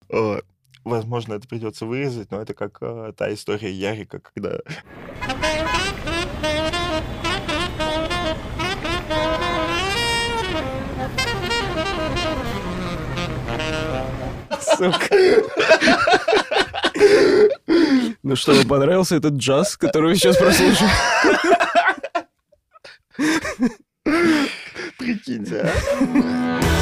Э, Возможно, это придется вырезать, но это как та история Ярика, когда... Сука. Ну что, вам понравился этот джаз, который вы сейчас прослушали? Прикиньте, а?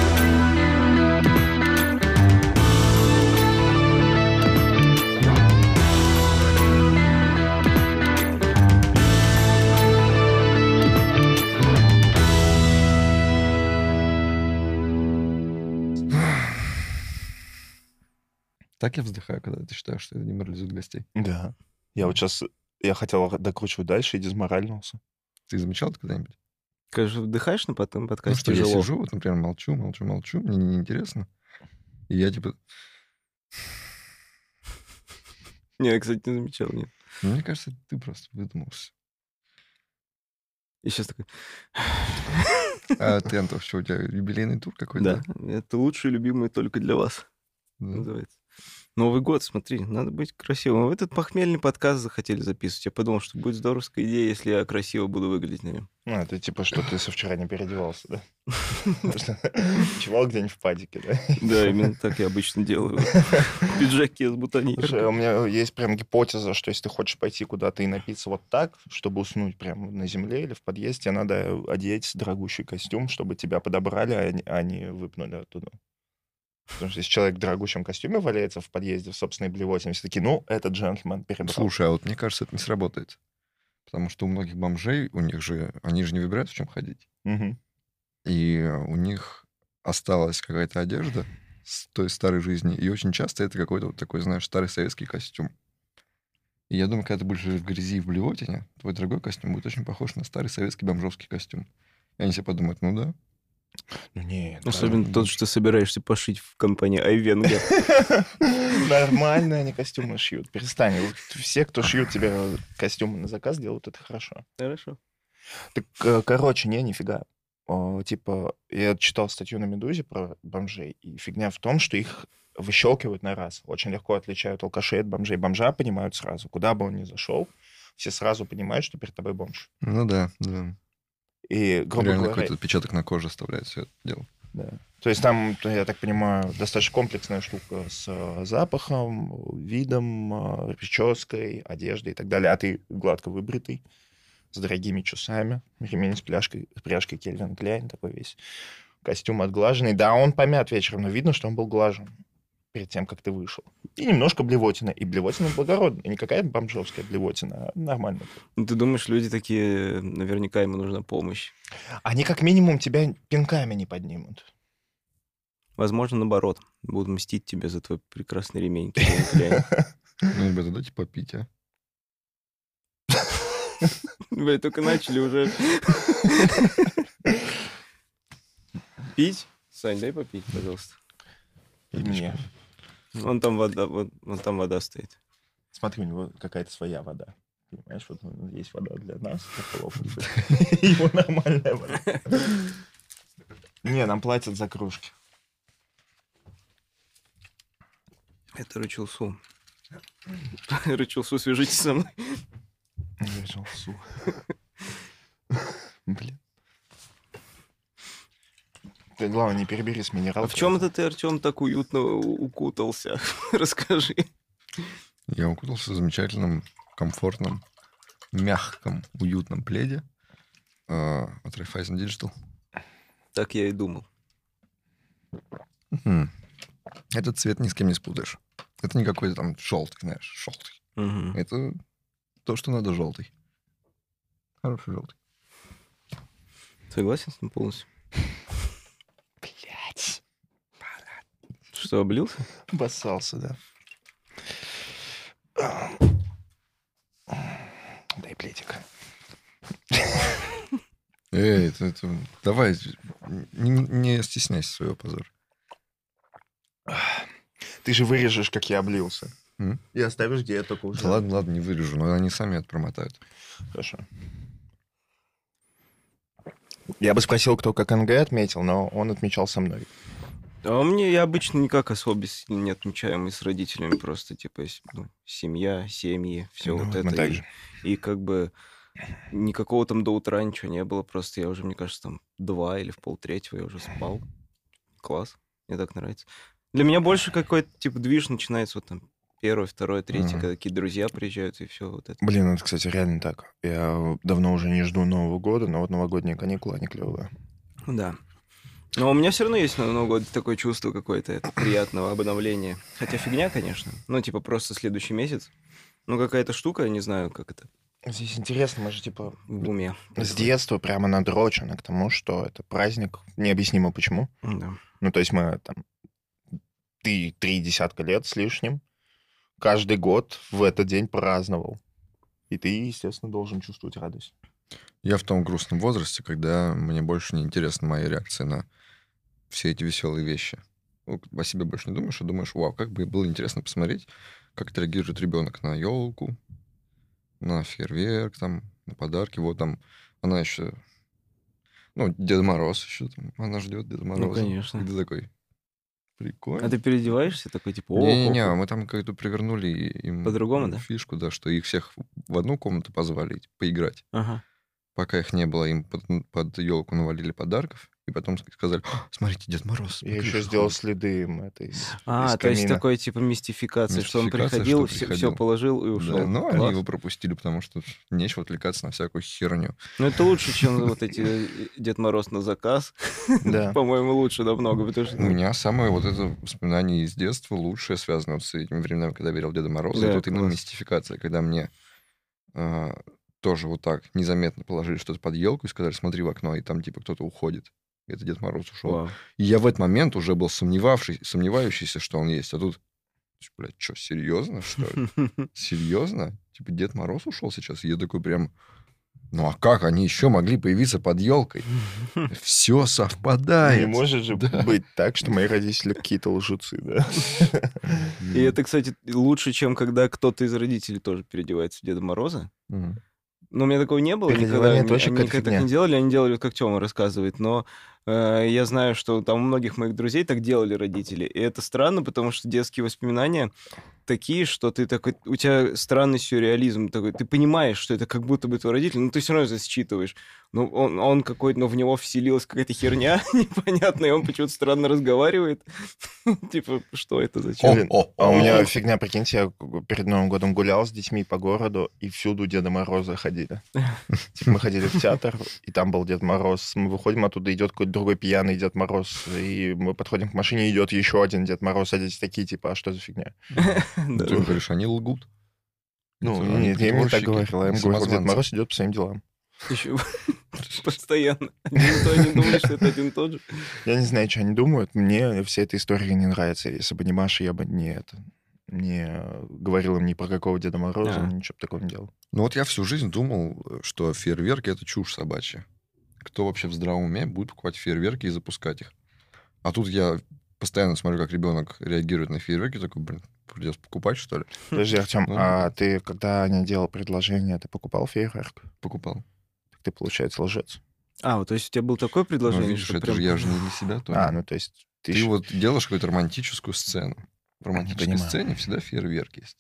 Так я вздыхаю, когда ты считаешь, что это деморализует гостей. Да. Я вот сейчас... Я хотел докручивать дальше и дезморальнулся. Ты замечал это когда-нибудь? Конечно, вдыхаешь на потом Ну подкасте что, я тяжело. сижу, вот, например, молчу, мне неинтересно. И я типа... Не, я, кстати, не замечал, нет. Ну, мне кажется, ты просто выдумался. И сейчас такой... А ты, Антох, что, у тебя юбилейный тур какой-то? Да, это лучшие любимые только для вас, Да. называется. Новый год, смотри, надо быть красивым. Вы этот похмельный подкаст захотели записывать. Я подумал, что будет здоровская идея, если я красиво буду выглядеть на нем. Ну, это типа, что ты со вчера не переодевался, да? Чевал где-нибудь в падике, да? Да, именно так я обычно делаю. В пиджаке с Слушай, бутоньеркой. у меня есть прям гипотеза, что если ты хочешь пойти куда-то и напиться вот так, чтобы уснуть прямо на земле или в подъезде, тебе надо одеть дорогущий костюм, чтобы тебя подобрали, а не выпнули оттуда. Потому что если человек в дорогущем костюме валяется в подъезде в собственной блевотине, все такие, ну, этот джентльмен перебрал. Слушай, а вот мне кажется, это не сработает. Потому что у многих бомжей, они же не выбирают, в чем ходить. Мгм. И у них осталась какая-то одежда с той старой жизни. И очень часто это какой-то вот такой, знаешь, старый советский костюм. И я думаю, когда ты будешь в грязи и в блевотине, твой дорогой костюм будет очень похож на старый советский бомжовский костюм. И они себе подумают, ну да. Ну, нет. Особенно тот, что собираешься пошить в компании Айвенга. Нормально они костюмы шьют. Перестань. Вот все, кто шьют тебе костюмы на заказ, делают это хорошо. Хорошо. Так, короче, нифига. Типа, я читал статью на «Медузе» про бомжей, и фигня в том, что их выщелкивают на раз. Очень легко отличают алкашей от бомжей. Бомжа понимают сразу. Куда бы он ни зашел, все сразу понимают, что перед тобой бомж. Ну да, да. И, грубо Реально говоря... какой-то отпечаток на коже оставляет все это дело. Да. То есть там, я так понимаю, достаточно комплексная штука с запахом, видом, прической, одеждой и так далее. А ты гладко выбритый, с дорогими часами, ремень с пряжкой Кельвин Кляйн, такой весь костюм отглаженный. Да, он помят вечером, но видно, что он был глажен перед тем, как ты вышел. И немножко блевотина. И блевотина благородная. И не какая-то бомжовская блевотина, а нормальная. Ну, ты думаешь, люди такие, наверняка ему нужна помощь? Они как минимум тебя пинками не поднимут. Возможно, наоборот. Будут мстить тебе за твой прекрасный ремень. Кельвин Кляйн. Ну, ребята, дайте попить, а. Вы только начали уже. Пить? Сань, дай попить, пожалуйста. И мне. Вон там вода, вон там вода стоит. Смотри, у него какая-то своя вода. Понимаешь, вот есть вода для нас, для холопов. Его нормальная вода. Не, нам платят за кружки. Это Рычелсу. Рычелсу, свяжитесь со мной. Рычелсу. Блин. Ты, главное, не перебери с минералкой. А в чем это ты, Артем, так уютно укутался? Расскажи. Я укутался в замечательном, комфортном, мягком, уютном пледе от Raiffeisen Digital. Так я и думал. Этот цвет ни с кем не спутаешь. Это не какой-то там желтый, знаешь, желтый. Мгм. Это то, что надо желтый. Хороший желтый. Согласен с ним полностью? Блять. Что, облился? Обоссался, да. Дай плетик. Эй, давай, не стесняйся своего позора. Ты же вырежешь, как я облился. М? И оставишь, где я только уже. Да ладно, не вырежу, но они сами это промотают. Хорошо. Я бы спросил, кто как НГ отметил, но он отмечал со мной. А мне я обычно никак особо сильно не отмечаю, мы с родителями просто, типа, семья, семьи, все Ну, вот вот мы это. так И, же. и как бы никакого там до утра ничего не было, просто я уже, мне кажется, там 2 или в полтретьего я уже спал. Класс, мне так нравится. Для меня больше какой-то, типа, движ начинается вот там 1, 2, 3, Мгм. когда какие-то друзья приезжают, и все вот это. Блин, это, кстати, реально так. Я давно уже не жду Нового года, но вот новогодние каникулы, они клевые. Да. Но у меня все равно есть на Новый год такое чувство какое-то это приятного обновления. Хотя фигня, конечно. Ну, типа, просто следующий месяц. Ну, какая-то штука, я не знаю, как это Здесь интересно, мы же, типа, в уме с происходит. детства прямо надрочены к тому, что это праздник. Необъяснимо почему. Да. Ну, то есть мы там 3 десятка лет с лишним каждый год в этот день праздновал. И ты, естественно, должен чувствовать радость. Я в том грустном возрасте, когда мне больше не интересна моя реакция на все эти веселые вещи. Ну, о себе больше не думаешь, а думаешь, вау, как бы было интересно посмотреть, как реагирует ребенок на елку, на фейерверк, там, на подарки. Вот там она еще, ну, Дед Мороз еще там, она ждет Деда Ну, Мороза. конечно. И ты такой, А прикольно. ты переодеваешься такой, типа, Не-не-не, ох, мы там как-то привернули им по-другому, да? фишку, да, что их всех в одну комнату позвали поиграть. Ага. Пока их не было, им под елку навалили подарков, и потом сказали, смотрите, Дед Мороз. Я по еще крыше сделал ходит». следы им это из А, то есть камина. такой, типа, мистификация, что он Мистификация, приходил, что все приходил. положил и Да, ушел. но они Класс. его пропустили, потому что нечего отвлекаться на всякую херню. Ну, это лучше, чем вот эти Дед Мороз на заказ. Да. По-моему, лучше намного, потому что... У меня самое вот это воспоминание из детства лучшее связано вот с этими временами, когда я верил в Деда Мороза. Да, Это вот именно класс. мистификация, когда мне тоже вот так незаметно положили что-то под елку и сказали, смотри в окно, и там типа кто-то уходит. И это Дед Мороз ушел. Вау. И я в этот момент уже был сомневающийся, что он есть. А тут, блядь, что, серьезно, что ли? Серьезно? Типа Дед Мороз ушел сейчас? И я такой прям, ну а как они еще могли появиться под елкой? Все Не совпадает. может же Да. быть так, что мои родители какие-то лжецы, да? И это, кстати, лучше, чем когда кто-то из родителей тоже переодевается в Деда Мороза. Мгм. Ну, у меня такого не было никогда. Переодевание — это вообще Они какая-то никогда так фигня. не делали, они делали, как Тёма рассказывает. Но я знаю, что там у многих моих друзей так делали родители. И это странно, потому что детские воспоминания такие, что ты такой, у тебя странный сюрреализм такой, ты понимаешь, что это как будто бы твой родитель, но ты все равно это считываешь. Ну, он какой-то, но в него вселилась какая-то херня непонятная, и он почему-то странно разговаривает. Типа, что это, зачем? Блин, а у меня фигня, прикиньте, я перед Новым годом гулял с детьми по городу, и всюду Деда Мороза ходили. Типа мы ходили в театр, и там был Дед Мороз. Мы выходим оттуда, идет какой-то другой пьяный Дед Мороз, и мы подходим к машине, идет еще один Дед Мороз, а дети такие, типа, а что за фигня? Да. Ты говоришь, они лгут. Ну, Это они нет, я им не так притворщики, говорил, я им они говорил, Дед самозванцы. Мороз идет по своим делам. Еще постоянно. Они думают, что это один и тот же. Я не знаю, что они думают, мне вся эта история не нравится. Если бы не Маша, я бы не говорил им ни про какого Деда Мороза, А. ничего бы такого не делал. Ну вот я всю жизнь думал, что фейерверки — это чушь собачья. Кто вообще в здравом уме будет покупать фейерверки и запускать их? А тут я постоянно смотрю, как ребенок реагирует на фейерверки, такой, блин, придется покупать, что ли? Подожди, Артем, Ну, а ты, когда Аня делал предложение, ты покупал фейерверк? покупал. Так ты, получается, лжец. А, вот, то есть у тебя было такое Ну, предложение, видишь, что это прям... же я же не для себя тоже. А, ну то есть ты Ты ещё- вот делаешь какую-то романтическую сцену. В романтической понимаю. сцене всегда фейерверк есть.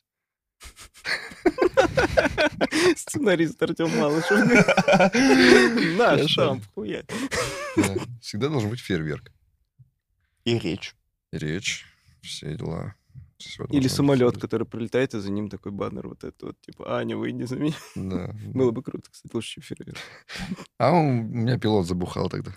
Сценарист Артем Малышев. Наш Хорошо. штамп, хуя. Да, всегда должен быть фейерверк. И речь. Речь, все дела. Всё Или должно быть самолет, фейерверк. который прилетает, и за ним такой баннер вот этот вот, типа, Аня, выйди за меня. Да, да. Было бы круто, кстати, лучше, чем фейерверк. А у меня пилот забухал тогда.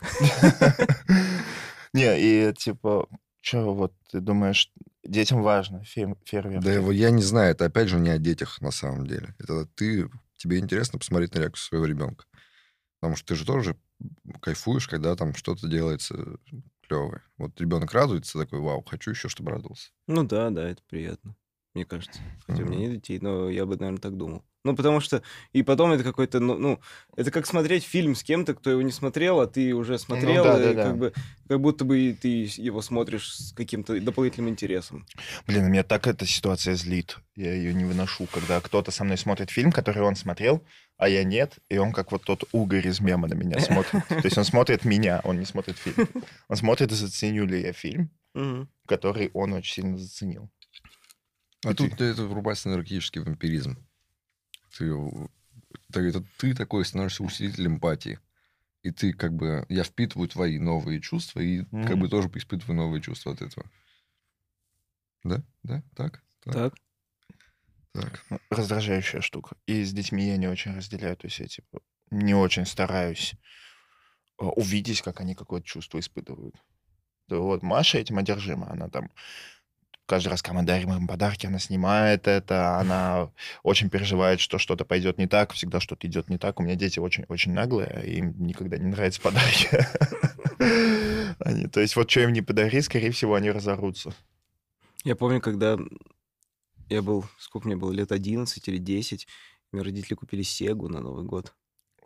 Не, и типа, что вот ты думаешь, детям важно фейерверк? Да я не знаю, это опять же не о детях на самом деле. Это тебе интересно посмотреть на реакцию своего ребенка. Потому что ты же тоже кайфуешь, когда там что-то делается клевое. Вот ребенок радуется, такой, вау, хочу еще, чтобы радовался. Ну да, это приятно, мне кажется. Хотя у меня Мгм. нет детей, но я бы, наверное, так думал. Ну, потому что... И потом это какой-то... Ну, это как смотреть фильм с кем-то, кто его не смотрел, а ты уже смотрел, да, и как будто бы ты его смотришь с каким-то дополнительным интересом. Блин, меня так эта ситуация злит. Я ее не выношу, когда кто-то со мной смотрит фильм, который он смотрел, а я нет, и он как вот тот угорь из мема на меня смотрит. То есть он смотрит меня, он не смотрит фильм. Он смотрит, заценю ли я фильм, который он очень сильно заценил. А тут это врубается наркотический вампиризм. Ты такой становишься усилителем эмпатии. И ты как бы... Я впитываю твои новые чувства и как бы тоже испытываю новые чувства от этого. Да? Так. Раздражающая штука. И с детьми я не очень разделяю. То есть я типа не очень стараюсь увидеть, как они какое-то чувство испытывают. Да вот Маша этим одержима. Она там каждый раз, когда мы дарим им подарки, она снимает это, она очень переживает, что что-то пойдет не так, всегда что-то идет не так. У меня дети очень-очень наглые, им никогда не нравятся подарки. То есть вот что им не подари, скорее всего, они разорутся. Я помню, когда я был, сколько мне было, лет 11 или 10, мне родители купили Сегу на Новый год.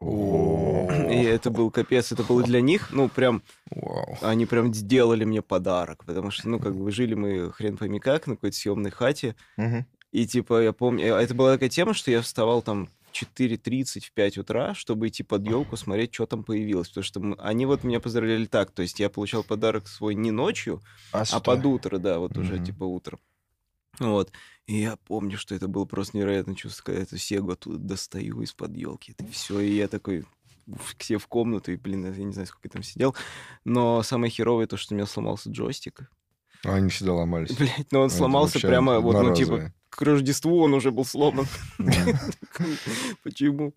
И это был капец, это было для них, ну, прям, они прям сделали мне подарок, потому что, ну, как бы жили мы хрен пойми как, на какой-то съемной хате, и, типа, я помню, это была такая тема, что я вставал там в 4:30, в 5 утра, чтобы идти под елку, смотреть, что там появилось, потому что они вот меня поздравляли так, то есть я получал подарок свой не ночью, а под утро, да, вот уже, типа, утром. Вот. И я помню, что это было просто невероятное чувство, когда эту Сегу оттуда достаю из-под елки. Это все. И я такой к себе в комнату, и, блин, я не знаю, сколько я там сидел. Но самое херовое то, что у меня сломался джойстик. А они всегда ломались. Блять, но он сломался прямо вот, ну, типа, к Рождеству он уже был сломан. Почему?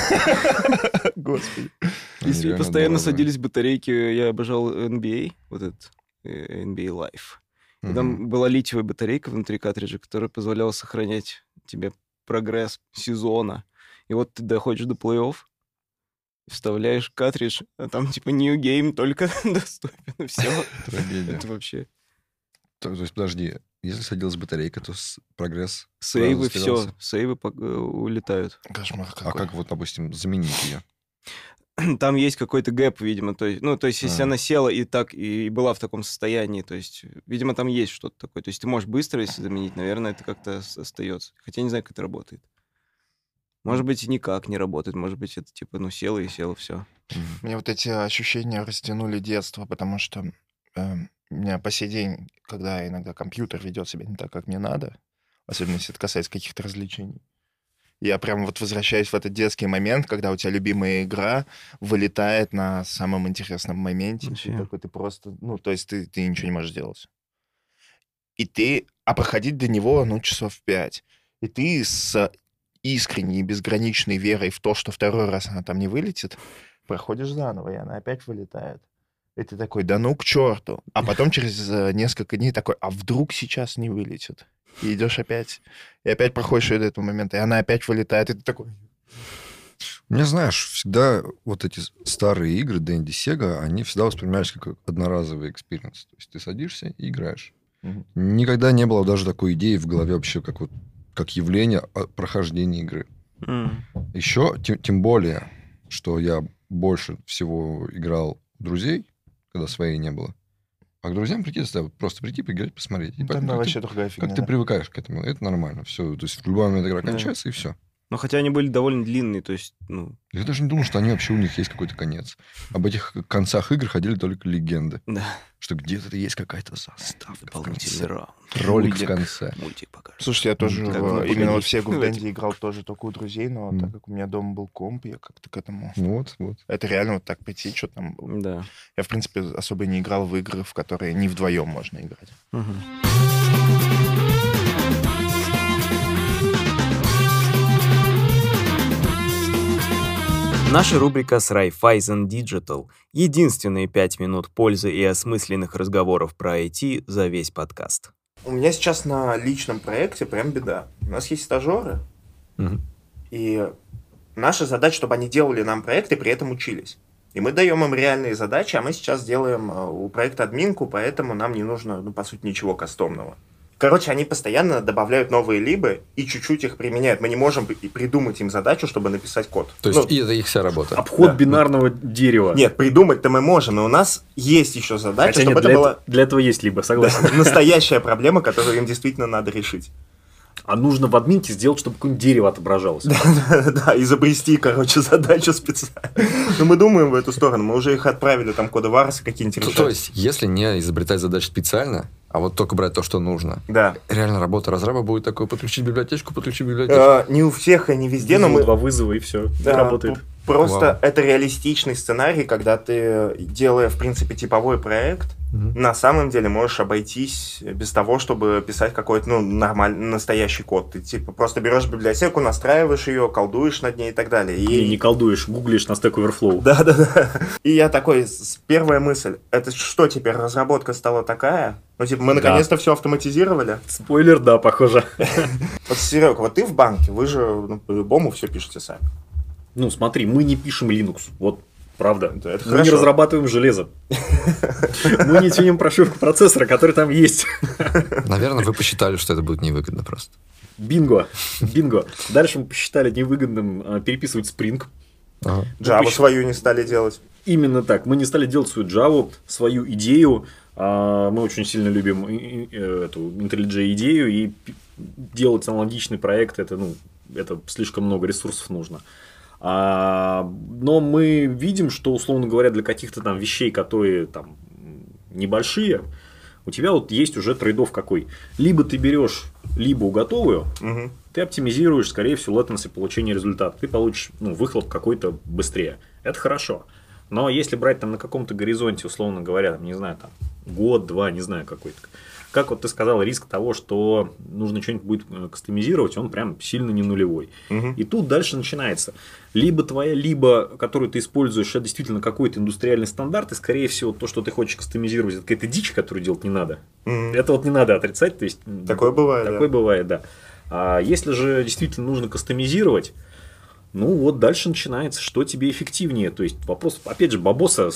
Господи. И постоянно садились батарейки. Я обожал NBA, вот этот NBA Live. И там была литиевая батарейка внутри картриджа, которая позволяла сохранять тебе прогресс сезона. И вот ты доходишь до плей-офф, вставляешь картридж, а там типа New Game только доступен, все. Трагедия. Это вообще... То есть, подожди, если садилась батарейка, то прогресс... Сейвы, все, сейвы улетают. Кошмар какой. А как вот, допустим, заменить ее? Там есть какой-то гэп, видимо, то есть, ну, то есть, если она села и так, и была в таком состоянии, то есть, видимо, там есть что-то такое. То есть, ты можешь быстро, если заменить, наверное, это как-то остается. Хотя не знаю, как это работает. Может быть, никак не работает, может быть, это типа, ну, села и села, все. Мне вот эти ощущения растянули детство, потому что у меня по сей день, когда иногда компьютер ведет себя не так, как мне надо, особенно если это касается каких-то развлечений, я прям вот возвращаюсь в этот детский момент, когда у тебя любимая игра вылетает на самом интересном моменте. И такой ты просто... Ну, то есть ты ничего не можешь делать. А проходить до него, ну, часов 5. И ты с искренней и безграничной верой в то, что второй раз она там не вылетит, проходишь заново, и она опять вылетает. И ты такой, да ну к черту. А потом через несколько дней такой, а вдруг сейчас не вылетит? И идешь опять, и опять проходишь до этого момента, и она опять вылетает, и ты такой... Мне, знаешь, всегда вот эти старые игры Dendy Sega, они всегда воспринимались как одноразовый экспириенс. То есть ты садишься и играешь. Никогда не было даже такой идеи в голове вообще, как явление прохождения игры. Еще, тем более, что я больше всего играл в друзей, когда своей не было. А к друзьям просто прийти, поиграть, посмотреть. И там вообще другая фигня. Как ты привыкаешь к этому, это нормально. Все, то есть в любой момент игра кончается, и все. Ну, хотя они были довольно длинные, то есть, ну... Я даже не думал, что они вообще у них есть какой-то конец. Об этих концах игр ходили только легенды. Да. Что где-то есть какая-то заставка. Дополнительный раунд. Ролик в конце. Мультик покажет. Слушайте, я тоже именно вот в Сегу в Денди играл тоже только у друзей, но так как у меня дома был комп, я как-то к этому... Вот. Это реально вот так прийти, что там... Да. Я, в принципе, особо не играл в игры, в которые не вдвоем можно играть. Наша рубрика с Raiffeisen Digital. Единственные 5 минут пользы и осмысленных разговоров про IT за весь подкаст. У меня сейчас на личном проекте прям беда. У нас есть стажеры, и наша задача, чтобы они делали нам проекты и при этом учились. И мы даем им реальные задачи, а мы сейчас делаем у проекта админку, поэтому нам не нужно, ну, по сути, ничего кастомного. Короче, они постоянно добавляют новые либы и чуть-чуть их применяют. Мы не можем придумать им задачу, чтобы написать код. То есть, и это их вся работа. Обход бинарного дерева. Нет, придумать-то мы можем, но у нас есть еще задача, чтобы это была для этого есть либо, согласен. настоящая проблема, которую им действительно надо решить. А нужно в админке сделать, чтобы какое-нибудь дерево отображалось. Да, изобрести, короче, задачу специально. Но мы думаем в эту сторону, мы уже их отправили, там, кодоварсы какие-нибудь решать. То есть, если не изобретать задачи специально, а вот только брать то, что нужно, да. Реально работа разраба будет такой: подключить библиотечку. Не у всех и не везде, но мы... Два вызова, и все, работает. Просто это реалистичный сценарий, когда ты, делая, в принципе, типовой проект, на самом деле можешь обойтись без того, чтобы писать какой-то, нормальный, настоящий код. Ты, типа, просто берешь библиотеку, настраиваешь ее, колдуешь над ней и так далее. И не колдуешь, гуглишь на Stack Overflow. Да. И я такой, первая мысль, это что теперь, разработка стала такая? Ну, типа, мы наконец-то все автоматизировали? Спойлер, да, похоже. Вот, Серег, вот ты в банке, вы же по-любому все пишете сами. Ну, смотри, мы не пишем Linux, вот правда. Да, это мы хорошо. Не разрабатываем железо. Мы не тюним прошивку процессора, который там есть. Наверное, вы посчитали, что это будет невыгодно просто. Бинго. Дальше мы посчитали невыгодным переписывать Spring. Java свою не стали делать. Именно так. Мы не стали делать свою Java, свою идею. Мы очень сильно любим эту IntelliJ идею, и делать аналогичный проект это слишком много ресурсов нужно. Но мы видим, что, условно говоря, для каких-то там вещей, которые там небольшие, у тебя вот есть уже трейд-офф какой. Либо ты берешь либо готовую, ты оптимизируешь, скорее всего, latency получения результата. Ты получишь выхлоп какой-то быстрее. Это хорошо. Но если брать там на каком-то горизонте, условно говоря, там, не знаю, там, год-два, не знаю, какой-то. Как вот ты сказал, риск того, что нужно что-нибудь будет кастомизировать, он прям сильно не нулевой. И тут дальше начинается. Либо которую ты используешь, это действительно какой-то индустриальный стандарт, и, скорее всего, то, что ты хочешь кастомизировать, это какая-то дичь, которую делать не надо. Это вот не надо отрицать. То есть, такое бывает, да. А если же действительно нужно кастомизировать, вот дальше начинается, что тебе эффективнее. То есть, вопрос, опять же, бабоса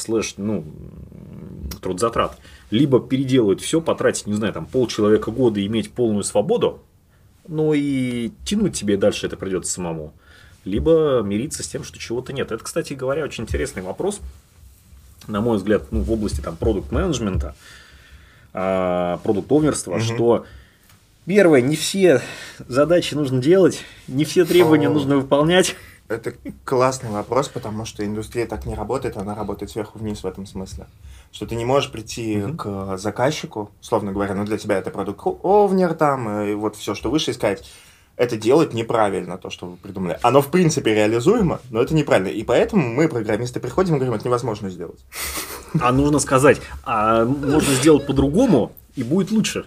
/ трудзатрат. Либо переделывать все, потратить, не знаю, там, полчеловека года и иметь полную свободу, но и тянуть тебе дальше это придется самому. Либо мириться с тем, что чего-то нет. Это, кстати говоря, очень интересный вопрос, на мой взгляд, в области там продукт-менеджмента, продукт-овнерства, что первое, не все задачи нужно делать, не все требования нужно выполнять. Это классный вопрос, потому что индустрия так не работает, она работает сверху вниз в этом смысле. Что ты не можешь прийти к заказчику, условно говоря, для тебя это продукт-овнер, там, и вот все, что выше, и сказать, это делать неправильно, то, что вы придумали. Оно, в принципе, реализуемо, но это неправильно. И поэтому мы, программисты, приходим и говорим, это невозможно сделать. А нужно сказать, можно сделать по-другому, и будет лучше.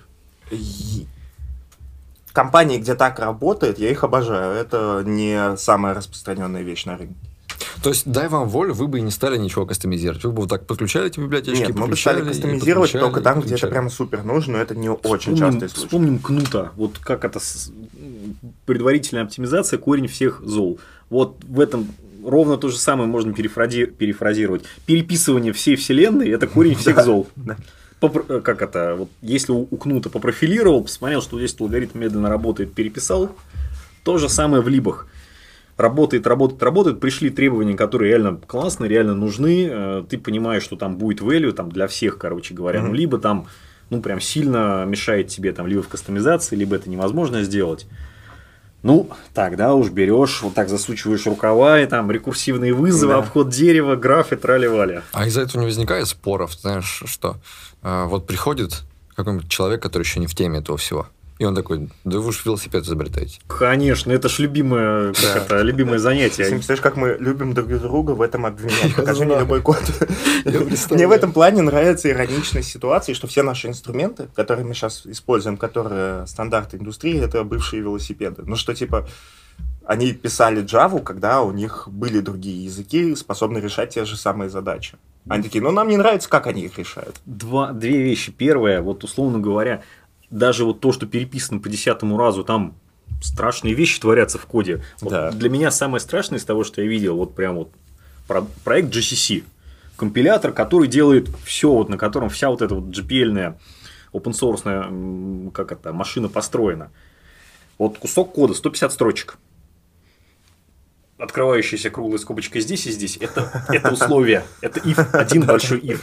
Компании, где так работает, я их обожаю. Это не самая распространенная вещь на рынке. То есть, дай вам волю, вы бы и не стали ничего кастомизировать. Вы бы вот так подключали эти библиотечки? Нет, мы бы стали кастомизировать только там, где это прям супер нужно, но это не очень частый случай. Вспомним Кнута. Вот как это предварительная оптимизация, корень всех зол. Вот в этом ровно то же самое можно перефразировать. Переписывание всей вселенной – это корень всех зол. Как это? Вот если у Кнута попрофилировал, посмотрел, что здесь алгоритм медленно работает, переписал. То же самое в либах. Работает, пришли требования, которые реально классные, реально нужны. Ты понимаешь, что там будет value там, для всех, короче говоря. Либо там прям сильно мешает тебе там, либо в кастомизации, либо это невозможно сделать. Тогда уж берешь, вот так засучиваешь рукава, и там рекурсивные вызовы, обход дерева, графы, трали-вали. А из-за этого не возникает споров, знаешь, что вот приходит какой-нибудь человек, который еще не в теме этого всего, и он такой, да вы уж велосипед изобретаете. Конечно, это ж любимое занятие. Ты представляешь, как мы любим друг друга в этом обвинять. Покажи мне любой код. Мне в этом плане нравится ироничность ситуации, что все наши инструменты, которые мы сейчас используем, которые стандарты индустрии, это бывшие велосипеды. Что типа они писали Java, когда у них были другие языки, способные решать те же самые задачи. Они такие, нам не нравится, как они их решают. Две вещи. Первое, вот условно говоря, даже вот то, что переписано по 10-му разу, там страшные вещи творятся в коде. Да. Вот для меня самое страшное из того, что я видел, вот прям вот проект GCC. Компилятор, который делает все, вот, на котором вся вот эта вот GPL-ная open-source, как это, машина построена. Вот кусок кода, 150 строчек. Открывающаяся круглая скобочка здесь и здесь. Это условие. Это if, один большой if.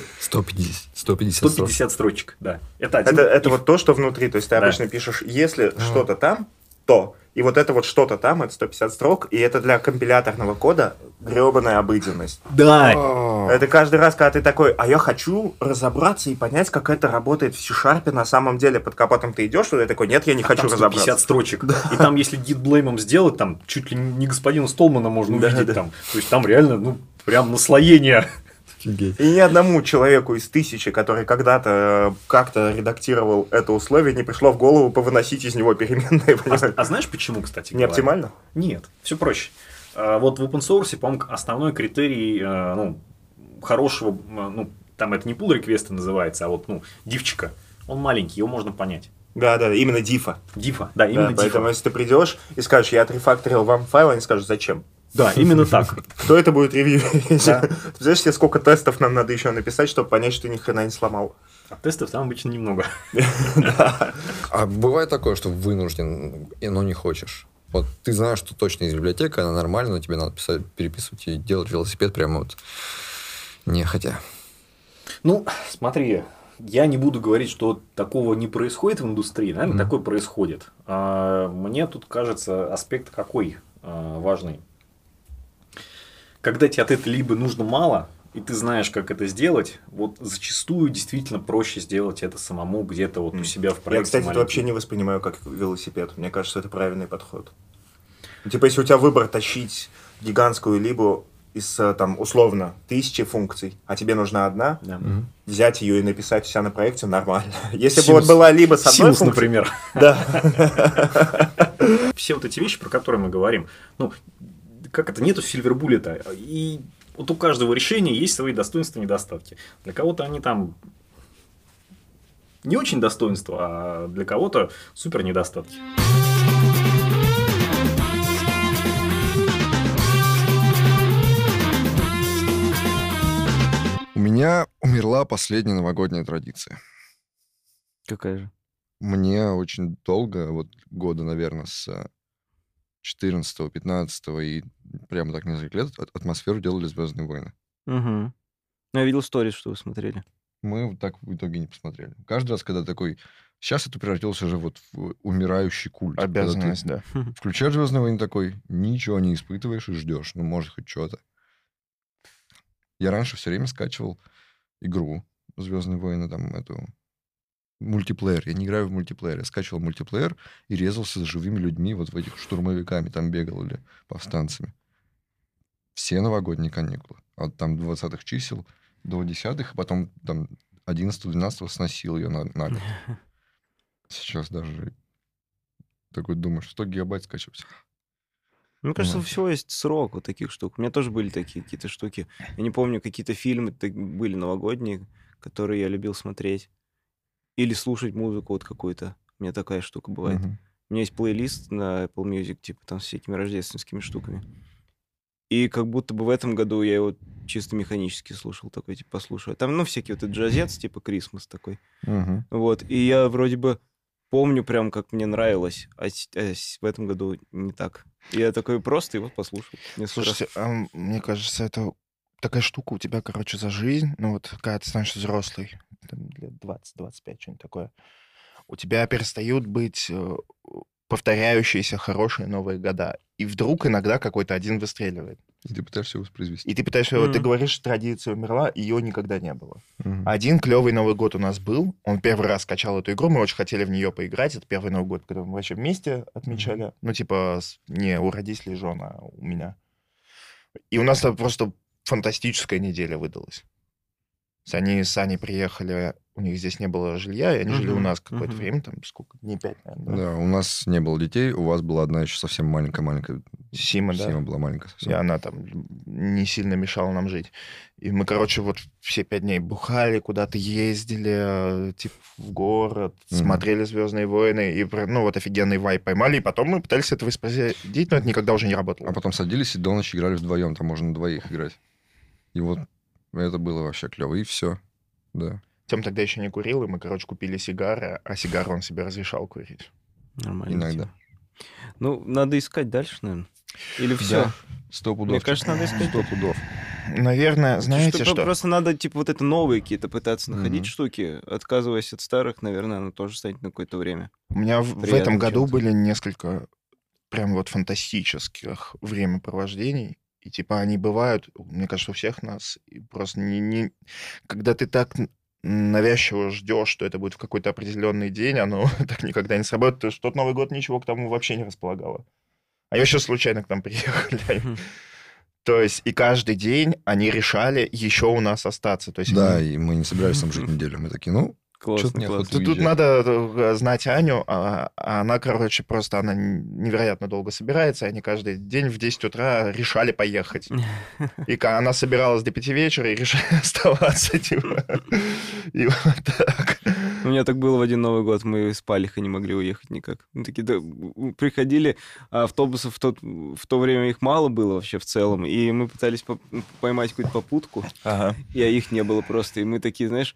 150 строчек, да. Это вот то, что внутри. То есть ты обычно пишешь, если что-то там, то. И вот это вот что-то там, это 150 строк, и это для компиляторного кода гребаная обыденность. Да. Это каждый раз, когда ты такой, а я хочу разобраться и понять, как это работает в C# на самом деле. Под капотом ты идешь, туда и такой, нет, я не хочу разобраться. 150 строчек. Да. И там, если гитблеймом сделать, там чуть ли не господина Столмана можно увидеть. Да. Там. То есть там реально, прям наслоение. И ни одному человеку из 1000, который когда-то как-то редактировал это условие, не пришло в голову повыносить из него переменные. А знаешь почему, кстати? Не оптимально? Нет, все проще. Вот в open source, по-моему, основной критерий хорошего, там это не pull request называется, а вот дифчика, он маленький, его можно понять. Да, именно дифа. Дифа, да, именно дифа. Поэтому если ты придешь и скажешь, я отрефакторил вам файл, они скажут, зачем? Да, именно так. Кто это будет ревьюить? Да. Ты знаешь, себе сколько тестов нам надо еще написать, чтобы понять, что ты ни хрена не сломал? А тестов там обычно немного. А бывает такое, что вынужден, но не хочешь? Вот ты знаешь, что точно из библиотеки, она нормальная, но тебе надо переписывать и делать велосипед прямо вот нехотя. Смотри, я не буду говорить, что такого не происходит в индустрии. Наверное, такое происходит. Мне тут кажется аспект какой важный. Когда тебе от этого либо нужно мало, и ты знаешь, как это сделать, вот зачастую действительно проще сделать это самому где-то вот у себя в проекте. Я, кстати, это вообще не воспринимаю как велосипед. Мне кажется, это правильный подход. Типа, если у тебя выбор тащить гигантскую либо из, там, условно, 1000 функций, а тебе нужна одна, взять ее и написать вся на проекте нормально. Если бы вот была либо с одной функцией... например. Да. Все вот эти вещи, про которые мы говорим, нету сильвербуллета. И вот у каждого решения есть свои достоинства и недостатки. Для кого-то они там не очень достоинства, а для кого-то супер недостатки. У меня умерла последняя новогодняя традиция. Какая же? Мне очень долго, вот года, наверное, с 14-го, 15-го и прямо так несколько лет атмосферу делали «Звездные войны». Угу. Я видел сторис, что вы смотрели. Мы так в итоге не посмотрели. Каждый раз, когда такой... Сейчас это превратилось уже вот в умирающий культ. Обязанность, да. Включаешь «Звездные войны» такой, ничего не испытываешь и ждешь. Может, хоть что-то. Я раньше все время скачивал игру «Звездные войны», там, эту... Мультиплеер. Я не играю в мультиплеер. Я скачивал мультиплеер и резался с живыми людьми, вот в этих штурмовиками там бегал или повстанцами. Все новогодние каникулы. От там 20-х чисел до 10-х, а потом там 11-12 сносил ее на год. Сейчас даже такой думаешь, 100 гигабайт скачивать. Мне кажется, у всего есть срок вот таких штук. У меня тоже были такие какие-то штуки. Я не помню, какие-то фильмы были новогодние, которые я любил смотреть. Или слушать музыку вот какую-то. У меня такая штука бывает. У меня есть плейлист на Apple Music, типа там с всякими рождественскими штуками. И как будто бы в этом году я его чисто механически слушал, такой, типа, послушаю. Там, всякие вот джазец, типа Christmas такой. Вот. И я вроде бы помню прям, как мне нравилось, а в этом году не так. И я такой просто его послушал. Слушайте, мне кажется, это такая штука у тебя, короче, за жизнь. Когда ты станешь взрослый, там, лет 20-25, что-нибудь такое, у тебя перестают быть повторяющиеся хорошие новые года. И вдруг иногда какой-то один выстреливает. И ты пытаешься его воспроизвести. И ты пытаешься... Вот ты говоришь, традиция умерла, ее никогда не было. Один клевый Новый год у нас был. Он первый раз скачал эту игру, мы очень хотели в нее поиграть. Это первый Новый год, когда мы вообще вместе отмечали. Не у родителей жен, а у меня. И у нас просто фантастическая неделя выдалась. Они с Аней приехали, у них здесь не было жилья, и они жили у нас какое-то время, там сколько, дней 5, наверное. Да, у нас не было детей, у вас была одна еще совсем маленькая. Сима, да. Сима была маленькая совсем. И она там не сильно мешала нам жить. И мы, короче, вот все 5 дней бухали, куда-то ездили, типа в город, смотрели «Звездные войны», и офигенный вайб поймали, и потом мы пытались это воспроизводить, но это никогда уже не работало. А потом садились и до ночи играли вдвоем, там можно на двоих играть. И вот это было вообще клево, и все, да. Тем тогда еще не курил, и мы, короче, купили сигары, а сигары он себе разрешал курить. Нормально. Иногда. Ну, надо искать дальше, наверное. Или все? Да, 100 пудов. Мне кажется, надо искать. 100 пудов. Наверное, знаете что? Просто надо, типа, вот это новые какие-то пытаться находить Мгм. штуки, отказываясь от старых, наверное, оно тоже станет на какое-то время. У меня в Приятным этом году чем-то. были несколько прям вот фантастических времяпровождений. И типа они бывают, мне кажется, у всех нас. И просто когда ты так навязчиво ждешь, что это будет в какой-то определенный день, оно так никогда не сработает, потому что тот Новый год ничего к тому вообще не располагало. А я еще случайно к нам приехали. Мгм. То есть и каждый день они решали еще у нас остаться. То есть Да, и мы не собирались там жить неделю. Мы такие, ну, Классно, Чё-то неохота. классно. Тут уезжать. надо знать Аню, а она, короче, просто она невероятно долго собирается, и они каждый день в 10 утра решали поехать. И она собиралась до 5 вечера и решали оставаться, типа. И вот так. У меня так было в один Новый год, мы с Палиха не могли уехать никак. Мы такие, да, приходили, а автобусов в то время их мало было вообще в целом, и мы пытались поймать какую-то попутку, Ага. и их не было просто. И мы такие, знаешь,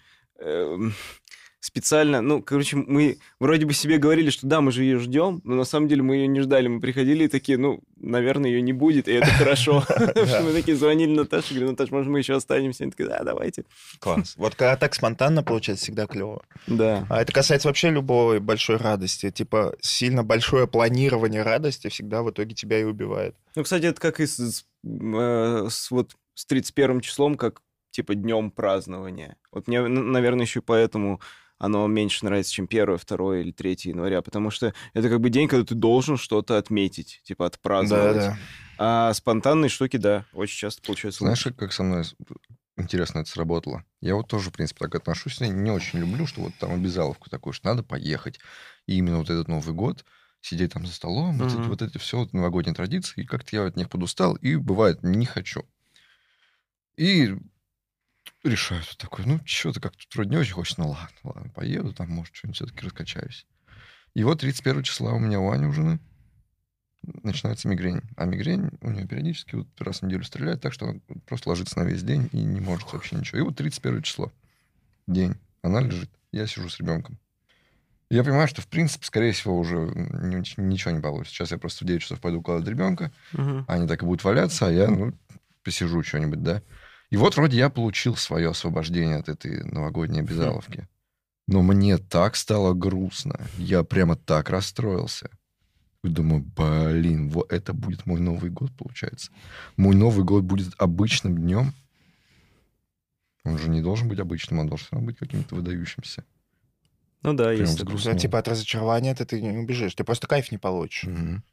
специально, ну, короче, мы вроде бы себе говорили, что да, мы же ее ждем, но на самом деле мы ее не ждали. Мы приходили и такие, ну, наверное, ее не будет, и это хорошо. Потому что мы такие звонили Наташе, говорю, Наташа, может, мы еще останемся? Они такие, да, давайте. Класс. Вот когда так спонтанно получается, всегда клево. Да. А это касается вообще любой большой радости. Типа, сильно большое планирование радости всегда в итоге тебя и убивает. Ну, кстати, это как и вот с 31 числом, как типа днем празднования. Вот мне, наверное, еще поэтому оно меньше нравится, чем 1, 2 или 3 января, потому что это как бы день, когда ты должен что-то отметить, типа отпраздновать. Да. А спонтанные штуки, да, очень часто получается знаешь, лучше. как со мной интересно это сработало? Я вот тоже, в принципе, так отношусь. Я не очень люблю, что вот там обязаловку такую, что надо поехать. И именно вот этот Новый год, сидеть там за столом, Мгм. вот эти все новогодние традиции, и как-то я от них подустал, и бывает, не хочу. И решаю тут такой, ну, что-то как-то вроде не очень хочется, ну, ладно, поеду, там, может, что-нибудь все-таки раскачаюсь. И вот 31 числа у меня у Ани, у жены, начинается мигрень. А мигрень у нее периодически вот раз в неделю стреляет, так что она просто ложится на весь день и не может вообще ничего. И вот 31 число, день, она лежит, я сижу с ребенком. Я понимаю, что, в принципе, скорее всего, уже ничего не получится. Сейчас я просто в 9 часов пойду укладывать ребенка, Мгм. они так и будут валяться, а я, ну, посижу что-нибудь, да. И вот вроде я получил свое освобождение от этой новогодней обязаловки. Но мне так стало грустно. Я прямо так расстроился. И думаю, блин, вот это будет мой Новый год, получается. Мой Новый год будет обычным днем. Он же не должен быть обычным, он должен быть каким-то выдающимся. Ну да, Прям есть с такое. грустью. Типа от разочарования ты не убежишь, ты просто кайф не получишь. Мгм.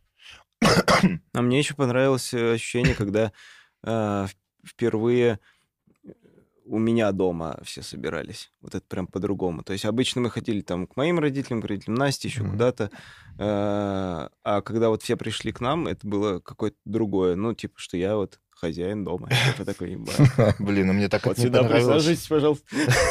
А мне еще понравилось ощущение, когда впервые у меня дома все собирались. Вот это прям по-другому. То есть обычно мы ходили там к моим родителям, к родителям Насти, еще Мгм. куда-то. А когда вот все пришли к нам, это было какое-то другое. Ну, типа, что я вот хозяин дома. Типа такой, ебать. Блин, ну мне так Вот это не сюда понравилось. присаживайтесь, пожалуйста.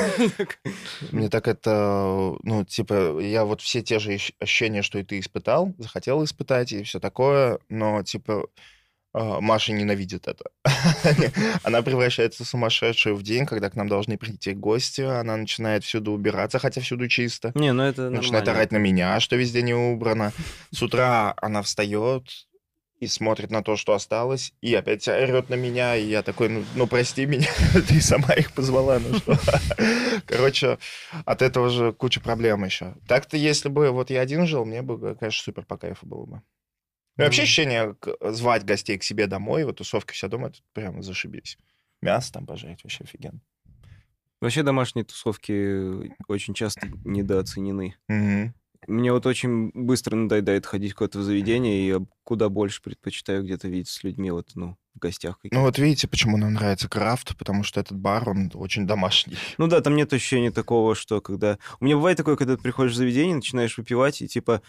Мне так это, ну, типа, я вот все те же ощущения, что и ты испытал, захотел испытать и все такое, но, типа, Маша ненавидит это. Она превращается в сумасшедшую в день, когда к нам должны прийти гости, она начинает всюду убираться, хотя всюду чисто. Не, ну это Начинает нормально. орать на меня, что везде не убрано. С утра она встает и смотрит на то, что осталось, и опять орет на меня, и я такой, ну прости меня, ты сама их позвала, ну что. Короче, от этого же куча проблем еще. Так-то, если бы вот я один жил, мне бы, конечно, супер по кайфу было бы. И вообще ощущение звать гостей к себе домой, вот тусовка вся дома, это прямо зашибись. Мясо там пожарить, вообще офигенно. Вообще домашние тусовки очень часто недооценены. Мгм. Мне вот очень быстро надоедает ходить куда-то в заведение, и я куда больше предпочитаю где-то видеться с людьми, вот, ну, в гостях Ну каких-то. вот видите, почему нам нравится крафт, потому что этот бар, он очень домашний. Ну да, там нет ощущения такого, что когда... У меня бывает такое, когда ты приходишь в заведение, начинаешь выпивать, и типа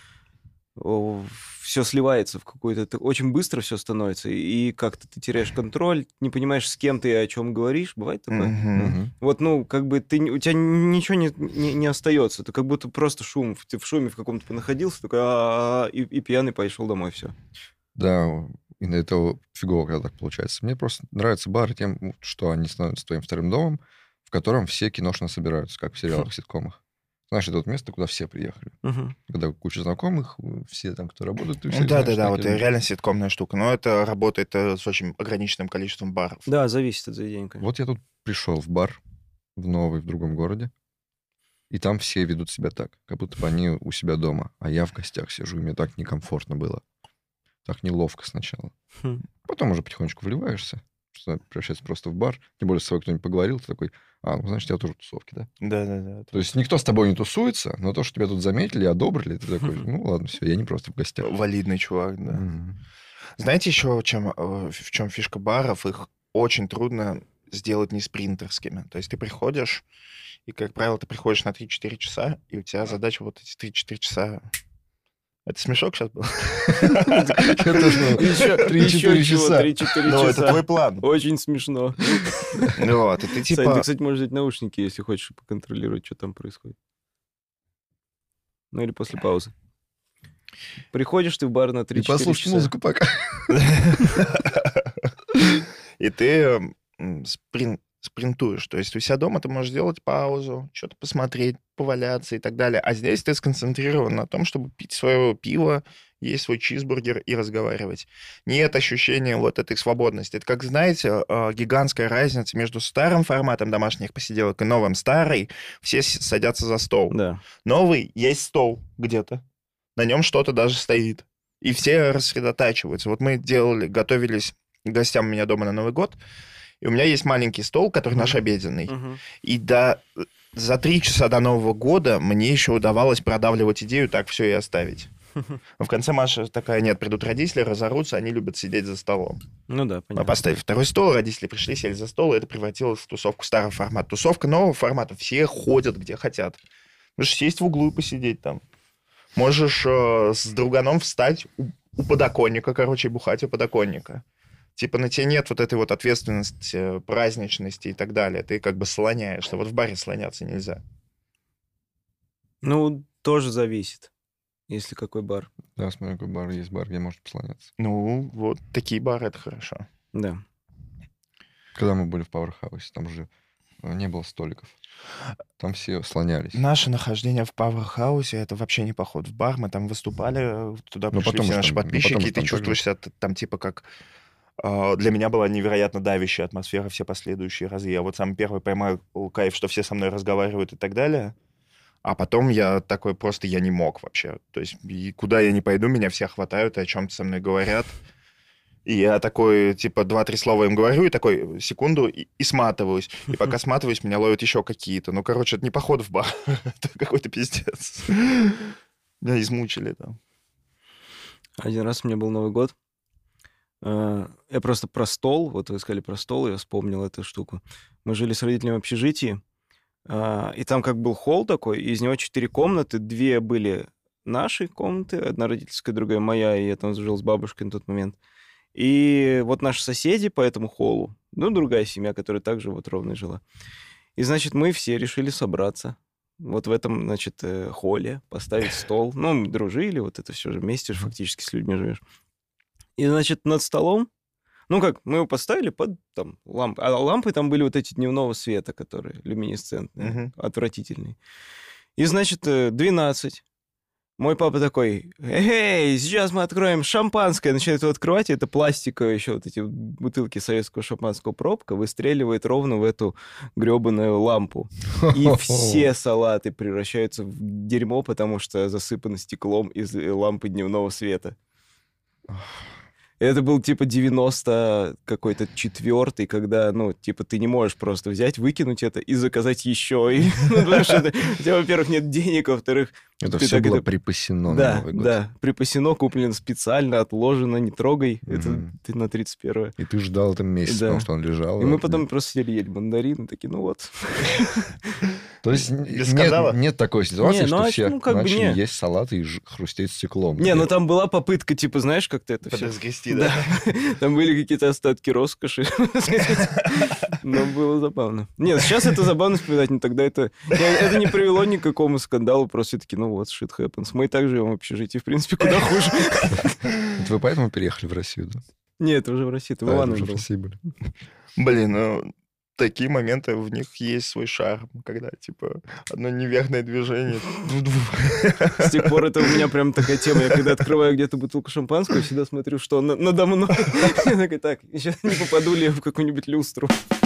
все сливается в какую-то... Очень быстро все становится, и как-то ты теряешь контроль, не понимаешь, с кем ты и о чем говоришь. Бывает такое? Мгм. Мгм. Вот, ну, как бы у тебя ничего не остается. Ты как будто просто шум. Ты в шуме в каком-то понаходился, такой, и пьяный пошел домой, все. Да, и на это фигово, когда так получается. Мне просто нравятся бары тем, что они становятся твоим вторым домом, в котором все киношно собираются, как в сериалах, ситкомах. Знаешь, это вот место, куда все приехали. Мгм. Когда куча знакомых, все там, кто работает, ты всех Да, знаешь, вот такие. реально ситкомная штука. Но это работает с очень ограниченным количеством баров. Да, зависит от заведения, конечно. Вот я тут пришел в бар, в новый, в другом городе, и там все ведут себя так, как будто бы они у себя дома, а я в гостях сижу, и мне так некомфортно было. Так неловко сначала. Хм. Потом уже потихонечку вливаешься, что превращается просто в бар. Тем более, с тобой кто-нибудь поговорил, ты такой, ну, значит, я тоже тусовки, да? Да. То есть никто с тобой не тусуется, но то, что тебя тут заметили, одобрили, ты такой, ну, ладно, все, я не просто в гостях. Валидный чувак, да. Мгм. Знаете еще, в чем фишка баров? Их очень трудно сделать не спринтерскими. То есть ты приходишь, и, как правило, ты приходишь на 3-4 часа, и у тебя задача вот эти 3-4 часа... Это смешок сейчас был? Еще 3-4 часа. 3-4 Ну, это часа. твой план. Очень смешно. Вот, и ты Сань, ты, типа... кстати, можешь взять наушники, если хочешь поконтролировать, что там происходит. Ну или после паузы. Приходишь ты в бар на 3-4 И послушать часа. музыку пока. И ты спринтуешь. То есть у себя дома ты можешь сделать паузу, что-то посмотреть, поваляться и так далее. А здесь ты сконцентрирован на том, чтобы пить свое пиво, есть свой чизбургер и разговаривать. Нет ощущения вот этой свободности. Это, как знаете, гигантская разница между старым форматом домашних посиделок и новым. Старый, все садятся за стол. Да. Новый, есть стол где-то. На нем что-то даже стоит. И все рассредотачиваются. Вот мы готовились к гостям у меня дома на Новый год, и у меня есть маленький стол, который наш обеденный. Мгм. И за 3 часа до Нового года мне еще удавалось продавливать идею, так все и оставить. Но в конце Маша такая, нет, придут родители, разорутся, они любят сидеть за столом. Ну да, Мы понятно. поставили второй стол, родители пришли, сели за стол, и это превратилось в тусовку старого формата. Тусовка нового формата, все ходят где хотят. Можешь сесть в углу и посидеть там. Можешь с друганом встать у подоконника, и бухать у подоконника. Типа на тебе нет вот этой вот ответственности, праздничности и так далее. Ты как бы слоняешься. Вот в баре слоняться нельзя. Ну, тоже зависит, если какой бар. Да, смотрю, какой бар есть бар, где можно послоняться. Ну, вот такие бары — это хорошо. Да. Когда мы были в Пауэрхаусе, там же не было столиков. Там все слонялись. Наше нахождение в Пауэрхаусе — это вообще не поход в бар. Мы там выступали, туда Ну, пришли потом все уж наши там- ну, подписчики, потом и уж ты там чувствуешь себя там типа как... Для меня была невероятно давящая атмосфера все последующие разы. Я вот сам первый поймал кайф, что все со мной разговаривают и так далее. А потом я такой просто, я не мог вообще. То есть и куда я не пойду, меня все хватают и о чем-то со мной говорят. И я такой, типа, 2-3 слова им говорю, и такой, секунду, и сматываюсь. И пока сматываюсь, меня ловят еще какие-то. Ну, короче, это не поход в бар. Это какой-то пиздец. Меня измучили там. Один раз у меня был Новый год. Я просто про стол, вот вы сказали про стол, я вспомнил эту штуку. Мы жили с родителями в общежитии, и там как был холл такой, и из него 4 комнаты, 2 были наши комнаты, одна родительская, другая моя, и я там жил с бабушкой на тот момент. И вот наши соседи по этому холлу, ну, другая семья, которая также вот ровно жила. И, значит, мы все решили собраться вот в этом, значит, холле, поставить стол. Ну, мы дружили, вот это все же вместе же фактически с людьми живешь. И, значит, над столом, ну как, мы его поставили под там лампы. А лампы там были вот эти дневного света, которые люминесцентные, Мгм. отвратительные. И, значит, 12. Мой папа такой, эй, сейчас мы откроем шампанское. Начинает его открывать, и это пластиковые еще вот эти бутылки советского шампанского пробка выстреливает ровно в эту гребаную лампу. И все салаты превращаются в дерьмо, потому что засыпаны стеклом из лампы дневного света. Это был, типа, 90 какой-то 4-й, когда, ну, типа, ты не можешь просто взять, выкинуть это и заказать еще. И, ну, потому что у тебя, во-первых, нет денег, во-вторых... Это ты все так было это- припасено на Да, Новый год. да, припасено, куплено специально, отложено, не трогай. Это Мгм. ты на 31-е. И ты ждал это месяц, Да. потому что он лежал. И мы потом просто сидели, ели мандарины, такие, ну вот. То есть Без скандала? нет такой ситуации, Не, ну, что а все ну, как бы начали не. есть салат и хрустеть стеклом. Не, ну там была попытка, типа, знаешь, как-то это все... Подразгрести, да? Там были какие-то остатки роскоши. Но было забавно. Нет, сейчас это забавно вспоминать, но тогда это не привело ни к какому скандалу, просто все таки, ну вот, shit happens. Мы и так живем в общежитии, в принципе, куда хуже. Это вы поэтому переехали в Россию, да? Нет, это уже в России, это в А, это Иваново уже в был. России были. Блин, ну, такие моменты, в них есть свой шарм, когда, типа, одно неверное движение. С тех пор это у меня прям такая тема. Я когда открываю где-то бутылку шампанского, я всегда смотрю, что надо мной. Я такой, так, еще не попаду ли я в какую-нибудь люстру.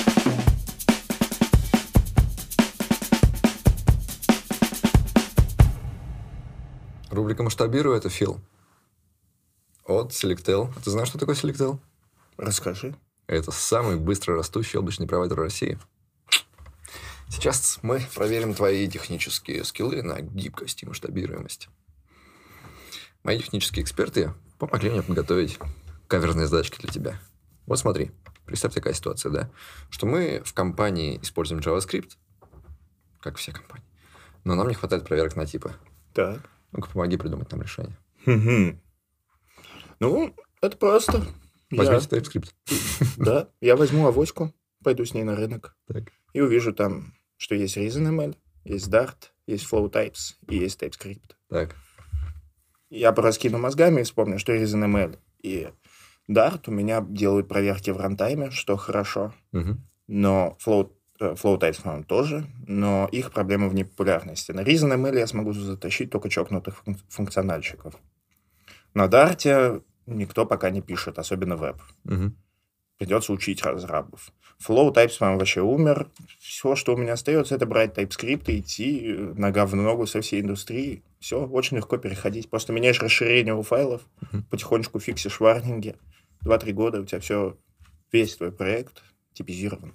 Рубрика «Масштабирую» — это Фил. От Selectel. Ты знаешь, что такое Selectel? Расскажи. Это самый быстро растущий облачный провайдер России. Сейчас мы проверим твои технические скиллы на гибкость и масштабируемость. Мои технические эксперты помогли мне подготовить каверзные задачки для тебя. Вот смотри, представь такая ситуация, да, что мы в компании используем JavaScript, как все компании, но нам не хватает проверок на типы. Так. Ну-ка, помоги придумать нам решение. Ну, это просто. Возьмите TypeScript. Да, я возьму авоську, пойду с ней на рынок. Так. И увижу там, что есть ReasonML, есть Dart, есть FlowTypes и есть TypeScript. Так. Я пораскину мозгами и вспомню, что ReasonML и Dart у меня делают проверки в рантайме, что хорошо. Угу. Но FlowTypes, по-моему, тоже. Но их проблема в непопулярности. На ReasonML я смогу затащить только чокнутых функциональщиков. На Dart никто пока не пишет, особенно веб. Угу. Придется учить разрабов. FlowTypes, по-моему, вообще умер. Все, что у меня остается, это брать TypeScript и идти нога в ногу со всей индустрией. Все, очень легко переходить. Просто меняешь расширение у файлов, потихонечку фиксишь варнинги. 2-3 года у тебя все, весь твой проект типизирован.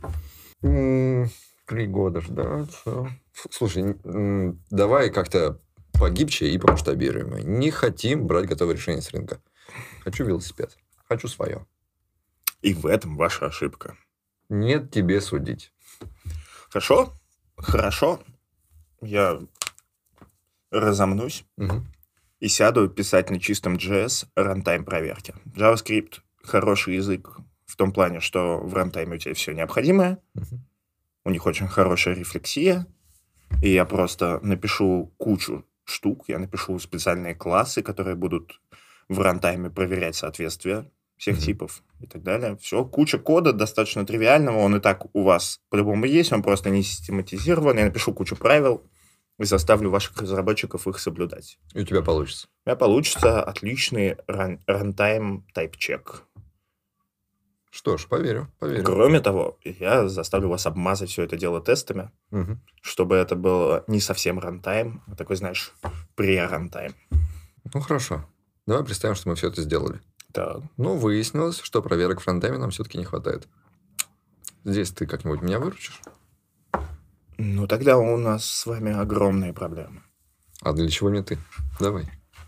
3 года ждать. Слушай, давай как-то погибче и помасштабируемое. Не хотим брать готовое решение с рынка. Хочу велосипед. Хочу свое. И в этом ваша ошибка. Нет тебе судить. Хорошо? Хорошо. Я разомнусь и сяду писать на чистом JS рантайм проверки. JavaScript хороший язык в том плане, что в рантайме у тебя все необходимое. У них очень хорошая рефлексия. И я просто напишу кучу штук. Я напишу специальные классы, которые будут в рантайме проверять соответствие всех типов и так далее. Все, куча кода достаточно тривиального. Он и так у вас по-любому есть, он просто не систематизирован. Я напишу кучу правил и заставлю ваших разработчиков их соблюдать. И у тебя получится. У меня получится отличный рантайм тайп-чек. Что ж, поверю. Кроме того, я заставлю вас обмазать все это дело тестами, чтобы это было не совсем рантайм, а такой, знаешь, pre-рантайм. Ну, хорошо. Давай представим, что мы все это сделали. Так. Ну, выяснилось, что проверок в рантайме нам все-таки не хватает. Здесь ты как-нибудь меня выручишь? Ну, тогда у нас с вами огромные проблемы. А для чего мне ты? Давай.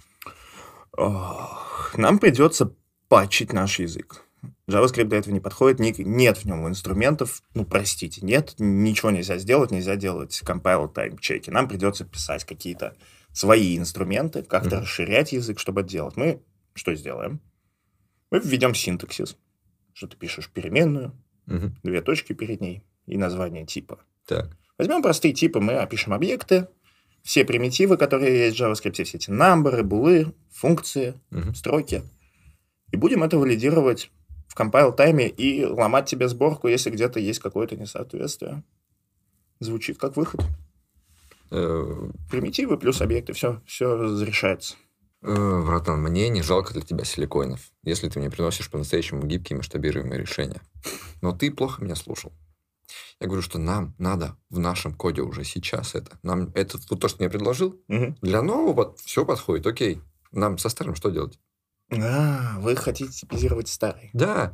Нам придется патчить наш язык. JavaScript для этого не подходит, нет в нем инструментов, ну, простите, нет, ничего нельзя сделать compile time чеки. Нам придется писать какие-то свои инструменты, как-то расширять язык, чтобы это делать. Мы что сделаем? Мы введем синтаксис, что ты пишешь переменную, 2 точки перед ней и название типа. Так. Возьмем простые типы, мы опишем объекты, все примитивы, которые есть в JavaScript, все эти number, булы, функции, строки, и будем это валидировать в compile тайме и ломать тебе сборку, если где-то есть какое-то несоответствие. Звучит как выход. Примитивы плюс объекты, все разрешается. Братан, мне не жалко для тебя силикоинов, если ты мне приносишь по-настоящему гибкие масштабируемые решения. Но ты плохо меня слушал. Я говорю, что нам надо в нашем коде уже сейчас это. Нам это вот то, что ты мне предложил, для нового все подходит, окей. Нам со старым что делать? Вы хотите типизировать старый? Да.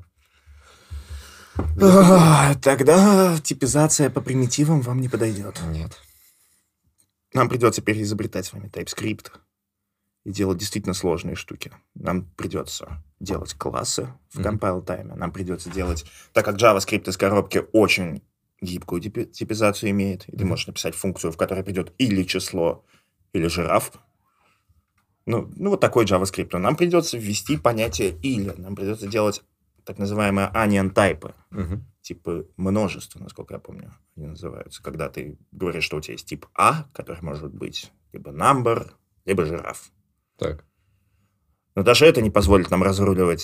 Тогда типизация по примитивам вам не подойдет. Нет. Нам придется переизобретать с вами TypeScript и делать действительно сложные штуки. Нам придется делать классы в compile тайме. Нам придется делать... Так как JavaScript из коробки очень гибкую типизацию имеет, и ты можешь написать функцию, в которой придет или число, или жираф. Ну, вот такой JavaScript. Но нам придется ввести понятие «или». Нам придется делать так называемые onion type. Типы множества, насколько я помню, они называются. Когда ты говоришь, что у тебя есть тип А, который может быть либо number, либо жираф. Так. Но даже это не позволит нам разруливать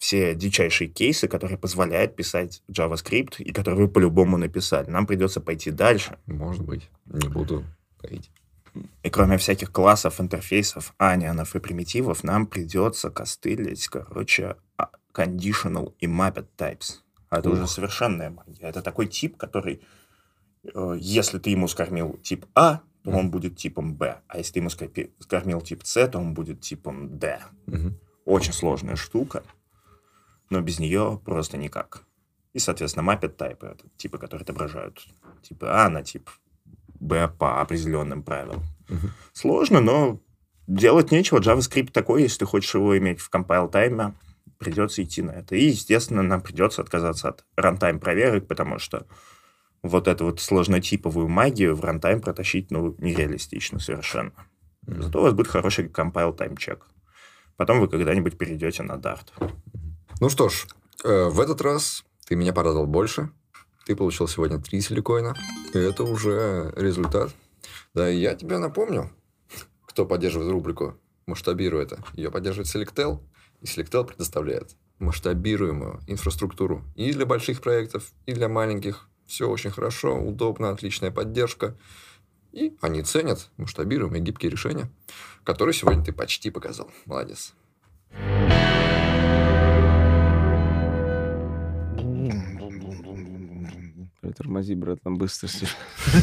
все дичайшие кейсы, которые позволяют писать JavaScript и которые вы по-любому написали. Нам придется пойти дальше. Может быть. Не буду таить. И кроме всяких классов, интерфейсов, анионов и примитивов, нам придется костылить, conditional и mapped types. А это уже совершенная магия. Это такой тип, который, если ты ему скормил тип А, то он будет типом Б. А если ты ему скормил тип С, то он будет типом Д. Очень сложная штука, но без нее просто никак. И, соответственно, mapped type — это типы, которые отображают типы А на тип Б по определенным правилам. Сложно, но делать нечего. JavaScript такой, если ты хочешь его иметь в compile тайме, придется идти на это. И, естественно, нам придется отказаться от рантайм проверок, потому что вот эту вот сложнотиповую магию в рантайм протащить, нереалистично совершенно. Зато у вас будет хороший compile time чек. Потом вы когда-нибудь перейдете на Dart. Ну что ж, в этот раз ты меня порадовал больше. Ты получил сегодня 3 силикоина. И это уже результат. Да, и я тебе напомню, кто поддерживает рубрику «Масштабируй это». Ее поддерживает Selectel. И Selectel предоставляет масштабируемую инфраструктуру и для больших проектов, и для маленьких. Все очень хорошо, удобно, отличная поддержка. И они ценят масштабируемые гибкие решения, которые сегодня ты почти показал. Молодец. Тормози, брат, там быстро слишком.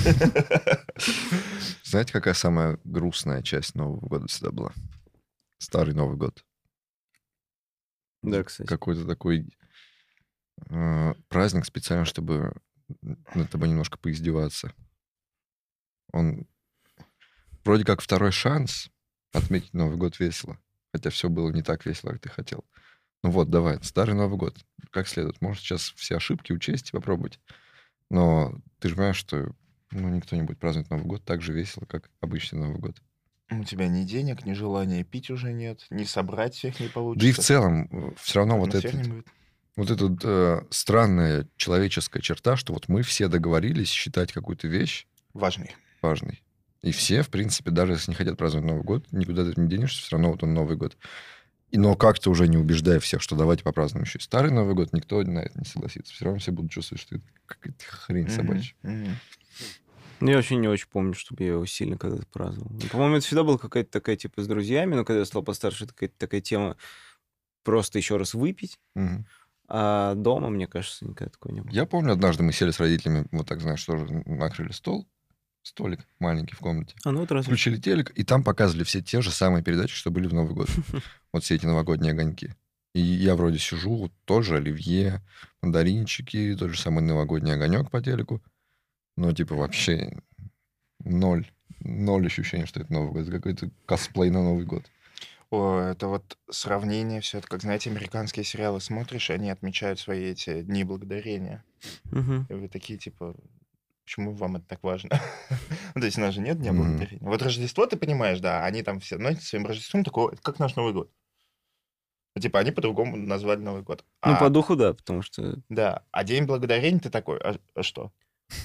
Знаете, какая самая грустная часть Нового года всегда была? Старый Новый год. Да, кстати. Какой-то такой праздник специально, чтобы над тобой немножко поиздеваться. Он вроде как второй шанс отметить Новый год весело. Хотя все было не так весело, как ты хотел. Ну вот, давай, старый Новый год. Как следует. Может, сейчас все ошибки учесть и попробовать. Но ты же понимаешь, что никто не будет праздновать Новый год так же весело, как обычный Новый год. У тебя ни денег, ни желания пить уже нет, ни собрать всех не получится. Да и в целом, все равно вот эта странная человеческая черта, что вот мы все договорились считать какую-то вещь важной. И все, в принципе, даже если не хотят праздновать Новый год, никуда ты не денешься, все равно вот он Новый год. Но как-то уже не убеждая всех, что давайте попразднуем еще и старый Новый год, никто на это не согласится. Все равно все будут чувствовать, что это какая-то хрень собачья. Я вообще не очень помню, чтобы я его сильно когда-то праздновал. По-моему, это всегда была какая-то такая, типа, с друзьями, но когда я стал постарше, это какая-то такая тема просто еще раз выпить. А дома, мне кажется, никогда такого не было. Я помню, однажды мы сели с родителями, вот так, знаешь, тоже накрыли столик маленький в комнате. Включили телек, и там показывали все те же самые передачи, что были в Новый год. Вот все эти новогодние огоньки. И я вроде сижу, вот тоже оливье, мандаринчики, тот же самый новогодний огонек по телеку. Но типа вообще ноль ощущения, что это Новый год. Это какой-то косплей на Новый год. О, это вот сравнение, все это, как, знаете, американские сериалы смотришь, они отмечают свои эти дни благодарения. И вы такие, типа, почему вам это так важно? То есть у нас же нет дня благодарения. Вот Рождество, ты понимаешь, да, они там все, знаете, своим Рождеством такое, как наш Новый год. Типа они по-другому назвали Новый год. Ну, по духу, да, потому что... Да, а День благодарения ты такой, а что?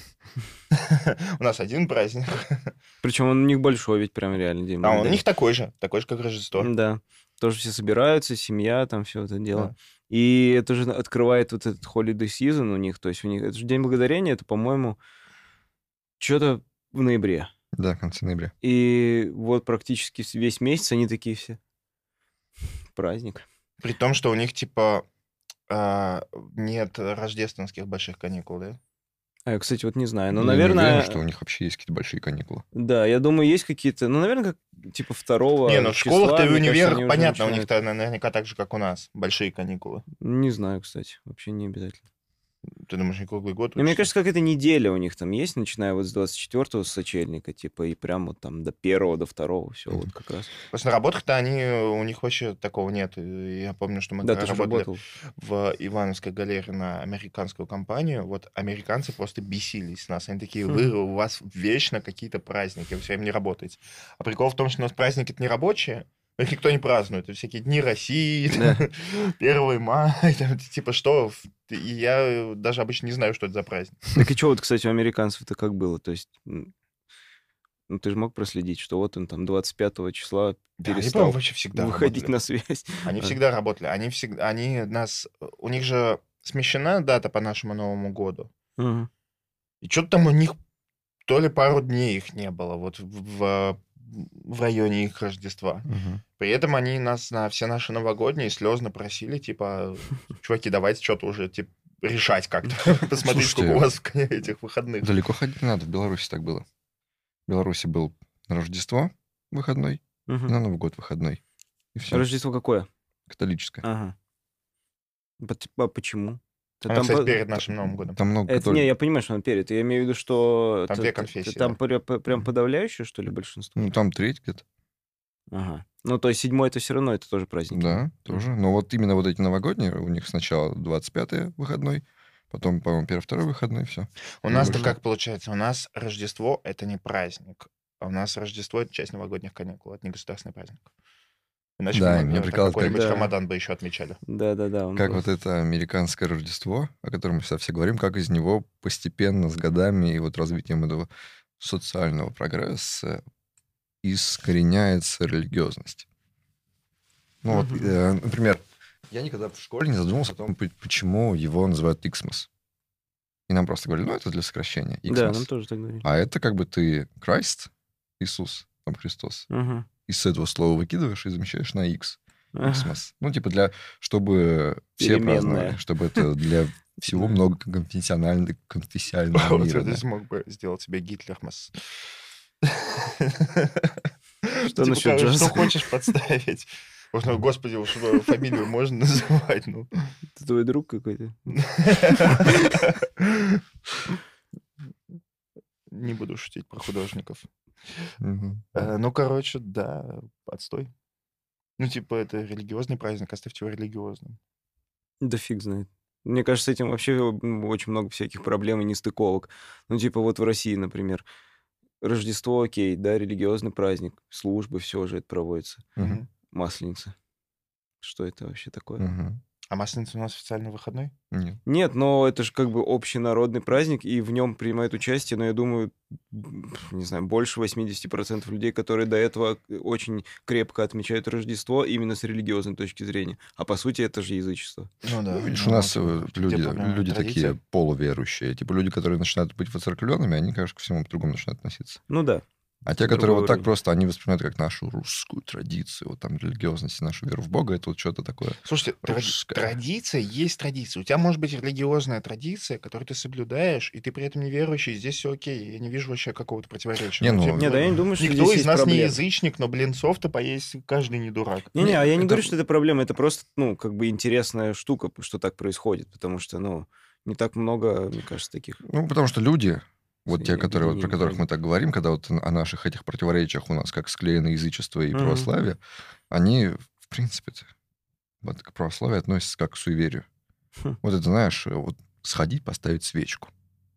У нас один праздник. Причем он у них большой, ведь прям реально День благодарения. А у них такой же, как Рождество. Да, тоже все собираются, семья, там все это дело. И это же открывает вот этот holiday season у них, то есть у них, это же День благодарения, это, по-моему, что-то в ноябре. Да, в конце ноября. И вот практически весь месяц они такие все. Праздник. При том, что у них, типа, нет рождественских больших каникул, да? А я, кстати, вот не знаю. Но, Я наверное... не уверен, что у них вообще есть какие-то большие каникулы. Да, я думаю, есть какие-то... Ну, наверное, как типа 2 Не, ну в числа, школах-то и в мне кажется, универах, они уже понятно, у начинают. них-то наверняка так же, как у нас, большие каникулы. Не знаю, кстати. Вообще не обязательно. Ты думаешь, не круглый год? Но мне учишься? кажется, какая-то неделя у них там есть, начиная вот с 24-го, с сочельника, типа, и прям вот там до 1-го, до 2-го, все вот как раз. Просто на работах-то у них вообще такого нет. И я помню, что мы Да, когда ты же работали работал. в Ивановской галерее на американскую компанию, вот американцы просто бесились с нас. Они такие, у вас вечно какие-то праздники, вы все время не работаете. А прикол в том, что у нас праздники это не рабочие, их никто не празднует. Это всякие дни России, 1 мая, типа что. И я даже обычно не знаю, что это за праздник. Так и что вот, кстати, у американцев-то как было? То есть Ну, ты же мог проследить, что вот он там 25 числа Да, они, перестал по-моему, вообще всегда выходить работали. на связь. Они всегда работали. У них же смещена дата по нашему Новому году. Мгм. И что-то там у них то ли пару дней их не было вот в районе их Рождества. Мгм. При этом они нас на все наши новогодние слезно просили, типа, чуваки, давайте что-то уже типа, решать как-то. Посмотреть, сколько у вас этих выходных. Далеко ходить не надо, в Беларуси так было. В Беларуси был на Рождество выходной, и Мгм. на Новый год выходной. И все. Рождество какое? Католическое. Ага. А почему? Оно, Там кстати, по- перед нашим Новым годом. Там много Это, не, католиков. я понимаю, что он перед. Я имею в виду, что Там две конфессии, там да. прям подавляющее, что ли, большинство? Ну, там треть где-то. Ага. Ну, то есть 7 это все равно, это тоже праздник. Да, тоже. Но вот именно вот эти новогодние, у них сначала 25-е выходной, потом, по-моему, 1-2 выходной, все. У нас-то больше. как получается? У нас Рождество — это не праздник. А у нас Рождество — это часть новогодних каникул, это не государственный праздник. Иначе Да, мы, меня там прикалывает, как- какой-нибудь Да. Рамадан бы еще отмечали. Да. Как вот это американское Рождество, о котором мы всегда все говорим, как из него постепенно, с годами и вот развитием этого социального прогресса искореняется религиозность. Ну вот, Мгм. например, я никогда в школе не задумывался о том, почему его называют Иксмас. И нам просто говорили, ну, это для сокращения. Да, Иксмас. нам тоже так говорили. А это как бы ты Christ, Иисус, там Христос, Мгм. и с этого слова выкидываешь и замещаешь на X. Ага. Иксмас. Ну, типа чтобы все Переменная. праздновали, чтобы это для всего Да. многоконфессионального Вот мира. ты да. смог бы сделать себе Гитлермас. Что насчет Что джаза? хочешь подставить? Уж, ну, господи, уж фамилию можно называть, ну. Это твой друг какой-то? Не буду шутить про художников. Мгм. Ну, короче, да, отстой. Ну, типа, это религиозный праздник, оставьте его религиозным. Да фиг знает. Мне кажется, с этим вообще очень много всяких проблем и нестыковок. Ну, типа вот в России, например, Рождество, окей, да, религиозный праздник, службы, все уже это проводится. Мгм. Масленица. Что это вообще такое? Мгм. А Масленица у нас официально выходной? Нет. Нет, но это же как бы общенародный праздник, и в нем принимают участие, но я думаю, не знаю, больше 80% людей, которые до этого очень крепко отмечают Рождество именно с религиозной точки зрения. А по сути это же язычество. Ну да. Ну, видишь, у нас где люди традиция? такие полуверующие. Типа люди, которые начинают быть воцерквленными, они, конечно, ко всему по-другому начинают относиться. Ну да. А те, Другой которые вот так уровень. просто, они воспринимают как нашу русскую традицию, вот там религиозность, нашу веру в Бога, это вот что-то такое. Слушайте, Русская. традиция есть традиция. У тебя может быть религиозная традиция, которую ты соблюдаешь, и ты при этом неверующий, здесь все окей. Я не вижу вообще какого-то противоречия. Не, ну, типа, Не, да я не думаю, что никто здесь из есть нас не проблема. язычник, но блинцов-то поесть каждый не дурак. Не, а я не это- говорю, что это проблема, это просто, ну, как бы интересная штука, что так происходит, потому что, ну, не так много, мне кажется, таких. Ну, потому что люди, вот те, Объединение которые, вот, про которых мы праздников. так говорим, когда вот о наших этих противоречиях у нас как склеено язычество и Мгм. православие, они, в принципе, вот к православию относятся как к суеверию. Хм. Вот это, знаешь, вот сходить, поставить свечку.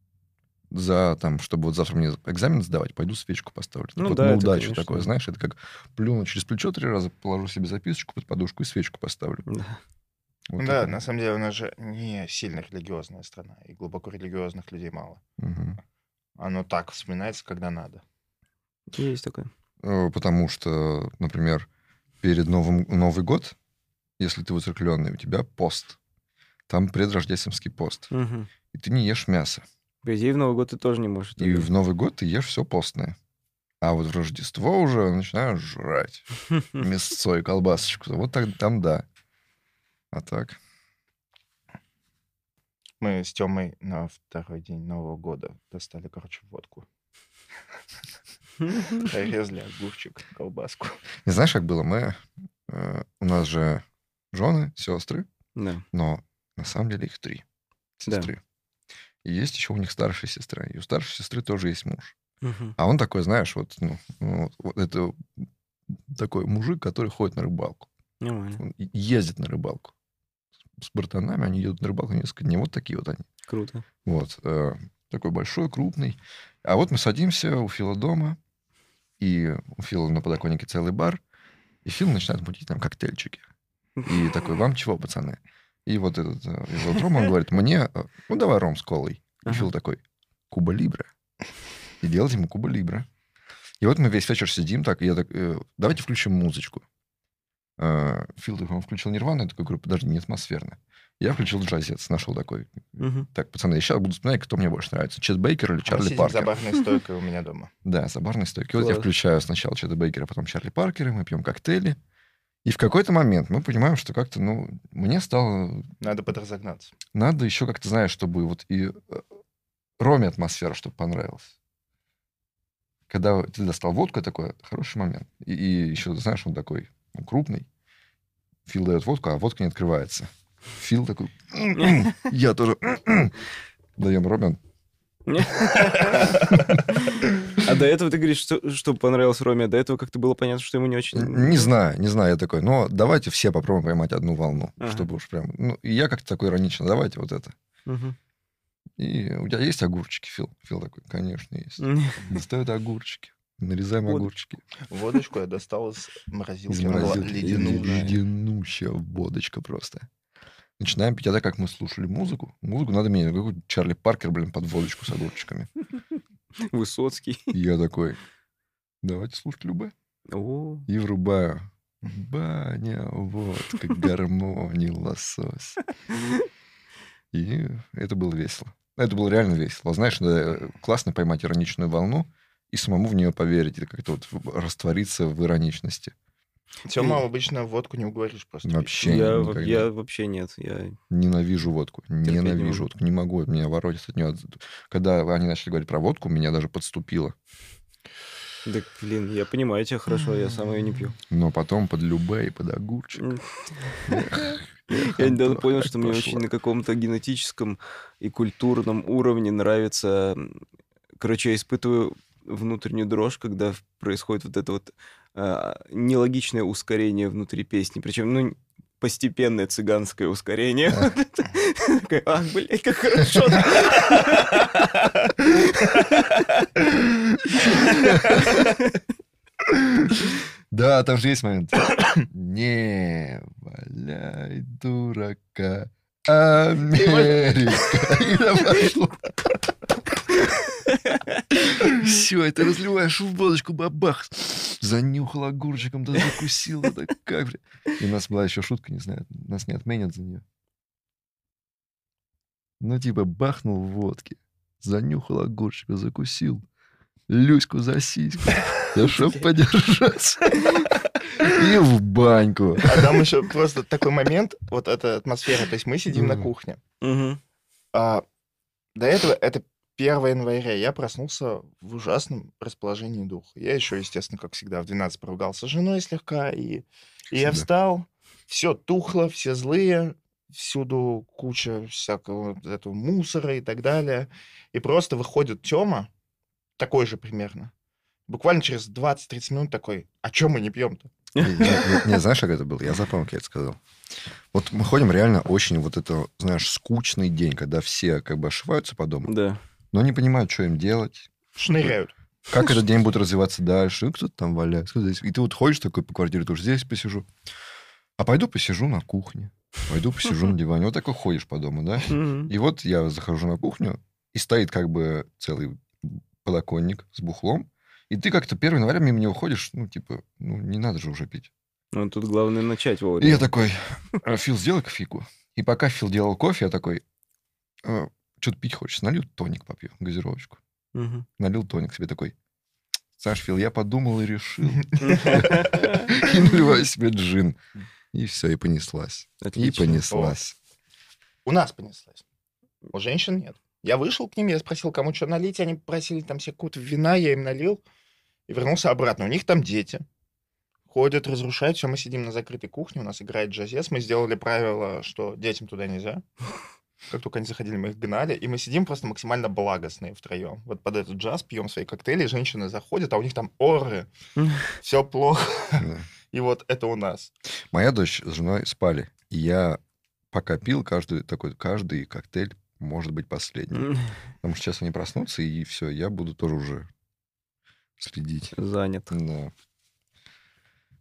За, там, чтобы вот завтра мне экзамен сдавать, пойду свечку поставлю. Ну вот да, на это, удачу конечно. такое, знаешь, это как плюну через плечо 3 раза, положу себе записочку под подушку и свечку поставлю. Да. Вот Да, это. на самом деле у нас же не сильно религиозная страна, и глубоко религиозных людей мало. Мгм. Оно так вспоминается, когда надо. Есть такое. Потому что, например, перед Новый год, если ты воцерквленный, у тебя пост. Там предрождественский пост. Мгм. И ты не ешь мясо. По идее, в Новый год ты тоже не можешь. И в Новый год ты ешь все постное. А вот в Рождество уже начинаешь жрать мясцо и колбасочку. Вот так, там да. А так? Мы с Тёмой на второй день Нового года достали, короче, водку. Резали огурчик, колбаску. Не знаешь, как было? У нас же жены, сестры, Да. но на самом деле их 3 Да. сестры. И есть еще у них старшая сестра. И у старшей сестры тоже есть муж. Мгм. А он такой, знаешь, вот это такой мужик, который ходит на рыбалку. Нормально. Он ездит на рыбалку. С братанами они едут на рыбалку несколько дней. Вот такие вот они. Круто. Вот. Такой большой, крупный. А вот мы садимся у Фила дома, и у Фила на подоконнике целый бар, и Фил начинает мутить там коктейльчики. И такой, вам чего, пацаны? И вот этот из вот Рома, он говорит, мне, ну, давай ром с колой. И Ага. Фил такой, Куба Либра. И делать ему Куба Либра. И вот мы весь вечер сидим так, и я так, давайте включим музычку. Фил такой, включил Нирвану, я такой говорю, подожди, не атмосферно. Я включил джазец, нашел такой. Так, пацаны, я сейчас буду вспоминать, кто мне больше нравится. Чет Бейкер или Чарли Паркер. За барной стойкой у меня дома. Да, за барной стойкой. Вот я включаю сначала Чета Бейкера, потом Чарли Паркера, мы пьем коктейли. И в какой-то момент мы понимаем, что как-то, мне стало... Надо подразогнаться. Надо еще как-то, знаешь, чтобы вот и Роме атмосфера, чтобы понравилась. Когда ты достал водку, такой хороший момент. И еще, знаешь, он такой крупный. Фил дает водку, а водка не открывается. Фил такой... Я тоже... Даем Роме. А до этого ты говоришь, что понравилось Роме, а до этого как-то было понятно, что ему не очень... Не знаю, я такой, но давайте все попробуем поймать одну волну, чтобы уж прям... и я как-то такой иронично, давайте вот это. И у тебя есть огурчики, Фил? Фил такой, конечно, есть. Достают огурчики, нарезаем огурчики. Водочку я достал из морозилки. Она была ледянущая водочка просто. Начинаем пить. А так как мы слушали музыку, надо менять. Какой Чарли Паркер, под водочку с огурчиками. Высоцкий. И я такой, давайте слушать любэ. И врубаю. Баня, водка, гармония, лосось. И это было весело. Это было реально весело. Знаешь, классно поймать ироничную волну и самому в нее поверить. И как-то вот раствориться в ироничности. Тёма обычно водку не уговоришь просто. Вообще я вообще нет. Я ненавижу водку. Ненавижу водку. Не могу. Меня воротит от нее. Когда они начали говорить про водку, меня даже подступило. Да, блин, я понимаю тебя хорошо, я сам ее не пью. Но потом под любэ и под огурчик. Я недавно понял, что мне очень на каком-то генетическом и культурном уровне нравится... Короче, я испытываю внутреннюю дрожь, когда происходит вот это вот нелогичное ускорение внутри песни. Причем, постепенное цыганское ускорение. Ах, блядь, как хорошо. Да, там же есть момент. Не валяй, дурака, Америка. И пошло. Все, это разливаешь в водочку, бабах. Занюхал огурчиком, да закусил. Да как же. И у нас была еще шутка, не знаю, нас не отменят за нее. Бахнул в водке, занюхал огурчика, закусил. Люську за сиську. Да чтоб подержаться. И в баньку. А там еще просто такой момент, вот эта атмосфера. То есть мы сидим на кухне. До этого это 1 января. Я проснулся в ужасном расположении духа. Я еще, естественно, как всегда, в 12 поругался с женой слегка. И я встал, все тухло, все злые, всюду куча всякого этого мусора и так далее. И просто выходит Тёма, такой же примерно. Буквально через 20-30 минут такой, а чё мы не пьем-то? Не, знаешь, как это было? Я запомнил, как я это сказал. Вот мы ходим реально очень вот это, знаешь, скучный день, когда все как бы ошиваются по дому, но не понимают, что им делать. Шныряют. Как этот день будет развиваться дальше. Кто-то там валяется, кто-то здесь. И ты вот ходишь такой по квартире, тоже здесь посижу. А пойду посижу на кухне. Пойду посижу на диване. Вот такой ходишь по дому, да? И вот я захожу на кухню, и стоит как бы целый подоконник с бухлом. И ты как-то 1 января мимо него ходишь, не надо же уже пить. Тут главное начать вовремя. И я такой, Фил, сделай кофейку. И пока Фил делал кофе, я такой, что-то пить хочешь, налью тоник попью, газировочку. Налил тоник себе такой, Саш, Фил, я подумал и решил. И наливаю себе джин. И все, и понеслась. И понеслась. У нас понеслась. У женщин нет. Я вышел к ним, я спросил, кому что налить. Они попросили там себе какого-то вина, я им налил. И вернулся обратно. У них там дети. Ходят, разрушают. Все, мы сидим на закрытой кухне, у нас играет джазец. Мы сделали правило, что детям туда нельзя. Как только они заходили, мы их гнали. И мы сидим просто максимально благостные втроем. Вот под этот джаз пьем свои коктейли, женщины заходят, а у них там оры. Все плохо. И вот это у нас. Моя дочь с женой спали. И я пока пил каждый коктейль может быть последним. Потому что сейчас они проснутся, и все, я буду тоже уже следить. Занят. Да.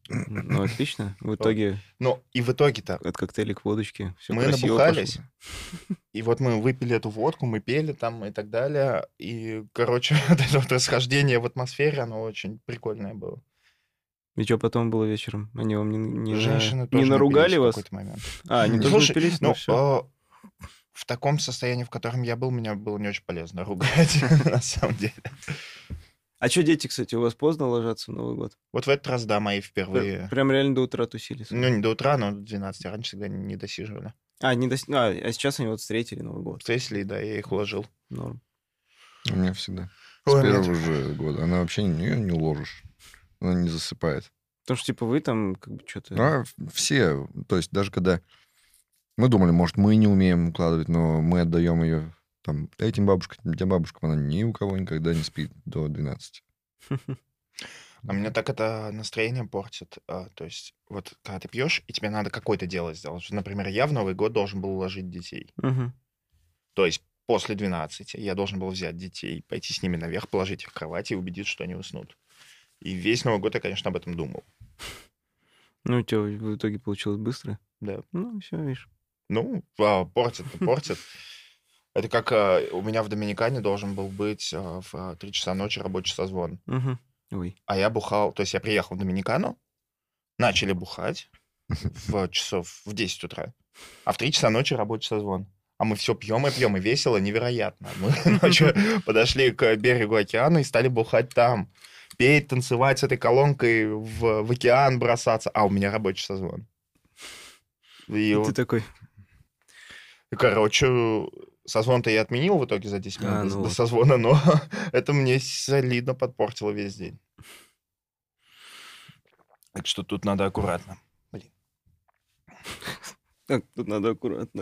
Ну, отлично. В итоге Ну, и в итоге-то от коктейля к водочке все мы красиво набухались, пошло. и вот мы выпили эту водку, мы пели там и так далее. И, короче, вот это вот расхождение в атмосфере, оно очень прикольное было. И что потом было вечером? Они вам Женщины не тоже наругали напились в вас? какой-то момент. А, они тоже Слушай, напились? ну, Ну, все. в таком состоянии, в котором я был, меня было не очень полезно ругать, на самом деле. А что дети, кстати, у вас поздно ложатся в Новый год? Вот в этот раз, да, мои впервые. Прям реально до утра тусились? Ну, не до утра, но до 12. Раньше всегда не досиживали. А сейчас они вот встретили Новый год. Встретили, да, я их уложил. Норм. У меня всегда. С Ой, первого же года. Она вообще ее не уложишь. Она не засыпает. Потому что, типа, вы там как бы что-то... А все, то есть даже когда мы думали, может, мы не умеем укладывать, но мы отдаем ее там этим бабушкам, тем бабушкам, она ни у кого никогда не спит до 12. А меня так это настроение портит. То есть, вот когда ты пьешь, и тебе надо какое-то дело сделать. Например, я в Новый год должен был уложить детей. Мгм. То есть, после 12 я должен был взять детей, пойти с ними наверх, положить их в кровать и убедиться, что они уснут. И весь Новый год я, конечно, об этом думал. Ну, у тебя в итоге получилось быстро? Да. Ну, все, видишь. Ну, портит. Это как у меня в Доминикане должен был быть в 3 часа ночи рабочий созвон. Мгм. Ой. А я бухал, то есть я приехал в Доминикану, начали бухать в 10 утра, а в 3 часа ночи рабочий созвон. А мы все пьем и весело, невероятно. Мы ночью подошли к берегу океана и стали бухать там. Петь, танцевать с этой колонкой в океан бросаться. А у меня рабочий созвон. И И вот, ты такой... короче, созвон-то я отменил в итоге за 10 минут А, ну до вот. созвона, но это мне солидно подпортило весь день. Так что тут надо аккуратно. Блин. Так, тут надо аккуратно.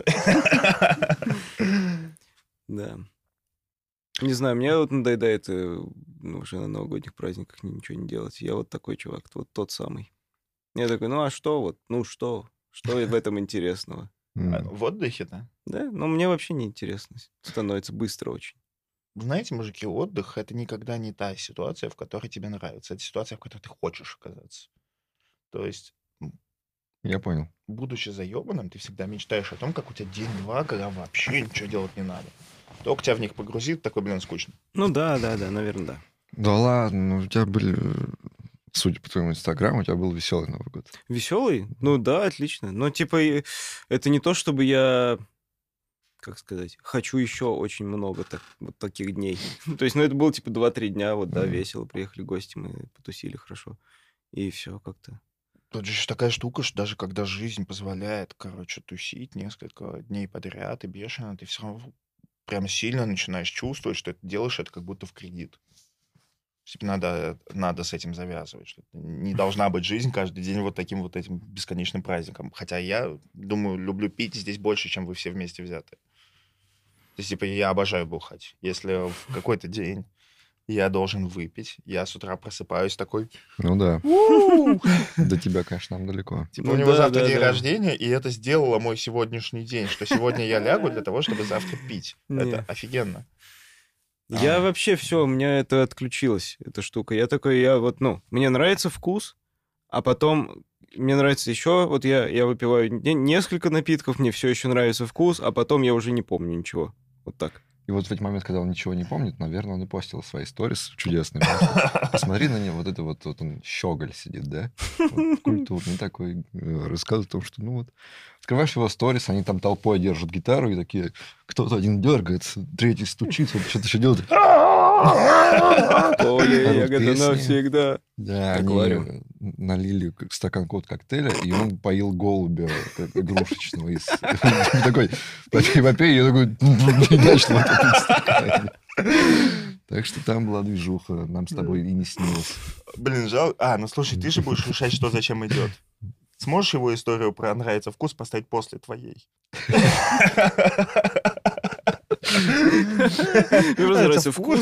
Да. Не знаю, мне вот надоедает уже на новогодних праздниках ничего не делать. Я вот такой чувак, вот тот самый. Я такой, ну а что вот, ну что? Что в этом интересного? В отдыхе-то? Да, но мне вообще не интересно. Становится быстро очень. Знаете, мужики, отдых — это никогда не та ситуация, в которой тебе нравится. Это ситуация, в которой ты хочешь оказаться. То есть, Я понял. будучи заебанным, ты всегда мечтаешь о том, как у тебя день-два, когда вообще ничего делать не надо. Только тебя в них погрузит, такой, блин, скучно. Ну да, наверное, да. Да ладно, ну у тебя были, судя по твоему инстаграму, у тебя был веселый Новый год. Веселый? Ну да, отлично. Но типа это не то, чтобы я, как сказать, хочу еще очень много вот таких дней. То есть, ну это было типа 2-3 дня, вот да, весело, приехали гости, мы потусили хорошо. И все как-то. Тут же еще такая штука, что даже когда жизнь позволяет, короче, тусить несколько дней подряд и бешено, ты все равно прям сильно начинаешь чувствовать, что ты делаешь это как будто в кредит. Типа надо с этим завязывать. Что не должна быть жизнь каждый день вот таким вот этим бесконечным праздником. Хотя я, думаю, люблю пить здесь больше, чем вы все вместе взятые. То есть, типа, я обожаю бухать. Если в какой-то день я должен выпить, я с утра просыпаюсь такой... Ну да. До тебя, конечно, нам далеко. Типа, Ну у него да, завтра да, день да. рождения, и это сделало мой сегодняшний день, что сегодня я лягу для того, чтобы завтра пить. Не. Это офигенно. Я вообще все, у меня это отключилось, эта штука. Я такой, мне нравится вкус, а потом мне нравится еще, вот я выпиваю несколько напитков, мне все еще нравится вкус, а потом я уже не помню ничего. Вот так. И вот в этот момент, когда он ничего не помнит, наверное, он и постил свои сторис чудесные. Посмотри на него, вот он щеголь сидит, да? Вот, культурный такой, рассказывает о том, что, ну вот, открываешь его сторис, они там толпой держат гитару, и такие, кто-то один дергается, третий стучится, вот что-то еще делает. Оля, ягода песни. навсегда. Да, они Аквариум. налили стакан коктейля, и он поил голубя игрушечного. Такой, попей, я такой, не начал это пить в стакане. Так что там была движуха, нам с тобой и не снилось. Блин, жалко. Ну слушай, ты же будешь решать, что зачем идет. Сможешь его историю про «нравится вкус» поставить после твоей? Мне просто нравится вкус.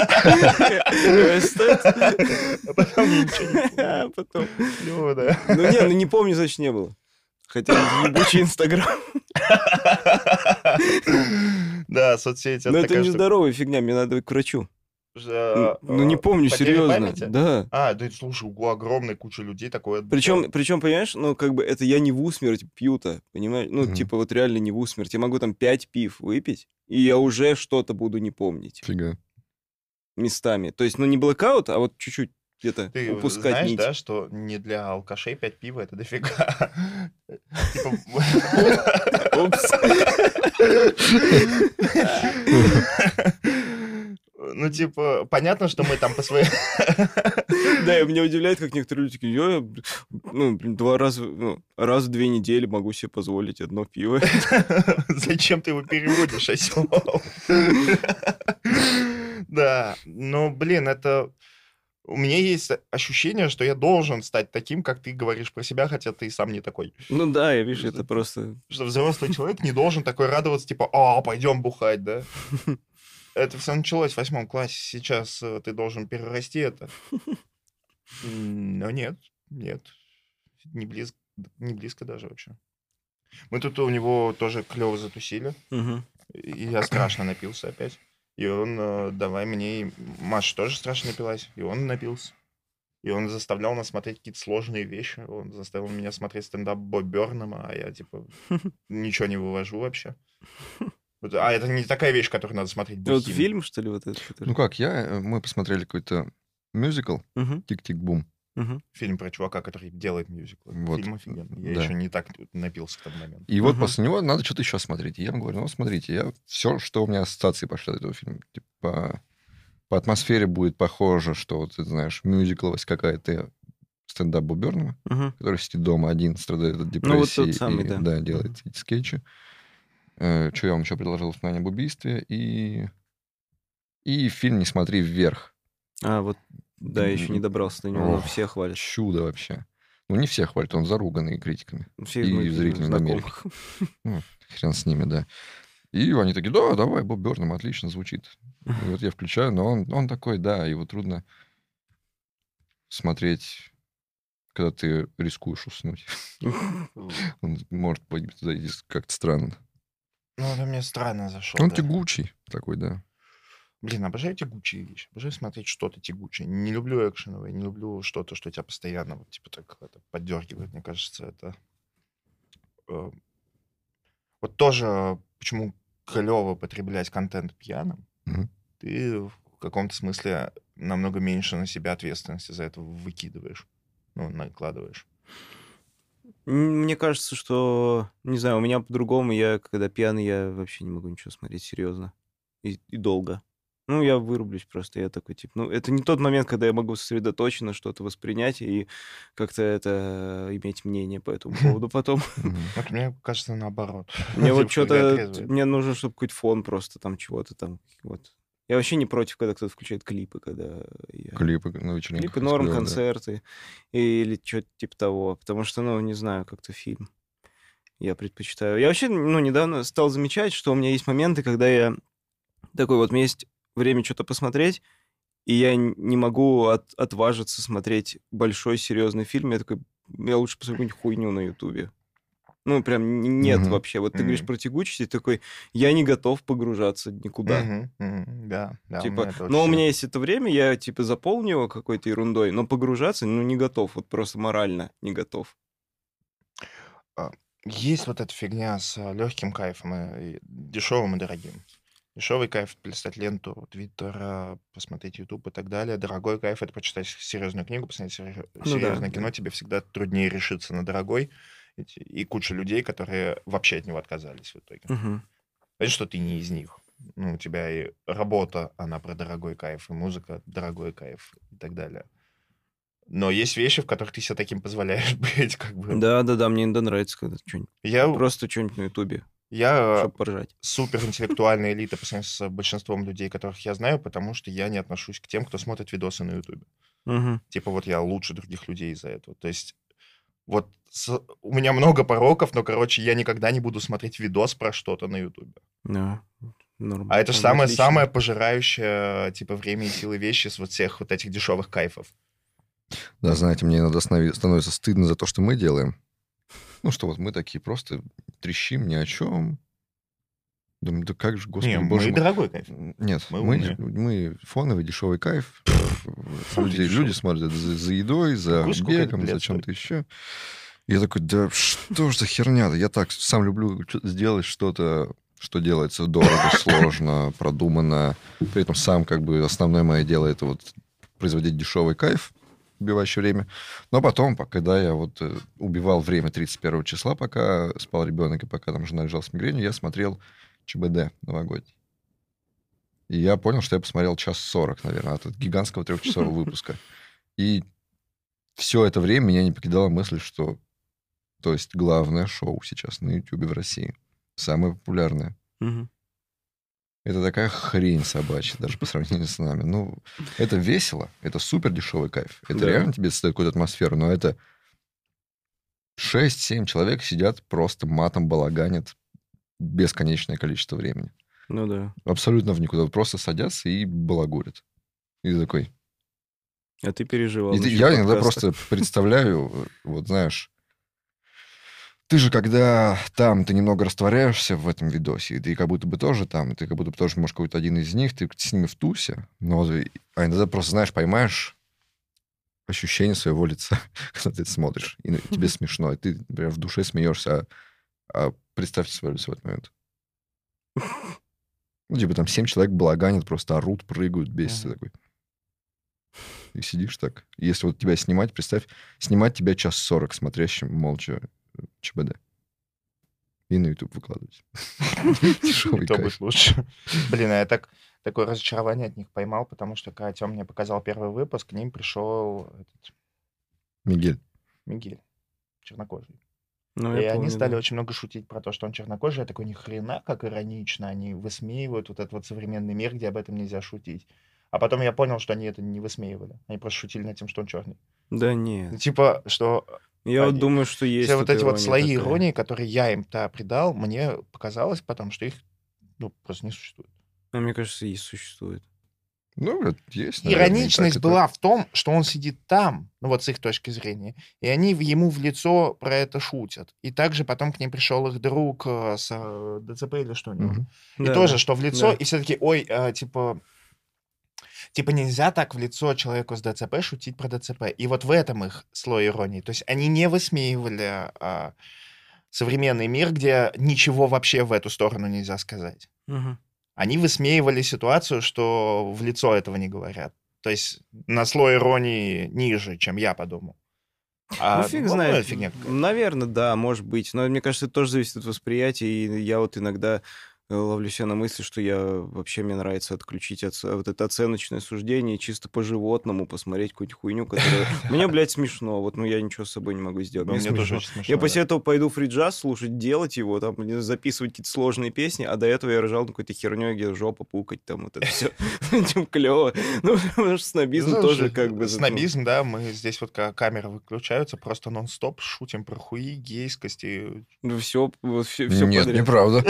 А потом ничего не помню. А потом... Ну, да. Ну не помню, значит, не было. Хотя ебучий Инстаграм. Да, соцсети. Но это такая штука. нездоровая фигня, мне надо к врачу. Ну, не помню, потеря серьезно. памяти? Да. Да, слушай, у огромной кучи людей такое бывает. Причем, понимаешь, ну, как бы это я не в усмерть пью-то, понимаешь? Ну, Мгм. типа, вот реально не в усмерть. Я могу там 5 пив выпить, и я уже что-то буду не помнить Фига. местами. То есть, ну, не блэкаут, а вот чуть-чуть где-то Ты упускать знаешь, нить. да, что не для алкашей 5 пива это дофига. Типа, Упс. ну, типа, понятно, что мы там по своей... Да, и меня удивляет, как некоторые люди такие, я, ну, блин, раз в 2 недели могу себе позволить одно пиво. Зачем ты его переводишь, осёл? Да, но, блин, это... У меня есть ощущение, что я должен стать таким, как ты говоришь про себя, хотя ты сам не такой. Ну да, я вижу, это просто... Что взрослый человек не должен такой радоваться, типа, пойдем бухать, да? Это все началось в 8 классе. Сейчас ты должен перерасти это. Но нет. Не близко даже вообще. Мы тут у него тоже клево затусили. Мгм. И я страшно напился опять. И он давай мне... И Маша тоже страшно напилась. И он напился. И он заставлял нас смотреть какие-то сложные вещи. Он заставил меня смотреть стендап Бо Бёрнама, а я, типа, ничего не вывожу вообще. А это не такая вещь, которую надо смотреть Вот бухим. фильм, что ли, вот этот? который- Ну как, мы посмотрели какой-то мюзикл Мгм, «Тик-тик-бум». мгм. Фильм про чувака, который делает мюзиклы. Вот. Фильм офигенный. Я Да. еще не так напился в тот момент. И вот Мгм. после него надо что-то еще смотреть. И я ему говорю, ну, смотрите, все, что у меня ассоциации пошли от этого фильма. Типа, по атмосфере будет похоже, что, вот, ты знаешь, мюзикловость какая-то стендап Бо Бёрнама, Мгм. который сидит дома один, страдает от Ну, вот депрессии. тот самый, и, да. делает эти скетчи. Что я вам еще предложил? «Воспоминания об убийстве». И фильм «Не смотри вверх». Вот, да, еще не добрался до него, но Ох, все хвалят. Чудо вообще. Ну, не все хвалят, он заруганный критиками. Все из и моих зрителями знакомых. Ну, хрен с ними, да. И они такие, да, давай, Боб Бёрнам, отлично звучит. И вот я включаю, но он такой, да, его трудно смотреть, когда ты рискуешь уснуть. Он может зайти как-то странно. Ну, это мне странно зашел. Он да. тягучий такой, да. Блин, обожаю тягучие вещи. Обожаю смотреть что-то тягучее. Не люблю экшеновое, не люблю что-то, что тебя постоянно вот, типа так это поддергивает. Мне кажется, это... э, Вот тоже, почему клево потреблять контент пьяным, Мгм. ты в каком-то смысле намного меньше на себя ответственности за это выкидываешь. Ну, накладываешь. Мне кажется, что, не знаю, у меня по-другому, я когда пьяный, я вообще не могу ничего смотреть серьезно и долго. Ну, я вырублюсь просто, я такой, типа, ну, это не тот момент, когда я могу сосредоточенно что-то воспринять и как-то это иметь мнение по этому поводу потом. Мгм. Вот мне кажется, наоборот. Мне вот Типа, когда что-то, трезвый. мне нужен, чтобы какой-то фон просто там чего-то там, вот. Я вообще не против, когда кто-то включает клипы, когда я... Клипы на вечеринках. Клипы норм, клёво, да. концерты или что-то типа того. Потому что, ну, не знаю, как-то фильм я предпочитаю. Я вообще, ну, недавно стал замечать, что у меня есть моменты, когда я такой, вот у меня есть время что-то посмотреть, и я не могу отважиться смотреть большой серьезный фильм. Я такой, я лучше посмотрю какую-нибудь хуйню на Ютубе. Ну, прям нет Мгм. вообще. Вот ты говоришь про тягучесть, и такой, я не готов погружаться никуда. Да, да, Типа, это но у очень меня есть это время, я, типа, заполню его какой-то ерундой, но погружаться, ну, не готов, вот просто морально не готов. Есть вот эта фигня с легким кайфом и дешевым и дорогим. Дешевый кайф — полистать ленту Твиттера, посмотреть YouTube и так далее. Дорогой кайф — это почитать серьезную книгу, посмотреть Ну да, серьезное да. кино. Тебе всегда труднее решиться на дорогой. И куча людей, которые вообще от него отказались в итоге. Мгм. Понятно, что ты не из них. Ну, у тебя и работа, она про дорогой кайф, и музыка — дорогой кайф и так далее. Но есть вещи, в которых ты себе таким позволяешь быть, как бы. Да, мне иногда нравится, когда что-нибудь, Я, просто что-нибудь на Ютубе, я чтобы поржать. суперинтеллектуальная элита по сравнению с большинством людей, которых я знаю, потому что я не отношусь к тем, кто смотрит видосы на Ютубе. Мгм. Типа вот я лучше других людей из-за этого. То есть вот у меня много пороков, но, короче, я никогда не буду смотреть видос про что-то на Ютубе. Да, норм. А это же Отлично. самое пожирающее, типа, время и силы вещи с вот всех вот этих дешевых кайфов. Да, знаете, мне иногда становится стыдно за то, что мы делаем. Ну, что вот мы такие просто трещим ни о чем. Думаю, да как же, господи, Не, боже мы мой. дорогой кайф. Нет, Мы умные. мы фоновый дешевый кайф. Люди дешевый. смотрят за едой, за Какой, сколько это бегом, лет за чем-то еще. Я такой, да что ж за херня-то? Я так сам люблю сделать что-то, что делается дорого, сложно, продуманно. При этом сам как бы основное мое дело это вот производить дешевый кайф, убивающий время. Но потом, когда я вот убивал время 31 числа, пока спал ребенок и пока там жена лежала с мигренью, я смотрел ЧБД новогодний. И я понял, что я посмотрел 1:40, наверное, от гигантского 3-часового выпуска. И все это время меня не покидала мысль, что то есть главное шоу сейчас на YouTube в России. Самое популярное. Мгм. Это такая хрень собачья, даже по сравнению с нами. Ну, это весело, это супер дешевый кайф. Это Да. реально тебе создает какую-то атмосферу, но это 6-7 человек сидят, просто матом балаганят бесконечное количество времени. Ну да. Абсолютно в никуда. Просто садятся и балагурят. И ты такой... А ты переживал. И насчет я иногда подкаста. просто представляю, вот знаешь, ты же, когда там, ты немного растворяешься в этом видосе, и ты как будто бы тоже там, ты как будто бы тоже, может, какой-то один из них, ты с ними в тусе, но а иногда просто, знаешь, поймаешь ощущение своего лица, когда ты это смотришь, и тебе смешно, и ты, например, в душе смеешься, а представьте свое лицо в этот момент. Ну, типа там 7 человек балаганят, просто орут, прыгают, бесятся такой. И сидишь так. Если вот тебя снимать, представь, снимать тебя 1:40, смотрящим молча ЧБД. И на YouTube выкладывать. Дешевый Кто кайф. будет лучше? Блин, а я такое разочарование от них поймал, потому что когда Тём мне показал первый выпуск, к ним пришел этот Мигель. Мигель, чернокожий. Ну, И я они помню, стали да. очень много шутить про то, что он чернокожий. Я такой, ни хрена, как иронично. Они высмеивают вот этот вот современный мир, где об этом нельзя шутить. А потом я понял, что они это не высмеивали. Они просто шутили над тем, что он черный. Да Ну, нет. типа, что Я вот они- думаю, что есть все вот тут эти вот ирония слои такая. иронии, которые я им-то придал, мне показалось потом, что их просто не существует. А мне кажется, и существует. Ну, это есть, наверное, и Ироничность так, и так. была в том, что он сидит там, ну вот с их точки зрения, и они ему в лицо про это шутят. И также потом к ним пришел их друг с ДЦП или что у него. Мгм. И Да, тоже, да. что в лицо, Да. и все таки ой, типа нельзя так в лицо человеку с ДЦП шутить про ДЦП. И вот в этом их слой иронии. То есть они не высмеивали современный мир, где ничего вообще в эту сторону нельзя сказать. Мгм. Они высмеивали ситуацию, что в лицо этого не говорят. То есть на слой иронии ниже, чем я подумал. Ну, фиг ну, знает. это фигня какая-то. Наверное, да, может быть. Но мне кажется, это тоже зависит от восприятия. И я вот иногда ловлю себя на мысли, что вообще мне нравится отключить вот это оценочное суждение и чисто по-животному посмотреть какую-нибудь хуйню, которая... Мне, блядь, смешно. Вот, ну, я ничего с собой не могу сделать. Ну, Мне мне тоже смешно. очень смешно. Я да. после этого пойду фри-джаз слушать, делать его, там, записывать какие-то сложные песни, а до этого я ржал на какой-то херней, где жопа пукать, там, вот это все. Тем клево. Ну, потому что снобизм Ну, тоже слушай, как бы... снобизм, да, мы здесь вот когда камеры выключаются, просто нон-стоп шутим про хуи, гейскость и... Ну, все Нет, подряд. неправда.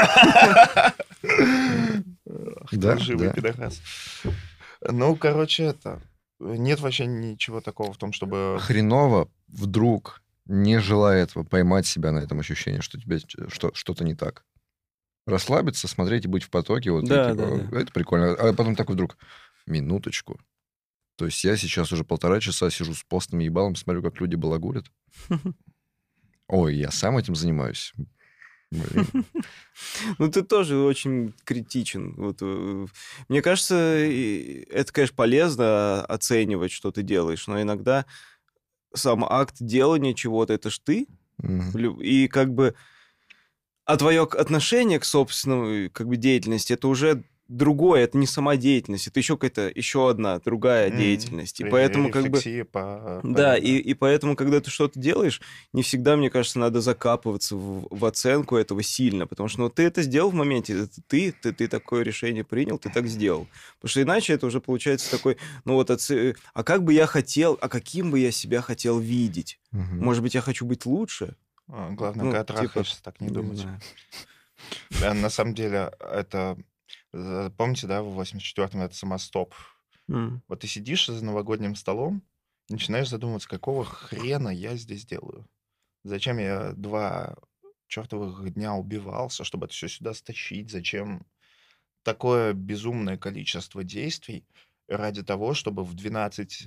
Да, Лживый да. пидорас. Ну, короче, нет вообще ничего такого в том, чтобы... Хреново вдруг, не желая этого, поймать себя на этом ощущении, что тебе что-то не так. Расслабиться, смотреть и быть в потоке, вот, и Да, типа, да, да. это прикольно. А потом такой вдруг, минуточку. То есть я сейчас уже 1,5 часа сижу с постным ебалом, смотрю, как люди балагурят. Ой, я сам этим занимаюсь. Блин. Ну, ты тоже очень критичен. Вот, мне кажется, это, конечно, полезно оценивать, что ты делаешь, но иногда сам акт делания чего-то, это ж ты, Мгм. и как бы... А твое отношение к собственной как бы деятельности, это уже другое, это не сама деятельность, это еще одна другая деятельность. И поэтому как бы... Рефлексия по... Да, и поэтому, когда ты что-то делаешь, не всегда, мне кажется, надо закапываться в оценку этого сильно, потому что ты это сделал в моменте, это ты такое решение принял, ты так сделал. Потому что иначе это уже получается такой, ну вот, а как бы я хотел, а каким бы я себя хотел видеть? Мгм. Может быть, я хочу быть лучше? Главное, Ну, когда типа, трахаешься, так не думать. знаю. Да, на самом деле, это... Помните, да, в 84-м это самостоп. М. Вот ты сидишь за новогодним столом и начинаешь задумываться, какого хрена я здесь делаю? Зачем я 2 чертовых дня убивался, чтобы это все сюда стащить? Зачем такое безумное количество действий ради того, чтобы в 12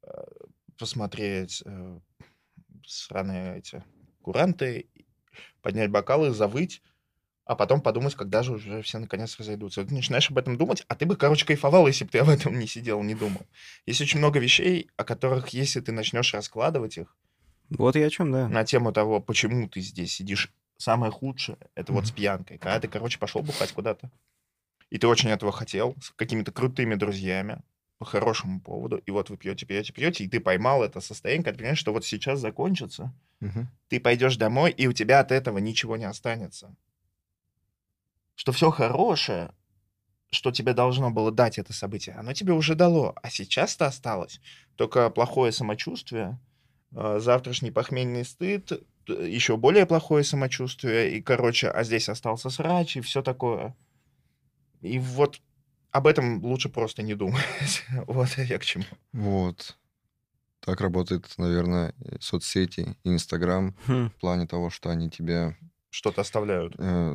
посмотреть сраные эти куранты, поднять бокалы, завыть, а потом подумать, когда же уже все наконец разойдутся. Ты начинаешь об этом думать, а ты бы, короче, кайфовал, если бы ты об этом не сидел, не думал. Есть очень много вещей, о которых, если ты начнешь раскладывать их Вот я о чем, да. на тему того, почему ты здесь сидишь, самое худшее, это вот с пьянкой. Когда ты, короче, пошел бухать куда-то, и ты очень этого хотел, с какими-то крутыми друзьями, по хорошему поводу, и вот вы пьете, и ты поймал это состояние, когда ты понимаешь, что вот сейчас закончится, ты пойдешь домой, и у тебя от этого ничего не останется. Что все хорошее, что тебе должно было дать это событие, оно тебе уже дало, а сейчас-то осталось только плохое самочувствие, завтрашний похмельный стыд, еще более плохое самочувствие, и, короче, а здесь остался срач, и все такое. И вот об этом лучше просто не думать. Вот я к чему. Вот. Так работает, наверное, соцсети и Инстаграм в плане того, что они тебе... Что-то оставляют.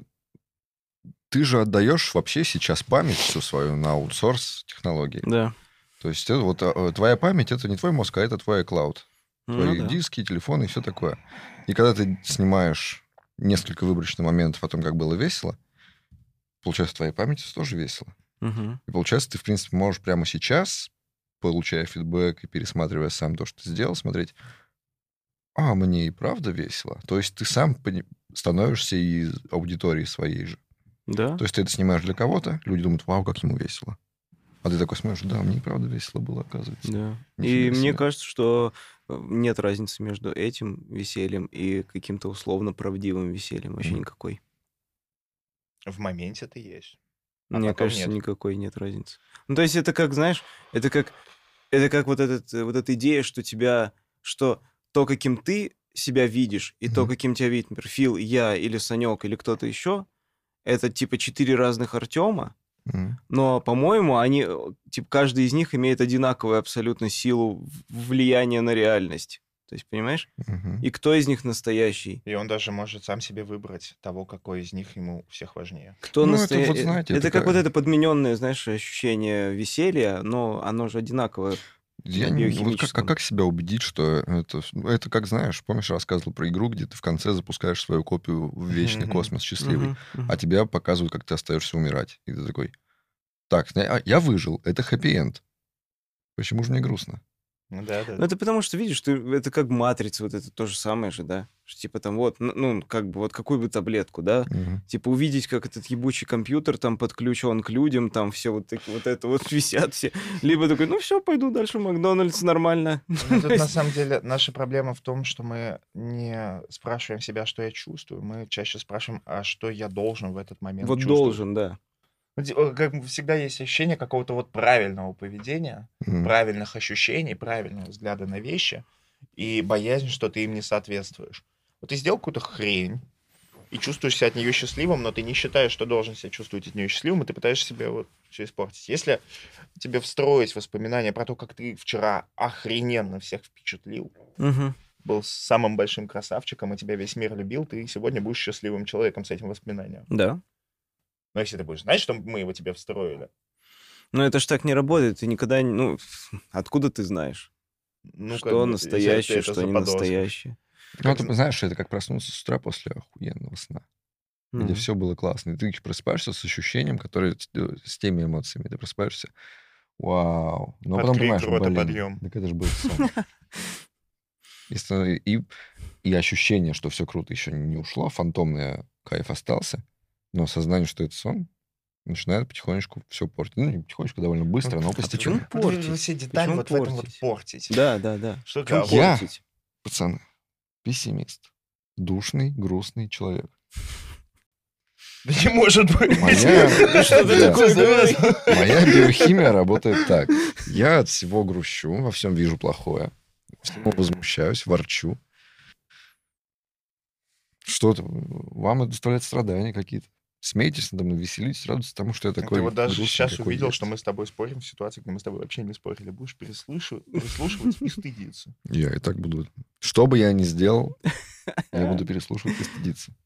Ты же отдаешь вообще сейчас память всю свою на аутсорс технологии. Да. То есть это вот твоя память, это не твой мозг, а это твой iCloud. Твои да. диски, телефоны и все такое. И когда ты снимаешь несколько выборочных моментов о том, как было весело, получается, в твоей памяти тоже весело. И получается, ты, в принципе, можешь прямо сейчас, получая фидбэк и пересматривая сам то, что ты сделал, смотреть, а, мне и правда весело. То есть ты сам становишься из аудитории своей же. Да. То есть ты это снимаешь для кого-то, люди думают, вау, как ему весело. А ты такой смотришь, да, мне и правда весело было, оказывается. Да. Нифига И себе. мне кажется, что нет разницы между этим весельем и каким-то условно правдивым весельем. Вообще никакой. В моменте ты есть. А Мне потом кажется, нет. никакой нет разницы. Ну, то есть это как, знаешь, это как вот эта идея, что то, каким ты себя видишь, и то, каким тебя видит, например, Фил, я или Санек, или кто-то еще, это типа 4 разных Артема, Мгм. но, по-моему, они, типа, каждый из них имеет одинаковую абсолютно силу влияния на реальность. То есть, понимаешь? Мгм. И кто из них настоящий? И он даже может сам себе выбрать того, какой из них ему всех важнее. Кто Ну, это настоящий? вот, знаете, это это как как- вот это подмененное, знаешь, ощущение веселья, но оно же одинаковое. Я на не... Вот биохимическом. как себя убедить, что это... Это как, знаешь, помнишь, рассказывал про игру, где ты в конце запускаешь свою копию в вечный Мгм. космос счастливый, Мгм, мгм. а тебя показывают, как ты остаешься умирать. И ты такой, так, я выжил, это хэппи-энд. Почему же мне грустно? Да. Ну, это потому что, видишь, это как матрица, вот это то же самое же, да? Что, типа там вот, ну, как бы, вот какую бы таблетку, да? Мгм. Типа увидеть, как этот ебучий компьютер там подключен к людям, там все вот это вот висят все. Либо такой, ну все, пойду дальше в Макдональдс, нормально. Ну, тут, на самом деле, наша проблема в том, что мы не спрашиваем себя, что я чувствую. Мы чаще спрашиваем, а что я должен в этот момент Вот чувствовать. должен, да. Как всегда есть ощущение какого-то вот правильного поведения, Мгм. правильных ощущений, правильного взгляда на вещи и боязнь, что ты им не соответствуешь. Вот ты сделал какую-то хрень и чувствуешь себя от нее счастливым, но ты не считаешь, что должен себя чувствовать от нее счастливым, и ты пытаешься себе вот все испортить. Если тебе встроить воспоминания про то, как ты вчера охрененно всех впечатлил, Мгм. был самым большим красавчиком, и тебя весь мир любил, ты сегодня будешь счастливым человеком с этим воспоминанием. Да. Но если ты будешь знать, что мы его тебе встроили, Но это ж так не работает. Ты никогда, ну, откуда ты знаешь? ну, что как бы, если ты настоящее, это что не заподозришь. настоящее. Ну, ты знаешь, это как проснуться с утра после охуенного сна, где Мгм. все было классно. И ты просыпаешься с ощущением, которое с теми эмоциями. Ты просыпаешься, вау. Но потом Открыть понимаешь, рот и блин, подъем. так это же был сон. И ощущение, что все круто еще не ушло, фантомный кайф остался, но сознание, что это сон, начинает потихонечку все портить. Ну, не потихонечку, довольно быстро, но почему постепенно. портить? Все детали Почему вот в этом вот портить? портить. Да. Что Почему это? Я- портить? Пацаны, пессимист. Душный, грустный человек. Да не может быть. Моя, Что ты да, такое говоришь? моя биохимия работает так. Я от всего грущу, во всем вижу плохое. Всему возмущаюсь, ворчу. Что-то вам это доставляет страдания какие-то. Смейтесь надо мной, веселитесь, радуйтесь тому, что я такой Ты вот даже грустный, сейчас какой увидел, есть. что мы с тобой спорим в ситуации, где мы с тобой вообще не спорили. Будешь прислушивать и стыдиться. Я и так буду. Что бы я ни сделал, я буду переслушивать и стыдиться.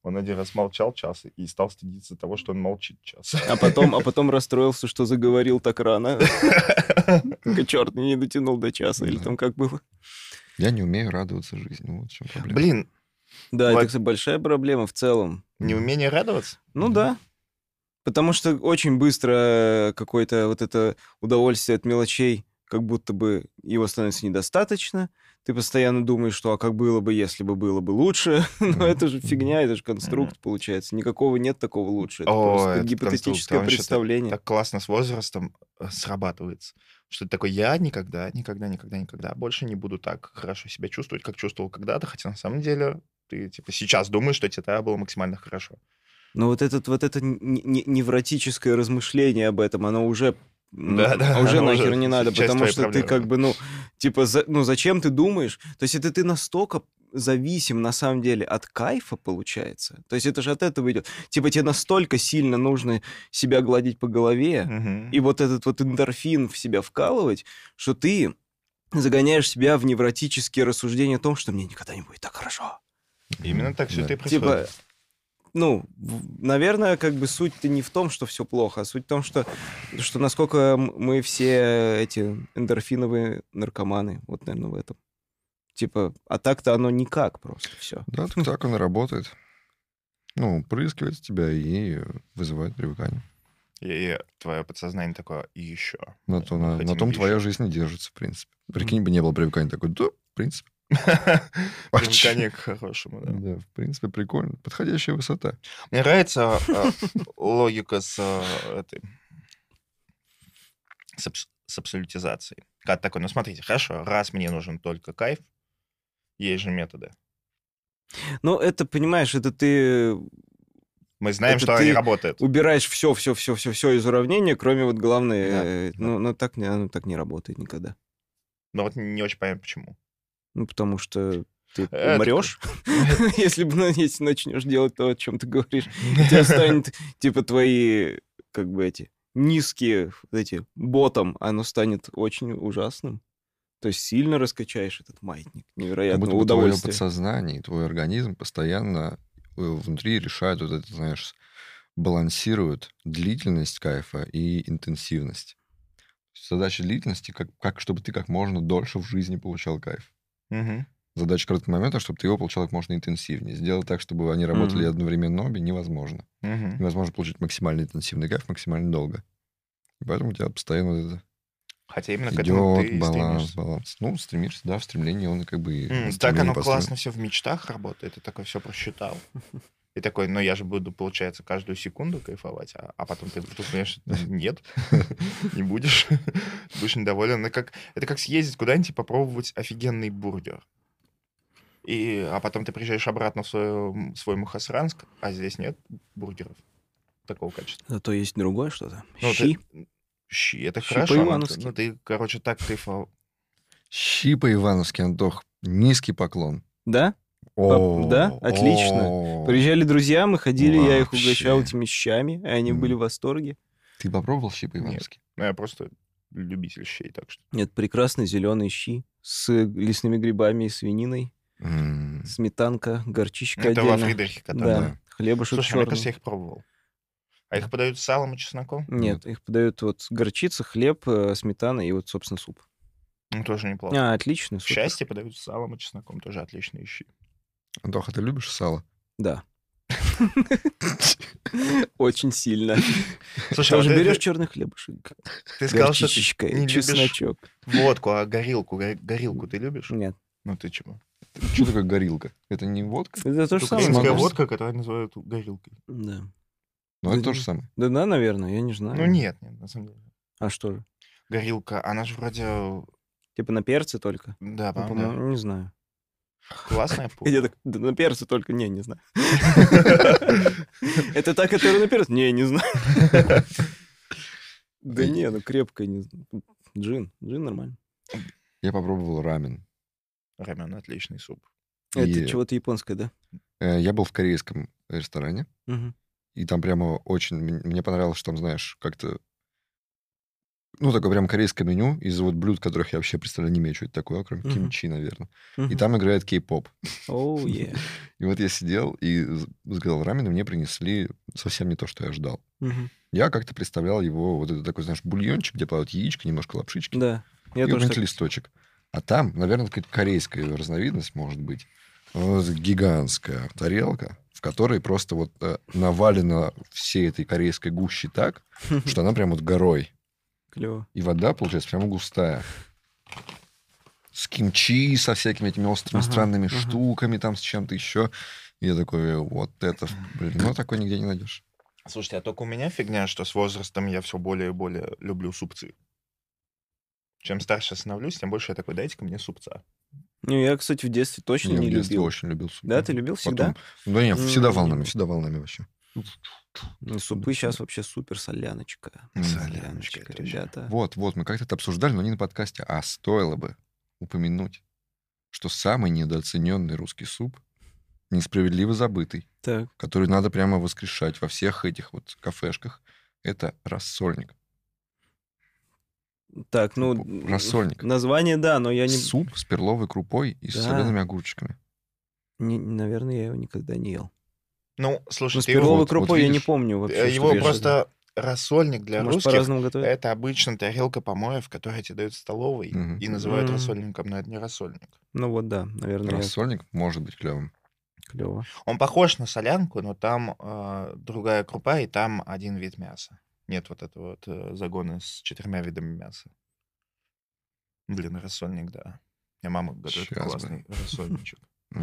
Он один раз молчал час и стал стыдиться того, что он молчит час. А потом расстроился, что заговорил так рано. Черт, не дотянул до часа, или там как было. Я не умею радоваться жизни. Вот в чем проблема. Блин, Да, Вот. это, кстати, большая проблема в целом. неумение радоваться? Ну да. Потому что очень быстро какое-то вот это удовольствие от мелочей, как будто бы его становится недостаточно. Ты постоянно думаешь, что а как было бы, если бы было бы лучше. Но это же фигня, это же конструкт получается. Никакого нет такого лучше. Это просто этот гипотетическое конструкт, он ещё представление. Так классно с возрастом срабатывается. Что ты такой, я никогда больше не буду так хорошо себя чувствовать, как чувствовал когда-то, хотя на самом деле ты типа сейчас думаешь, что тебе тогда было максимально хорошо. Но вот это невротическое размышление об этом, оно уже Да, уже оно нахер уже не надо, часть потому твоей что ты проблемы. как бы, типа, зачем ты думаешь? То есть это ты настолько зависим, на самом деле, от кайфа, получается. То есть это же от этого идет. Типа тебе настолько сильно нужно себя гладить по голове, Мгм. и вот этот вот эндорфин в себя вкалывать, что ты загоняешь себя в невротические рассуждения о том, что мне никогда не будет так хорошо. Именно так все Да. это и происходит. Типа, наверное, как бы суть-то не в том, что все плохо, а суть в том, что насколько мы все эти эндорфиновые наркоманы. Вот, наверное, в этом. Типа, а так-то оно никак просто все. Да, так он и работает. Прыскивает с тебя и вызывает привыкание. И твое подсознание такое, и еще. На том твоя жизнь и держится, в принципе. Прикинь, бы не было привыкания. Такой, да, в принципе. Привыкание к хорошему, да. Да, в принципе, прикольно. Подходящая высота. Мне нравится логика с этой с абсолютизацией. Когда такой, ну смотрите, хорошо, раз мне нужен только кайф, есть же методы. Ну, это, понимаешь, это ты Мы знаем, Это что они ты работают. убираешь все из уравнения, кроме вот главной... Да, оно так не работает никогда. Но вот не очень понятно, почему. Ну, потому что ты Это умрешь, если начнешь делать то, о чем ты говоришь. У тебя станет, типа, твои, как бы эти, низкие, вот эти, ботом, оно станет очень ужасным. То есть сильно раскачаешь этот маятник Как невероятного будто бы твое удовольствия. подсознание и твой организм постоянно внутри решают вот это, знаешь, балансируют длительность кайфа и интенсивность. Задача длительности, чтобы ты как можно дольше в жизни получал кайф. Мгм. Задача короткого момента, чтобы ты его получал как можно интенсивнее. Сделать так, чтобы они работали Мгм. одновременно обе, невозможно. Мгм. Невозможно получить максимально интенсивный кайф максимально долго. И поэтому у тебя постоянно вот это Хотя именно к этому идет ты баланс, стремишься. стремишься, да, в стремлении он как бы... Так стремление оно построено. классно все в мечтах работает. Ты такой все просчитал. И такой, ну я же буду, получается, каждую секунду кайфовать, а потом ты вдруг понимаешь, нет, не будешь. Будешь недоволен. Это как съездить куда-нибудь и попробовать офигенный бургер. А потом ты приезжаешь обратно в свой Мухосранск, а здесь нет бургеров такого качества. Зато есть другое что-то. Ну, Щи. Щи, это Щи хорошо. по-ивановски. Ну, ты, короче, так кайфовал. Щи по-ивановски, Антох. Низкий поклон. Да? О, Да? Отлично. о. Приезжали друзья, мы ходили, я их Вообще. угощал этими щами, и они М. были в восторге. Ты попробовал щи по-ивановски? Ну, я просто любитель щей, так что. Нет, прекрасные зеленые щи с лесными грибами и свининой, М. сметанка, горчичка Это во отдельно. Фридрихе, Да, который. хлебушек Слушай, мне кажется, черный. я их пробовал. А их подают с салом и чесноком? Нет, их подают вот горчица, хлеб, сметана и вот, собственно, суп. Ну, тоже неплохо. Отлично, В супер. счастье подают с салом и чесноком. Тоже отличные щи. Антоха, ты любишь сало? Да. Очень сильно. Слушай, Тоже вот берешь черный хлебушек, ты сказал, что ты горчичечка не и любишь чесночок. водку, а горилку. Горилку ты любишь? Нет. Ну, ты чего? Что такое горилка? Это не водка? Это то же самое. Украинская Самогон. водка, которую называют горилкой. Да. Ну, это то же самое. Да, наверное, я не знаю. Ну, нет, на самом деле. А что же? Горилка, она же вроде... Типа на перце только? Да, Ну, по-моему, по-моему, не знаю. да. Классная Я пуля. так, да на перце только, не знаю. Это та, которая на перце? Не знаю. Да не, ну крепкая, не знаю. Джин нормально. Я попробовал рамен. Рамен, отличный суп. Это И, чего-то японское, да? Я был в корейском ресторане, Мгм. и там прямо очень... Мне понравилось, что там, знаешь, как-то ну, такое прям корейское меню из вот блюд, которых я вообще представляю не имею, что это такое, кроме Мгм. кимчи, наверное. И Мгм. там играет кей-поп. Оу, е. И вот я сидел и заказал рамен, и мне принесли совсем не то, что я ждал. Мгм. Я как-то представлял его, вот это такой, знаешь, бульончик, где плавают яичко, немножко лапшички, Да. Я и тоже какой-нибудь так... листочек. А там, наверное, какая-то корейская разновидность, может быть. Вот гигантская тарелка, в которой просто вот навалено всей этой корейской гущи так, что она прям вот горой. Клево. И вода, получается, прямо густая. С кимчи, со всякими этими острыми Ага, странными ага. штуками, там, с чем-то еще. И я такой, вот это, блин, ну, такой нигде не найдешь. Слушайте, а только у меня фигня, что с возрастом я все более и более люблю супцы. Чем старше становлюсь, тем больше я такой, дайте-ка мне супца. Ну, я, кстати, в детстве точно Я не в детстве любил. очень любил супы. Да, ты любил всегда? Потом, да нет, всегда Не волнами вообще. Ну, супы сейчас вообще супер соляночка. Соляночка, это вообще. ребята. Вот, мы как-то это обсуждали, но не на подкасте. А стоило бы упомянуть, что самый недооцененный русский суп, несправедливо забытый, Так. который надо прямо воскрешать во всех этих вот кафешках, это рассольник. Так, ну... Рассольник. Название, да, но я не... Суп с перловой крупой и с Да. солеными огурчиками. Наверное, я его никогда не ел. Ну, слушай, Ну, с ты перловой вот крупой я не видишь, помню вообще, его что я просто рассольник для Может, русских по-разному готовят? это обычно тарелка помоев, которая тебе дают в столовой Мгм. и называют М. рассольником, но это не рассольник. Ну вот да, наверное, Рассольник может быть клевым. клево. Он похож на солянку, но там другая крупа, и там один вид мяса. Нет вот этого вот загона с 4 видами мяса. Блин, рассольник, да. Я мама готовит Щас бы. классный рассольничек.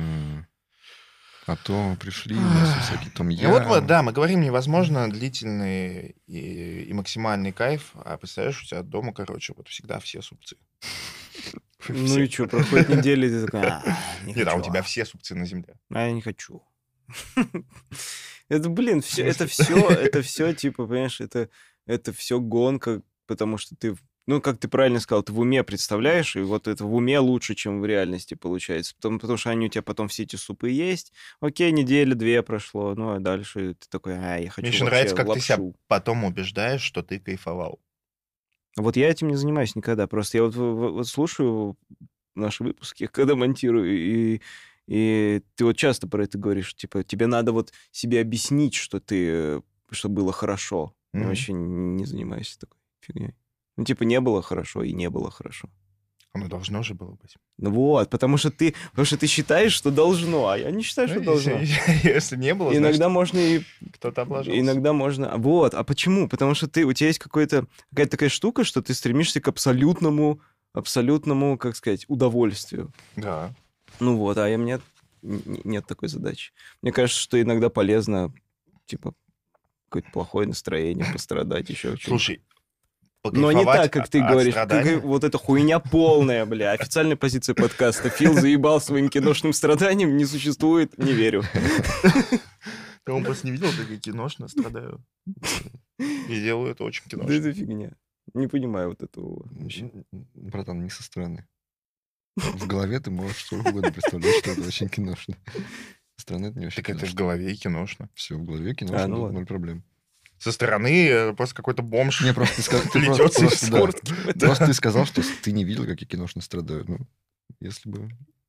А то пришли у нас всякие Ну том-ям. вот, да, мы говорим, невозможно длительный и максимальный кайф, а представляешь, у тебя дома, короче, вот всегда все супцы. Ну Все. и что, проходит неделя, и ты такой, не Нет, а у хочу. тебя все супцы на земле. А я не хочу. Это, блин, это все, типа, понимаешь, это все гонка, потому что ты, ну, как ты правильно сказал, ты в уме представляешь, и вот это в уме лучше, чем в реальности получается. Потому что они у тебя потом все эти супы есть. Окей, неделя-две прошло, ну, а дальше ты такой, я хочу Мне еще вообще нравится, как ты себя лапшу. потом убеждаешь, что ты кайфовал. Вот я этим не занимаюсь никогда. Просто я вот слушаю наши выпуски, когда монтирую, и ты вот часто про это говоришь, типа, тебе надо вот себе объяснить, что было хорошо. Я Мгм. вообще не занимаюсь такой фигней. Ну, типа, не было хорошо и не было хорошо. Оно должно же было быть. Ну вот, потому что ты считаешь, что должно, а я не считаю, что Ну, должно. Если не было, Иногда значит, можно и кто-то облажался. Иногда можно... Вот, а почему? Потому что у тебя есть какая-то такая штука, что ты стремишься к абсолютному, как сказать, удовольствию. Да. Ну вот, а у меня нет такой задачи. Мне кажется, что иногда полезно, типа, какое-то плохое настроение, пострадать, еще что-нибудь. Слушай, Но не покайфовать так, как ты от говоришь. страдания. Вот эта хуйня полная, бля. Официальная позиция подкаста. Фил заебал своим киношным страданием, не существует, не верю. Да он просто не видел, как я киношно страдаю. И делаю это очень Да киношно. это фигня. Не понимаю вот этого вообще. Братан, не со стороны. В голове ты можешь что угодно представлять, что это очень киношно. Со стороны это не очень Так это в киношно. голове и киношно. Все, в голове киношно, ну тут ладно. ноль проблем. Со стороны просто какой-то бомж Не, просто ты сказал, плетется из да. куртки. Просто ты сказал, что ты не видел, как я киношно страдаю. Ну, если бы...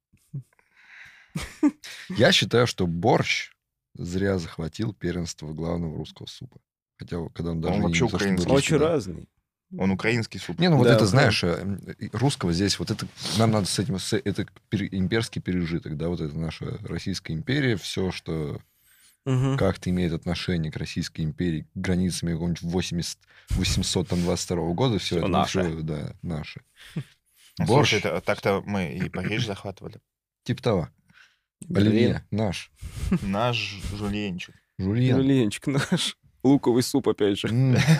Я считаю, что борщ зря захватил первенство главного русского супа. Хотя, когда он даже вообще не то, чтобы украинский. русский, Очень да. разный. Он украинский суп. Не, ну вот Да, это, да. знаешь, русского здесь, вот это, нам надо с этим, это имперский пережиток, да, вот это наша Российская империя, все, что Мгм. как-то имеет отношение к Российской империи, к границами какого-нибудь 822 года, все Всё это наше. всё, да, наше. Ну, Борщ, Слушай, так-то мы и Париж захватывали. типа того. Берлин. Оливье, наш. Наш жульенчик. Жульен. Жульенчик наш. Луковый суп, опять же.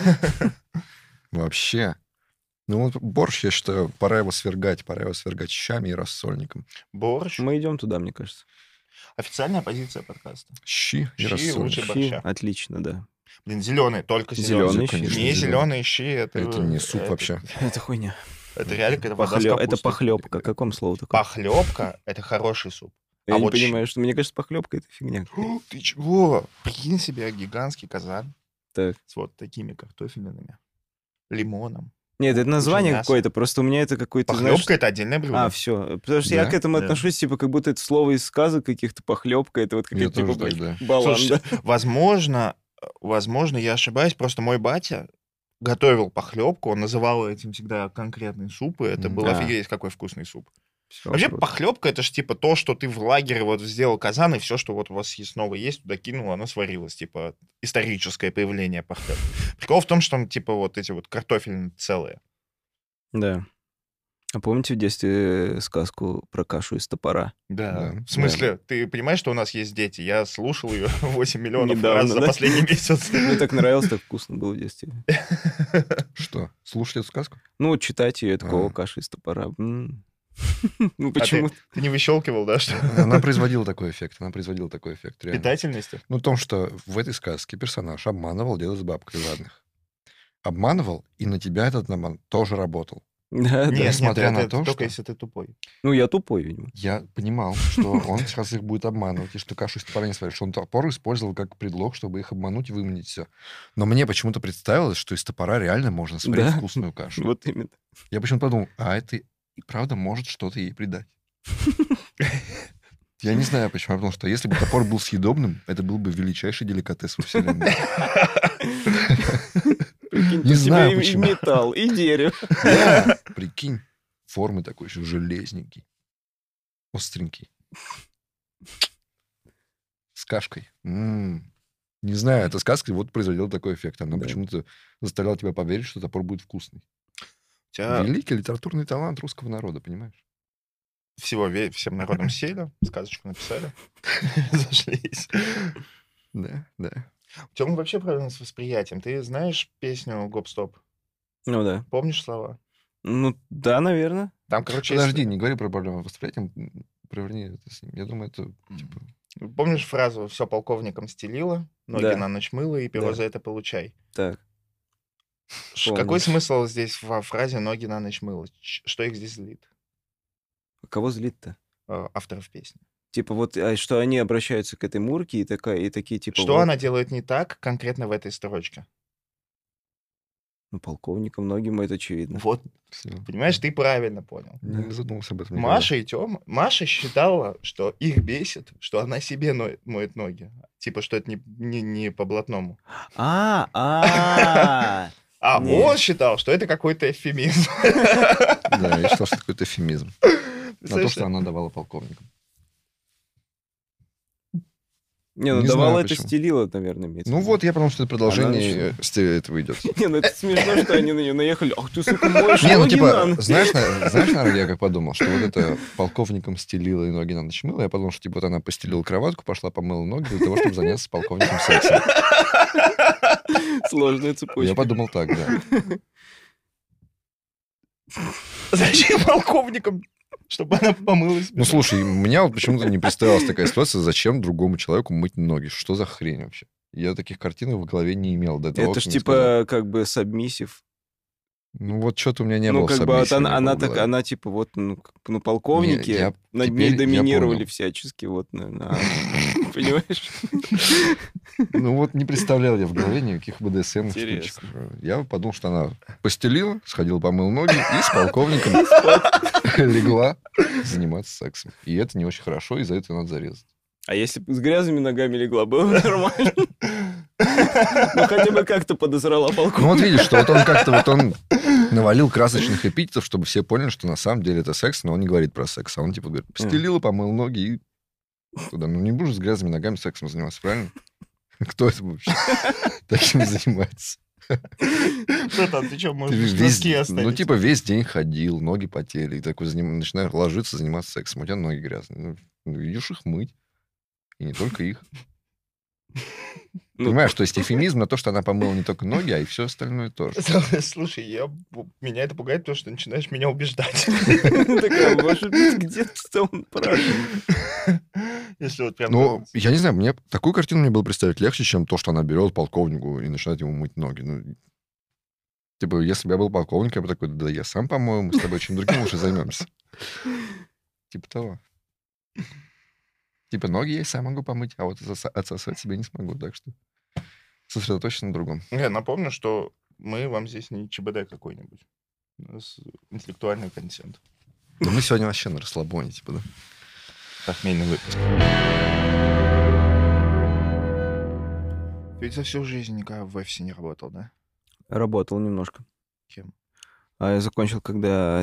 Вообще. Ну вот борщ, я считаю, пора его свергать щами и рассольником. Борщ. Мы идем туда, мне кажется. Официальная позиция подкаста. Щи и Щи рассольник. лучше Щи. борща. Отлично, да. Блин, зеленые, только Зелёные зеленые. щи. Конечно, Не зелёные. зеленые щи, это... Это не суп вообще. Это хуйня. Это реально какая-то вода с Это капустой. похлебка. Каком слово такое? Похлебка — это хороший суп. Я а не вот понимаю, что... Мне кажется, похлебка — это фигня. Ты чего? Прикинь себе гигантский казан Так. с вот такими картофелинами, лимоном. Нет, это название мясо. какое-то, просто у меня это какой-то, знаешь... Похлебка — это отдельное блюдо. А, все. Потому что я Да? к этому Да. отношусь, типа, как будто это слово из сказок каких-то, похлебка, это вот Я какая-то, типа, тоже так, блядь, да. баланда. Слушайте, возможно, я ошибаюсь, просто мой батя готовил похлебку, он называл этим всегда конкретные супы, это был А. офигеть какой вкусный суп. Всё, Вообще, круто. похлебка — это же типа то, что ты в лагере вот сделал казан, и все, что вот у вас снова есть, туда кинул, оно сварилось. Типа историческое появление похлебки. Прикол в том, что там типа вот эти вот картофельные целые. Да. А помните в детстве сказку про кашу из топора? Да. Да. В смысле, ты понимаешь, что у нас есть дети? Я слушал ее 8 миллионов Недавно, раз за да? последний месяц. Мне так нравилось, так вкусно было в детстве. Что? Слушать эту сказку? Ну, вот читать ее, такого А. каша из топора. Ну, почему? Ты не выщелкивал, да, что? Она производила такой эффект. Она производила такой эффект, реально. Питательности? Ну, в том, что в этой сказке персонаж обманывал деда с бабкой жадных. Обманывал, и на тебя этот обман тоже работал. Да, да. Нет, несмотря на это то, только что- если ты тупой. Ну, я тупой, видимо. Я понимал, что он сейчас их будет обманывать, и что кашу из топора не сварит, что он топор использовал как предлог, чтобы их обмануть и выманить все. Но мне почему-то представилось, что из топора реально можно сварить Да. вкусную кашу. Вот именно. Я почему-то подумал, а это и правда может что-то ей придать. Я не знаю почему, потому что если бы топор был съедобным, это был бы величайший деликатес во вселенной. Прикинь, Не у знаю тебя и почему. металл, и дерево. Да, прикинь, формы такой еще железненький, остренький, с кашкой. Не знаю, эта сказка вот производила такой эффект. Она Да. почему-то заставляла тебя поверить, что топор будет вкусный. У тебя Великий литературный талант русского народа, понимаешь? всем народом сели, сказочку написали, зашлись. Да, да. У тебя вообще проблемы с восприятием. Ты знаешь песню «Гоп-стоп»? Ну да. Помнишь слова? Ну да, наверное. Там, короче, Подожди, не говори про проблемы с восприятием, проверни это с ним. Я думаю, это типа... помнишь фразу «все полковником стелила, ноги Да. на ночь мыла, и перо Да. за это получай». Так. Помню. Какой смысл здесь во фразе «ноги на ночь мыла»? Что их здесь злит? Кого злит-то? Авторов песни. Типа вот, что они обращаются к этой Мурке и такие, типа... Что вот, она делает не так конкретно в этой строчке? Ну, полковником многим это очевидно. Вот, Всё. понимаешь, ты правильно понял. Не задумался об этом. никогда. Маша и Тёма. Маша считала, что их бесит, что она себе моет ноги. Типа, что это не по блатному. А, А Не. он считал, что это какой-то эвфемизм. Да, я считал, что это какой-то эфемизм. На то, Представляешь, что она давала полковникам. Не, ну Не давала знаю, это почему. стелила, наверное, имеется. Ну в виду. вот, я потому что это продолжение начала. стиля этого идет. Не, ну это смешно, что они на нее наехали. Ах ты, сука, моешь Не, ну ноги типа, на ночь. знаешь, наверное, я как подумал, что вот это полковником стелила и ноги на ночь мыла, я подумал, что типа вот она постелила кроватку, пошла помыла ноги для того, чтобы заняться с полковником сексом. Сложная Я цепочка. подумал так, да. Зачем полковникам, чтобы она помылась? Ну слушай, у меня вот почему-то не представилась такая ситуация, зачем другому человеку мыть ноги. Что за хрень вообще? Я таких картинок в голове не имел до того, Это ж как ты мне сказал. типа как бы сабмиссив. Ну вот что-то у меня не Ну, было как бы вот сабмиссии она никакого в так, голове. она типа вот, ну, полковники Не, я над теперь- ней я доминировали понял. всячески, вот, наверное. Понимаешь? Ну вот не представлял я в голове никаких БДСМ Интересно. штучек. Я подумал, что она постелила, сходила, помыла ноги и с полковником легла заниматься сексом. И это не очень хорошо, и за это надо зарезать. А если бы с грязными ногами легла, было бы нормально. Ну, хотя бы как-то подозрала Ну полковника. вот видишь, что вот он как-то вот он навалил красочных эпитетов, чтобы все поняли, что на самом деле это секс, но он не говорит про секс. А он типа говорит, постелила, помыл ноги и туда. Ну не будешь с грязными ногами сексом заниматься, правильно? Кто это вообще таким занимается? Братан, ты что, Ты можешь весь- носки ну, оставить? типа, весь день ходил, ноги потели, и такой начинаешь ложиться, заниматься сексом, у тебя ноги грязные. Ну, идешь их мыть. И не только их. Ну, Понимаешь, то есть эфемизм на то, что она помыла не только ноги, а и все остальное тоже. Слушай, меня это пугает, потому что ты начинаешь меня убеждать. такая, может быть, где-то там прав. Если вот прям... Ну, я не знаю, мне такую картину мне было представить легче, чем то, что она берет полковнику и начинает ему мыть ноги. Ну, типа, если бы я был полковником, я бы такой, да я сам помою, мы с тобой чем другим уже займемся. Типа того. Типа, ноги я и сам могу помыть, а вот отсосать себе не смогу, так что сосредоточься на другом. Я напомню, что мы вам здесь не ЧБД какой-нибудь. Интеллектуальный контент. Да мы сегодня вообще на расслабоне, типа, да? Похмельный выпуск. Ты ведь за всю жизнь никогда в офисе не работал, да? Работал немножко. Кем? А я закончил, когда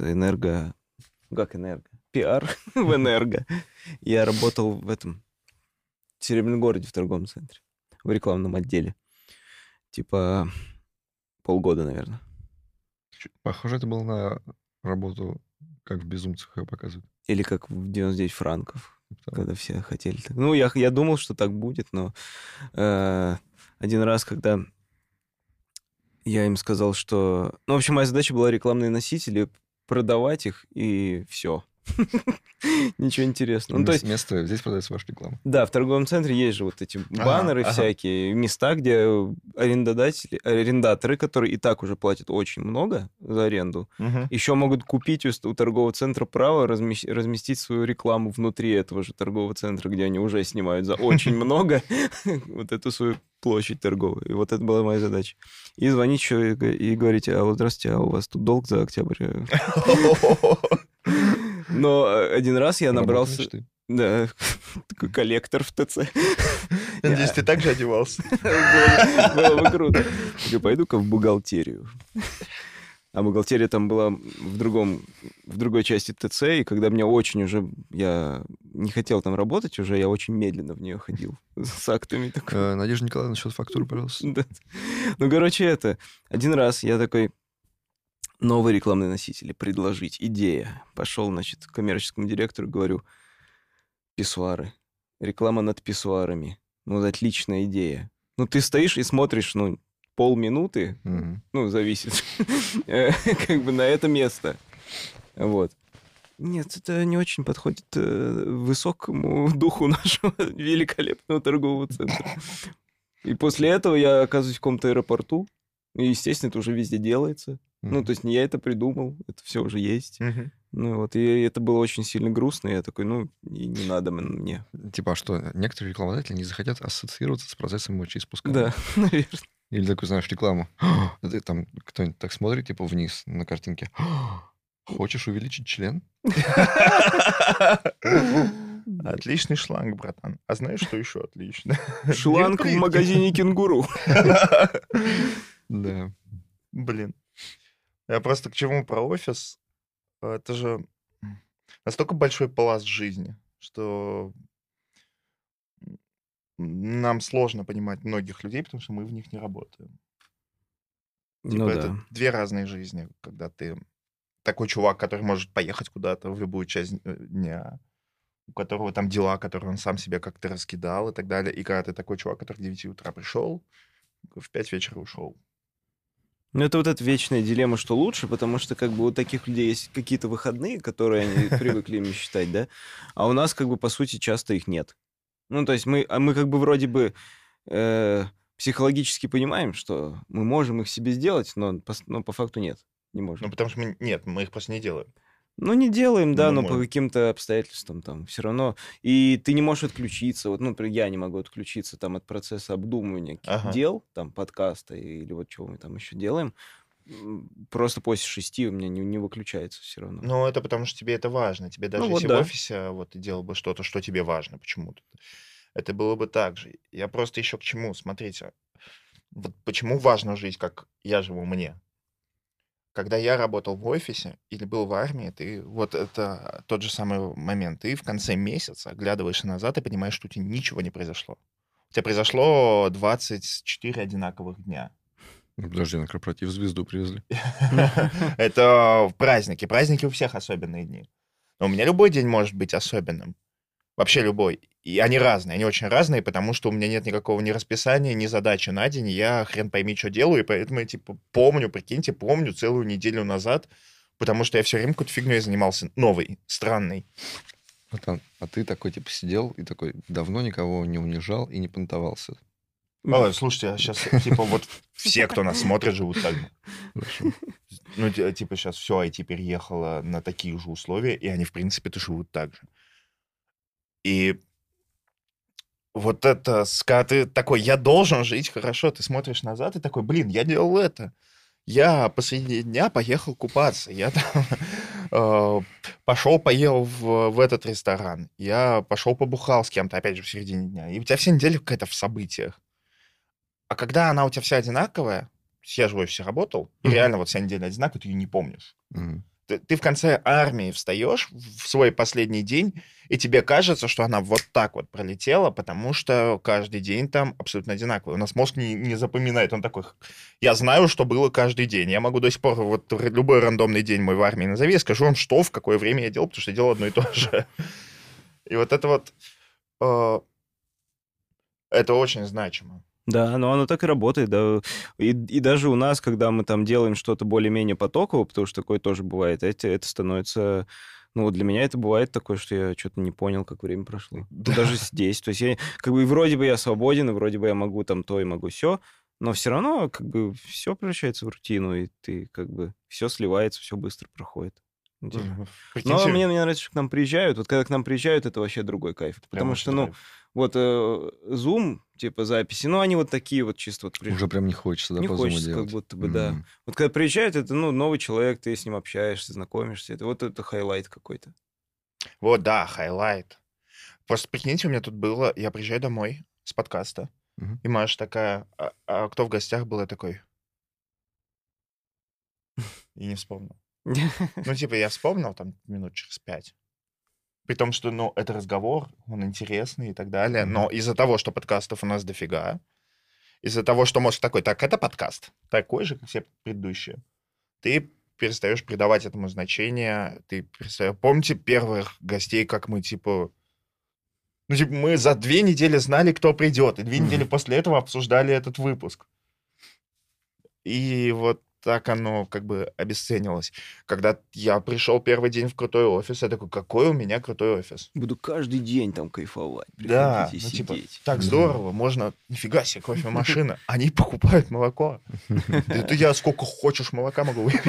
пиар в энерго. Я работал в этом Серебряном городе в торговом центре, в рекламном отделе. Типа полгода, наверное. Похоже, это было на работу, как в «Безумцах» ее показывают. Или как в 99 франков, Типа когда все хотели так. Ну, я думал, что так будет, но один раз, когда я им сказал, что... Ну, в общем, моя задача была рекламные носители, продавать их, и все. Ничего интересного. Ну, то есть, место, здесь продается ваша реклама. да, в торговом центре есть же вот эти баннеры всякие, места, где арендаторы, которые и так уже платят очень много за аренду, еще могут купить у торгового центра право разместить свою рекламу внутри этого же торгового центра, где они уже снимают за очень много вот эту свою площадь торговую. И вот это была моя задача. И звонить еще и говорить: а вот здравствуйте, а у вас тут долг за октябрь? Но один раз я набрался... Да, такой коллектор в ТЦ. Надеюсь, ты так же одевался? Было бы круто. Я пойду-ка в бухгалтерию. А бухгалтерия там была в другой части ТЦ, и когда мне очень уже... Я не хотел там работать уже, я очень медленно в нее ходил. С актами такой. Надежда Николаевна, насчет фактуры, пожалуйста. Да. Ну, короче, один раз я такой... Новые рекламные носители, предложить, идея. Пошел, значит, к коммерческому директору, говорю: писсуары, реклама над писсуарами. Ну, отличная идея. Ну, ты стоишь и смотришь, полминуты, зависит, как бы на это место. Вот. Нет, это не очень подходит высокому духу нашего великолепного торгового центра. И после этого я оказываюсь в каком-то аэропорту. И, естественно, это уже везде делается. Ну, то есть не я это придумал, это все уже есть. Ну вот, и это было очень сильно грустно. И я такой, и не надо мне. Типа, что некоторые рекламодатели не захотят ассоциироваться с процессом мочеиспускания. Да, наверное. Или такую, знаешь, рекламу. Ты там кто-нибудь так смотрит, типа, вниз на картинке. Хочешь увеличить член? Отличный шланг, братан. А знаешь, что еще отлично? Шланг в магазине «Кенгуру». Да. Блин. Я просто к чему про офис? Это же настолько большой пласт жизни, что нам сложно понимать многих людей, потому что мы в них не работаем. Типа, это две разные жизни, когда ты такой чувак, который может поехать куда-то в любую часть дня, у которого там дела, которые он сам себе как-то раскидал и так далее. И когда ты такой чувак, который к 9 утра пришел, в 5 вечера ушел. Ну, это вот эта вечная дилемма, что лучше, потому что как бы у таких людей есть какие-то выходные, которые они привыкли ими считать, да? А у нас как бы, по сути, часто их нет. Ну, то есть мы как бы вроде бы психологически понимаем, что мы можем их себе сделать, но по факту нет, не можем. Ну, потому что мы их просто не делаем. Ну, не делаем, да, Ну, но по каким-то обстоятельствам там все равно. И ты не можешь отключиться. Вот, например, я не могу отключиться там от процесса обдумывания каких-то дел, там, подкаста или вот чего мы там еще делаем. Просто после 6 у меня не выключается все равно. Ну, это потому что тебе это важно. Тебе даже вот если да. в офисе вот ты делал бы что-то, что тебе важно почему-то, это было бы так же. Я просто еще к чему? Смотрите, вот почему важно жить, как я живу мне. Когда я работал в офисе или был в армии, ты вот это тот же самый момент. Ты в конце месяца оглядываешься назад и понимаешь, что у тебя ничего не произошло. У тебя произошло 24 одинаковых дня. Ну, подожди, на корпоратив звезду привезли. Это праздники. Праздники у всех особенные дни. Но у меня любой день может быть особенным. Вообще любой. И они разные. Они очень разные, потому что у меня нет никакого ни расписания, ни задачи на день. Я хрен пойми, что делаю. И поэтому я, помню целую неделю назад, потому что я все время какой-то фигней занимался. Новой, странной. А ты такой, сидел и такой, давно никого не унижал и не понтовался. Слушайте, а сейчас, вот все, кто нас смотрит, живут так же. Ну, сейчас все IT переехало на такие же условия, и они, в принципе-то, живут так же. И вот это, когда ты такой, я должен жить хорошо, ты смотришь назад и такой, блин, я делал это. Я посреди дня поехал купаться. Я там пошел, поел в этот ресторан. Я пошел побухал с кем-то, опять же, в середине дня. И у тебя вся неделя какая-то в событиях. А когда она у тебя вся одинаковая, я же в офисе работал, и реально вот вся неделя одинаковая, ты ее не помнишь. Ты в конце армии встаешь в свой последний день, и тебе кажется, что она вот так вот пролетела, потому что каждый день там абсолютно одинаковый. У нас мозг не запоминает. Он такой, я знаю, что было каждый день. Я могу до сих пор вот любой рандомный день мой в армии назови, я скажу вам, что, в какое время я делал, потому что я делал одно и то же. И вот это вот, это очень значимо. Да, но оно так и работает, да. И даже у нас, когда мы там делаем что-то более-менее потоковое, потому что такое тоже бывает, это становится... Ну, вот для меня это бывает такое, что я что-то не понял, как время прошло. Да. Даже здесь. То есть я, как бы, вроде бы я свободен, и вроде бы я могу там то и могу все, но все равно, как бы, все превращается в рутину, и ты, как бы, все сливается, все быстро проходит. Но мне нравится, что к нам приезжают. Вот когда к нам приезжают, это вообще другой кайф. Потому что, ну, вот Zoom, типа, записи, ну, они вот такие вот чисто вот... Уже прям не хочется, да, не по Zoom хочется, делать. как будто бы, да. Вот когда приезжают, это, ну, новый человек, ты с ним общаешься, знакомишься. Это вот это хайлайт какой-то. Вот, да, хайлайт. Просто прикиньте, у меня тут было... Я приезжаю домой с подкаста, и Маша такая, а кто в гостях был? Я такой... И не вспомнил. Ну, типа, я вспомнил там минут через 5. При том, что, ну, это разговор, он интересный и так далее. Но из-за того, что подкастов у нас дофига, из-за того, что мозг такой, так, это подкаст, такой же, как все предыдущие, ты перестаешь придавать этому значение, ты перестаешь... Помните первых гостей, как мы, типа... Ну, типа, мы за 2 недели знали, кто придет, и 2 недели после этого обсуждали этот выпуск. И вот так оно как бы обесценилось. Когда я пришел первый день в крутой офис, я такой, какой у меня крутой офис. Буду каждый день там кайфовать. Да, ну типа, так здорово, можно, нифига себе, кофемашина. Они покупают молоко. Это я сколько хочешь молока могу выпить.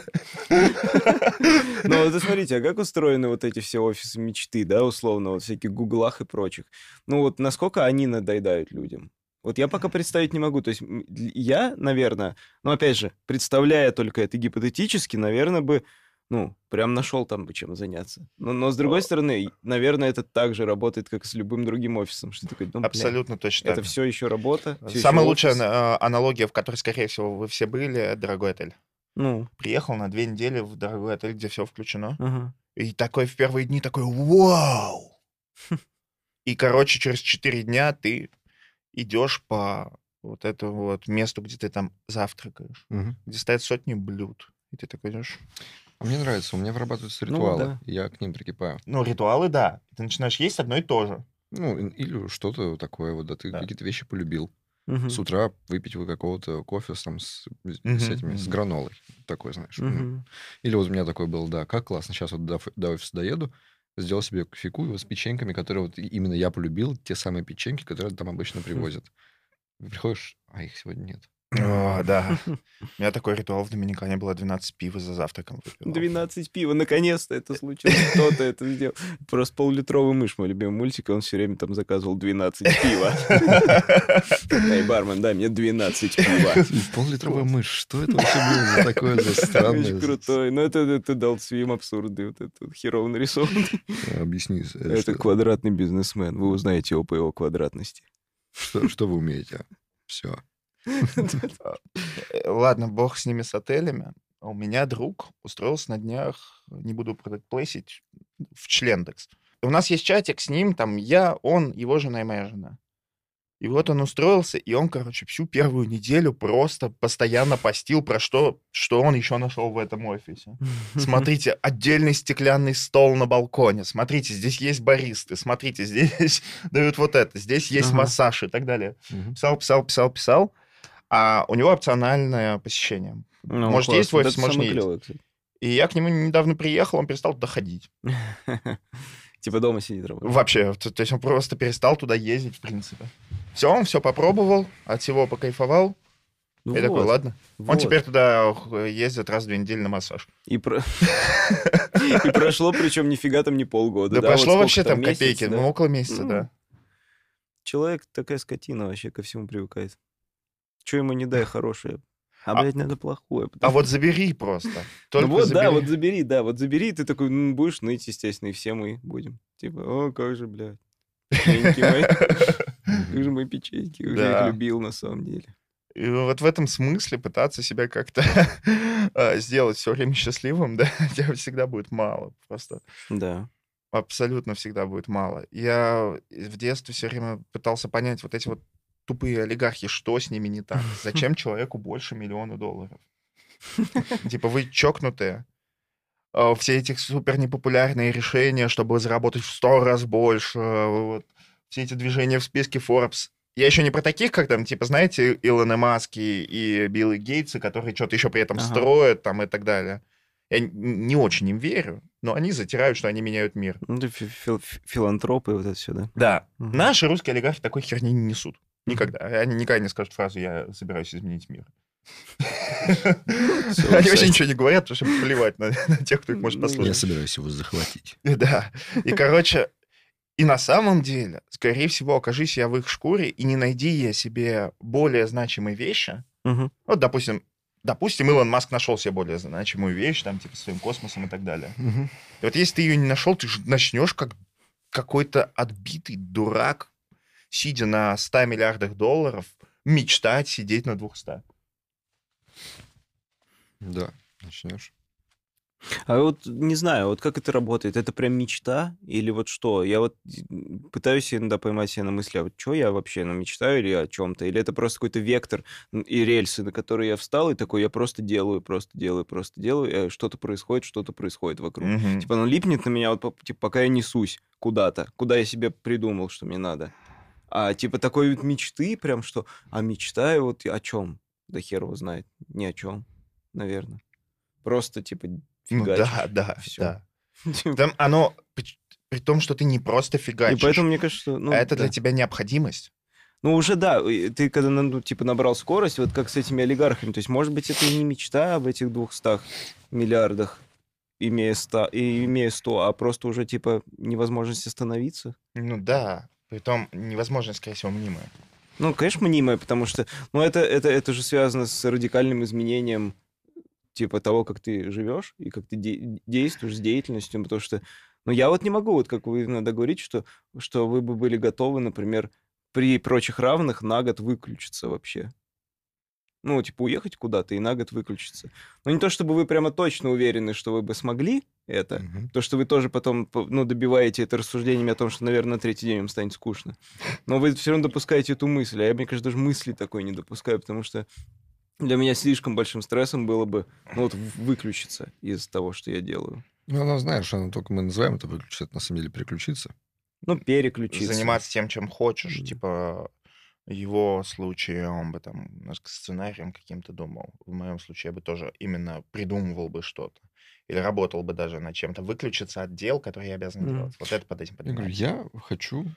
Ну, вот смотрите, а как устроены вот эти все офисы мечты, да, условно, вот всяких гуглах и прочих? Ну, вот насколько они надоедают людям? Вот я пока представить не могу. То есть я, наверное, ну, опять же, представляя только это гипотетически, наверное, бы, ну, прям нашел там бы чем заняться. Но с другой стороны, наверное, это так же работает, как и с любым другим офисом. Что такое, ну, абсолютно точно это все еще работа. Самая лучшая аналогия, в которой, скорее всего, вы все были, дорогой отель. Ну. Приехал на 2 недели в дорогой отель, где все включено. И такой в первые дни такой, вау! И, короче, через 4 дня ты идешь по вот этому вот месту, где ты там завтракаешь, где стоят сотни блюд, и ты такой идешь. А мне нравится, у меня вырабатываются ритуалы, да. Я к ним прикипаю. Ну, ритуалы, да. Ты начинаешь есть одно и то же. Ну, или что-то такое, вот, да, ты какие-то вещи полюбил. С утра выпить вы какого-то кофе там, с гранолой. Такое, знаешь. Или вот у меня такое было, да, как классно. Сейчас вот до офиса доеду, сделал себе кофейку с печеньками, которые вот именно я полюбил, те самые печеньки, которые там обычно привозят. Приходишь, а их сегодня нет. О, да. У меня такой ритуал в Доминикане было 12 пива за завтраком. 12 пива, наконец-то это случилось. Кто-то это сделал. Просто «Пол-литровый мышь», мой любимый мультик, он все время там заказывал 12 пива. Эй, бармен, дай мне 12 пива. 1,5-литровая мышь, что это вообще было за такое за странное? Очень крутой. Ну, это дал Свим абсурдный, вот этот херово нарисованный. Объясни. Это квадратный бизнесмен. Вы узнаете по его квадратности. Что вы умеете? Все. Ладно, бог с ними, с отелями. У меня друг устроился на днях, не буду продакплейсить, в Члендекс. У нас есть чатик с ним, там я, он, его жена и моя жена. И вот он устроился, и он, короче, всю первую неделю просто постоянно постил про что он еще нашел в этом офисе. Смотрите, отдельный стеклянный стол на балконе. Смотрите, здесь есть баристы. Смотрите, здесь дают вот это. Здесь есть массаж и так далее. Писал. А у него опциональное посещение. Ну, может, класс. есть в офис, Вот может, не клёвый, есть. И я к нему недавно приехал, он перестал туда ходить. Типа дома сидит работает. Вообще, то есть он просто перестал туда ездить, в принципе. Все, он все попробовал, от всего покайфовал. Ну И такой, ладно. Вот. Он теперь туда ездит раз в 2 недели на массаж. И прошло, причем нифига там не полгода. Да прошло вот вообще там месяц, копейки, да? ну около месяца, да. Человек такая скотина вообще ко всему привыкает. Че ему не дай хорошее. блядь, надо плохое. А вот забери просто. Ну Только вот, да, забери. вот забери, ты такой будешь ныть, естественно, и все мы будем. Типа, о, как же, блядь, печеньки мои, как же мои печеньки, как же я Да. их любил на самом деле. И вот в этом смысле пытаться себя как-то сделать все время счастливым, да, тебя всегда будет мало. Просто Да. абсолютно всегда будет мало. Я в детстве все время пытался понять вот эти вот тупые олигархи, что с ними не так? Зачем человеку больше $1 миллиона? Типа, вы чокнутые. Все эти супер непопулярные решения, чтобы заработать в 100 раз больше. Вот. Все эти движения в списке Forbes. Я еще не про таких, как там, типа, знаете, Илоны Маски и Билла Гейтсы, которые что-то еще при этом Ага. строят там и так далее. Я не очень им верю, но они затирают, что они меняют мир. Ну, ты филантропы, вот это все, да? Да. Мгм. Наши русские олигархи такой херни не несут. Никогда. Они никогда не скажут фразу «я собираюсь изменить мир». Они вообще ничего не говорят, потому что плевать на тех, кто их может Я послушать. собираюсь его захватить. Да. И, короче, и на самом деле, скорее всего, окажись я в их шкуре, и не найди я себе более значимые вещи. Мгм. Вот, допустим, Илон Маск нашел себе более значимую вещь, там, типа, своим космосом и так далее. И вот если ты ее не нашел, ты же начнешь как какой-то отбитый дурак, сидя на $100 миллиардах, мечтать сидеть на 200. Да, начнешь. А вот не знаю, вот как это работает? Это прям мечта или вот что? Я вот пытаюсь иногда поймать себя на мысли, а вот что я вообще мечтаю или о чем-то? Или это просто какой-то вектор и рельсы, на которые я встал, и такой я просто делаю, и что-то происходит вокруг. Мгм. Типа оно липнет на меня, вот, типа, пока я несусь куда-то, куда я себе придумал, что мне надо. А типа такой вид мечты прям, что... А мечтаю вот о чем? Да хер его знает. Ни о чем, наверное. Просто типа Ну фигачишь. да, всё. да. Типа, Там оно, при том, что ты не просто И фигачишь, поэтому мне кажется, что... Ну, а это да. для тебя необходимость. Ну, уже да, и ты когда, ну, типа, набрал скорость, вот как с этими олигархами, то есть, может быть, это и не мечта об этих 200 миллиардах, имея 100, а просто уже, типа, невозможность остановиться. Ну да, притом невозможность, скорее всего, мнимая. Ну, конечно, мнимое, потому что, ну, это же связано с радикальным изменением, типа, того, как ты живешь и как ты действуешь с деятельностью, потому что, ну, я вот не могу, вот как вы иногда говорите, что вы бы были готовы, например, при прочих равных на год выключиться вообще. Ну, типа, уехать куда-то и на год выключиться. Но не то, чтобы вы прямо точно уверены, что вы бы смогли это, Мгм. то, что вы тоже потом, ну, добиваете это рассуждениями о том, что, наверное, на третий день вам станет скучно. Но вы все равно допускаете эту мысль, а я, мне кажется, даже мысли такой не допускаю, потому что для меня слишком большим стрессом было бы, ну, вот, выключиться из того, что я делаю. Ну, она, знаешь, она только мы называем это выключиться, это на самом деле переключиться. Ну, переключиться. Заниматься тем, чем хочешь. Мгм. Типа, в его случае он бы там над сценарием каким-то думал. В моем случае я бы тоже именно придумывал бы что-то. Или работал бы даже над чем-то. Выключиться от дел, которые я обязан Мгм. делать. Вот это под этим Я говорю, понимаю. я хочу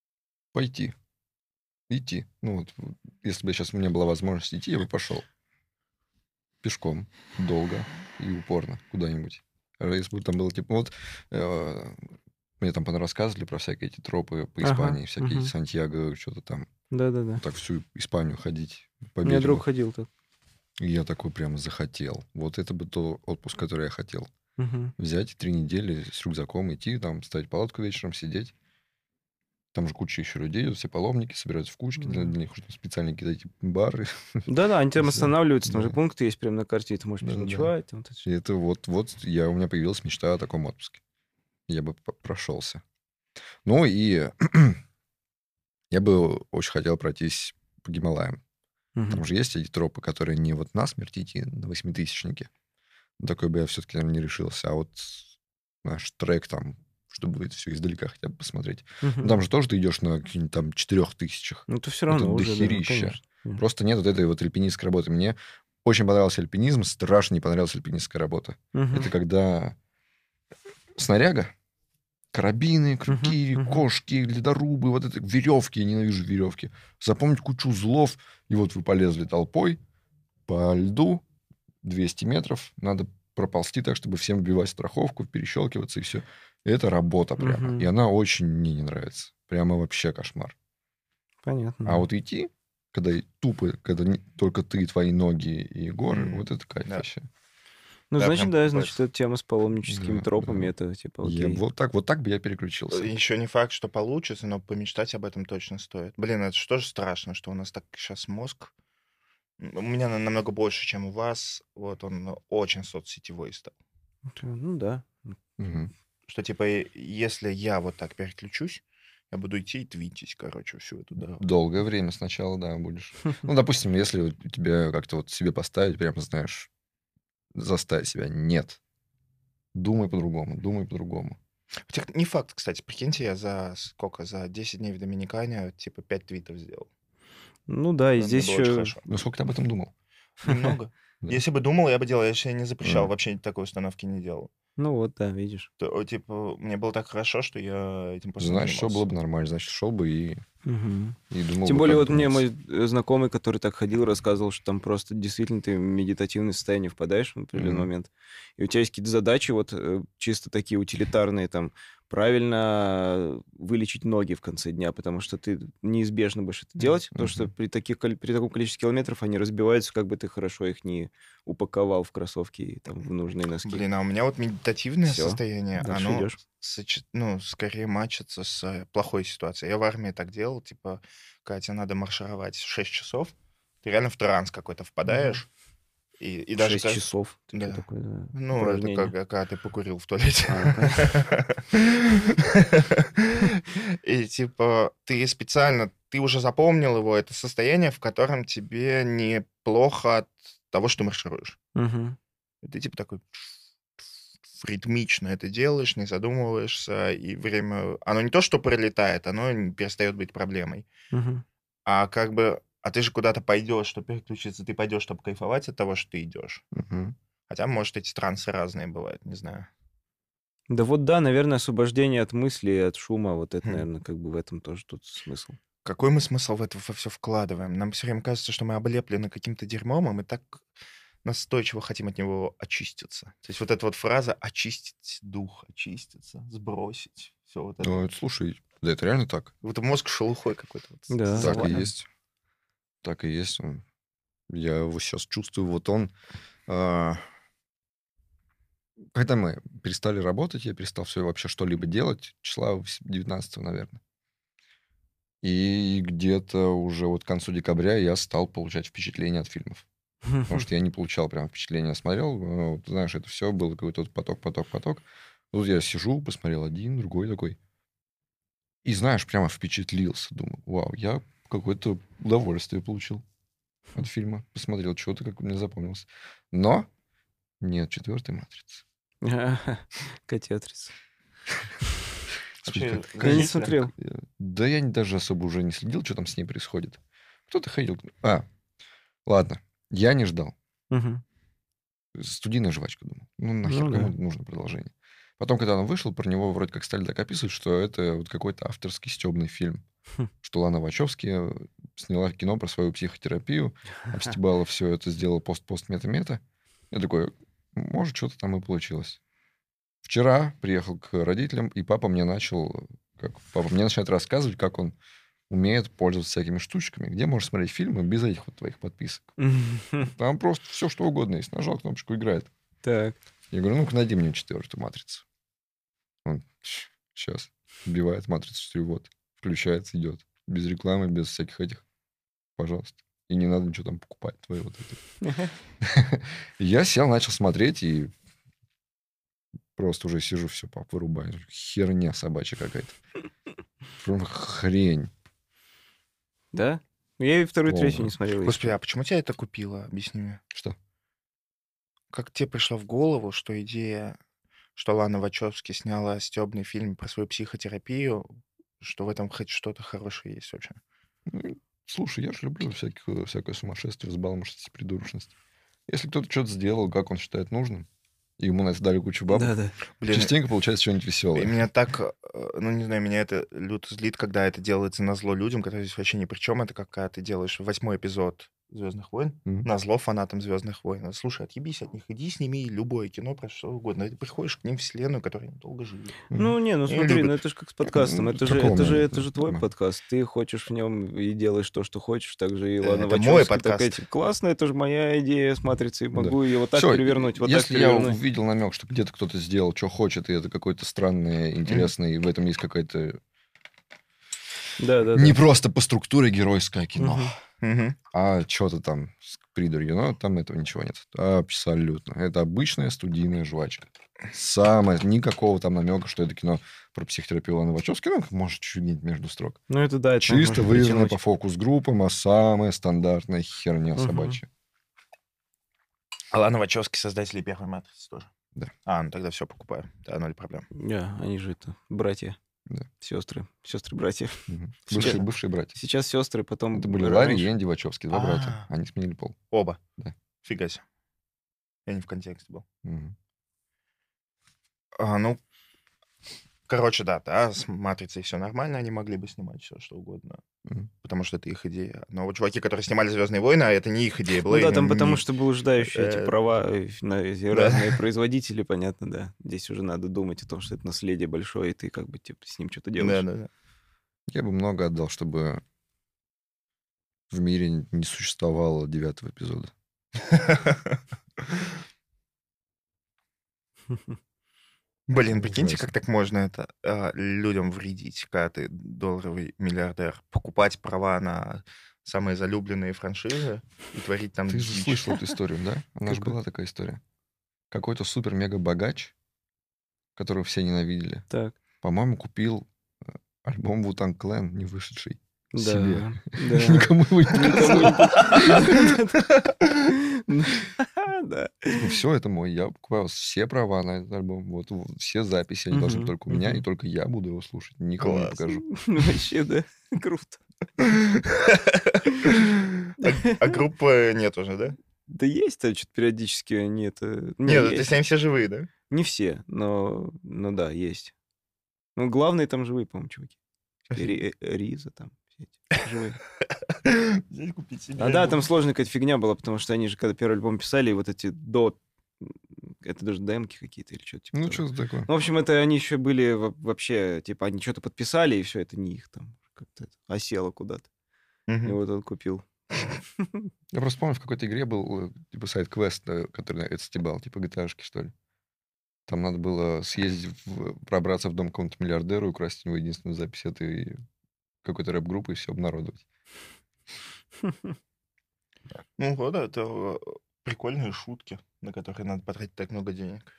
идти. Ну, вот, если бы сейчас у меня была возможность идти, я бы пошел. Пешком, долго и упорно куда-нибудь. А если бы там было, типа, вот, мне там рассказывали про всякие эти тропы по Ага, Испании, всякие мгм. Сантьяго, что-то там. Да-да-да. Вот так всю Испанию ходить по У меня друг берегу. ходил так. И я такой прям захотел. Вот это бы то отпуск, который я хотел. Мгм. Взять 3 недели с рюкзаком, идти, там, ставить палатку вечером, сидеть. Там же куча еще людей, идут, все паломники собираются в кучки, для Да. них уже специальные какие-то эти бары. Да-да, они там Всё. останавливаются, там же Да. пункты есть прямо на карте, и ты можешь Да-да-да. переночевать. Там вот это всё. И это вот у меня появилась мечта о таком отпуске. Я бы прошелся. Ну и я бы очень хотел пройтись по Гималаям. Там Мгм. же есть эти тропы, которые не вот насмерть идти на 8000-нике. Такой бы я все-таки, наверное, не решился. А вот наш трек там, чтобы это все издалека хотя бы посмотреть. Ну, Мгм. там же тоже ты идешь на каких-нибудь там 4000. Ну, это все Это равно уже, да, дохерища. конечно. Конечно. Просто нет вот этой вот альпинистской работы. Мне очень понравился альпинизм, страшно не понравилась альпинистская работа. Мгм. Это когда снаряга, карабины, крюки, Мгм, мгм. кошки, ледорубы, вот это веревки, я ненавижу веревки. Запомнить кучу узлов, и вот вы полезли толпой по льду 200 метров, надо проползти так, чтобы всем вбивать страховку, перещелкиваться и все. Это работа прямо. Мгм. И она очень мне не нравится. Прямо вообще кошмар. Понятно. А вот идти когда тупо, когда только ты, твои ноги и горы, вот это кайф Да. вообще. Ну, Да, значит, прям да, покупается. значит, эта тема с паломническими Да, тропами, да. это типа Я окей. вот так бы я переключился. Еще не факт, что получится, но помечтать об этом точно стоит. Блин, это что же страшно, что у нас так сейчас мозг. У меня намного больше, чем у вас. Вот он очень соцсетевой стал. Ну да. Мгм. Что типа, если я вот так переключусь, я буду идти и твитить, короче, всю эту дорогу. Долгое время сначала, да, будешь. Ну, допустим, если вот у тебя как-то вот себе поставить, прямо, знаешь, заставить себя. Нет. Думай по-другому, думай по-другому. Хотя не факт, кстати. Прикиньте, я за 10 дней в Доминикане типа 5 твитов сделал. Ну да, и Мне здесь было очень еще... хорошо. Ну, сколько ты об этом думал? Немного. Да. Если бы думал, я бы делал. Я себе не запрещал, Мгм. вообще такой установки не делал. Ну вот, да, видишь. Типа, мне было так хорошо, что я этим просто Значит, все занимался. было бы нормально. Значит, шел бы и думал Тем бы, более, как вот мне думать. мой знакомый, который так ходил, рассказывал, что там просто действительно ты в медитативное состояние впадаешь в определенный Мгм. момент. И у тебя есть какие-то задачи, вот чисто такие утилитарные, там, правильно вылечить ноги в конце дня, потому что ты неизбежно будешь это делать, потому что Мгм. при таком количестве километров они разбиваются, как бы ты хорошо их не упаковал в кроссовки и там в нужные носки. Блин, а у меня вот медитативное Всё, состояние, дальше оно идёшь. скорее матчится с плохой ситуацией. Я в армии так делал, типа, когда тебе надо маршировать 6 часов, ты реально в транс какой-то впадаешь, и даже 6 часов. Это Да. что такое за Ну, это упражнение? когда ты покурил в туалете. И типа ты специально, ты уже запомнил его, это состояние, в котором тебе неплохо от того, что маршируешь. Мгм. И ты типа такой ритмично это делаешь, не задумываешься, и время... Оно не то, что пролетает, оно перестает быть проблемой. Мгм. А как бы... А ты же куда-то пойдешь, чтобы переключиться, ты пойдешь, чтобы кайфовать от того, что ты идешь. Мгм. Хотя, может, эти трансы разные бывают, не знаю. Да вот да, наверное, освобождение от мыслей, от шума, вот это, Хм. наверное, как бы в этом тоже тут смысл. Какой мы смысл в это во все вкладываем? Нам все время кажется, что мы облеплены каким-то дерьмом, и мы так настойчиво хотим от него очиститься. То есть вот эта вот фраза «очистить дух», «очиститься», «сбросить», все вот это. Ну, это, слушай, да это реально так. Вот мозг шелухой какой-то. Вот Да. Так и завален. есть. Так и есть. Я его сейчас чувствую. Вот он... а, Когда мы перестали работать, я перестал все вообще что-либо делать, числа 19, наверное. И где-то уже вот к концу декабря я стал получать впечатления от фильмов. Потому что я не получал прям впечатления. Смотрел, вот, знаешь, это все было какой-то вот поток. Тут я сижу, посмотрел один, другой такой. И, знаешь, прямо впечатлился. Думаю, вау, я какое-то удовольствие получил от фильма. Посмотрел, что-то как мне запомнилось. Но нет 4-й матрицы. Котятрица. Слушай, Вообще, как- Я не заметили? смотрел. Да я даже особо уже не следил, что там с ней происходит. Кто-то ходил. Ладно, я не ждал. Мгм. Студийная жвачка, думал. Ну, нахер, Ну кому да. нужно продолжение. Потом, когда он вышел, про него вроде как стали так описывать, что это вот какой-то авторский стебный фильм. Хм. Что Лана Вачовски сняла кино про свою психотерапию, обстебала все это, сделала пост-мета-мета. Я такой, может, что-то там и получилось. Вчера приехал к родителям, и папа мне начинает рассказывать, как он умеет пользоваться всякими штучками, где можешь смотреть фильмы без этих вот твоих подписок. Там просто все, что угодно есть. Нажал кнопочку, играет. Так. Я говорю, ну-ка, найди мне 4-ю матрицу. Он, сейчас, вбивает матрицу 4, вот, включается, идет. Без рекламы, без всяких этих. Пожалуйста. И не надо ничего там покупать. Твои вот это. Я сел, начал смотреть, и просто уже сижу, все, пап, вырубаю. Херня собачья какая-то. Прям хрень. Да? Я и вторую, Полная. третью не смотрел. Господи, а почему тебя это купило? Объясни мне. Что? Как тебе пришло в голову, что идея, что Лана Вачовски сняла стебный фильм про свою психотерапию, что в этом хоть что-то хорошее есть вообще? Ну, слушай, я же люблю всякое сумасшествие, взбалмошность, придурочность. Если кто-то что-то сделал, как он считает нужным, и ему на это дали кучу бабок, Да-да. Блин, частенько получается что-нибудь и веселое. меня так, ну не знаю, меня это люто злит, когда это делается на зло людям, которые здесь вообще ни при чем. Это как когда ты делаешь 8-й эпизод «Звездных войн», Мгм. назло фанатам «Звездных войн». Слушай, отъебись от них, иди сними любое кино про что угодно. И ты приходишь к ним в вселенную, которой они долго жили. Ну, не, ну И смотри, любят. ну это же как с подкастом. Ну, Это в же, каком это же, моменте? это же твой Нормально. подкаст. Ты хочешь в нем и делаешь то, что хочешь. Так же и Лана Это мой Вачовски такая, подкаст. типа, классно, это же моя идея с матрицей. Да. Могу ее вот так Всё, перевернуть, вот так если я перевернуть. увидел намек, что где-то кто-то сделал, что хочет, и это какой-то странный, интересный, и в этом есть какая-то Да. не просто по структуре геройское кино, Мгм. а что-то там с придурью, но там этого ничего нет. Абсолютно. Это обычная студийная жвачка. Самое, никакого там намека, что это кино про психотерапию Ланы Вачовски, ну, может, чуть-чуть между строк. Ну, это да, это Чисто можно вырезанное притянуть. по фокус-группам, а самая стандартная херня Мгм. собачья. А Лана Вачовски создатели первой «Матрицы» тоже? Да. Ну тогда все покупаю. Да, ноль проблем. Да, они же это, братья, Да. сестры-братья. Мгм. Сейчас- Бывшие братья. Сейчас сестры, потом... Это были Ларри и раньше- Энди Вачовски, два братья. А. Они сменили пол. Оба? Да. Фига себе. Я не в контексте был. Мгм. Ну, короче, да, с «Матрицей» все нормально, они могли бы снимать все, что угодно, Мгм. потому что это их идея. Но вот чуваки, которые снимали «Звездные войны», а это не их идея была. Ну да, и там не- потому что блуждающие эти Э, права на эти да. разные производители, понятно, да. Здесь уже надо думать о том, что это наследие большое, и ты как бы типа с ним что-то делаешь. Да. Я бы много отдал, чтобы в мире не существовало 9-го эпизода. Блин, прикиньте, Ужасно. как так можно это людям вредить, когда ты долларовый миллиардер, покупать права на самые залюбленные франшизы и творить там Ты же дичь. слышал эту историю, да? Она же Какой? была такая история. Какой-то супер-мега-богач, которого все ненавидели, Так, по-моему, купил альбом Wu-Tang Clan, не вышедший, да, себе. да. Никому его не Никому показал. не Да. Все это мой. Я покупаю все права на этот альбом. Вот все записи, они должны быть Мгм, только у меня, и мгм. только я буду его слушать. Никому не Класс. покажу. Вообще, да. Круто. А группы нет уже, да? Да есть, что-то периодически они это... Нет, то есть. есть они все живые, да? Не все, но да, есть. Ну, главные там живые, по-моему, чуваки. Риза там, все эти живые. Взять, купить себе А да, альбом. там сложная какая-то фигня была, потому что они же, когда первый альбом писали, вот эти это даже демки какие-то или что-то типа Ну, того. что такое? Ну, в общем, это они еще были вообще, типа, они что-то подписали, и все, это не их там как-то осело куда-то. И Мгм. вот он купил. Я просто помню, в какой-то игре был типа сайт-квест, который это стебал, типа GTA-шки, что ли. Там надо было съездить, пробраться в дом какому-то миллиардеру и украсть у него единственную запись этой какой-то рэп-группы и все обнародовать. Ну вот, это прикольные шутки, на которые надо потратить так много денег.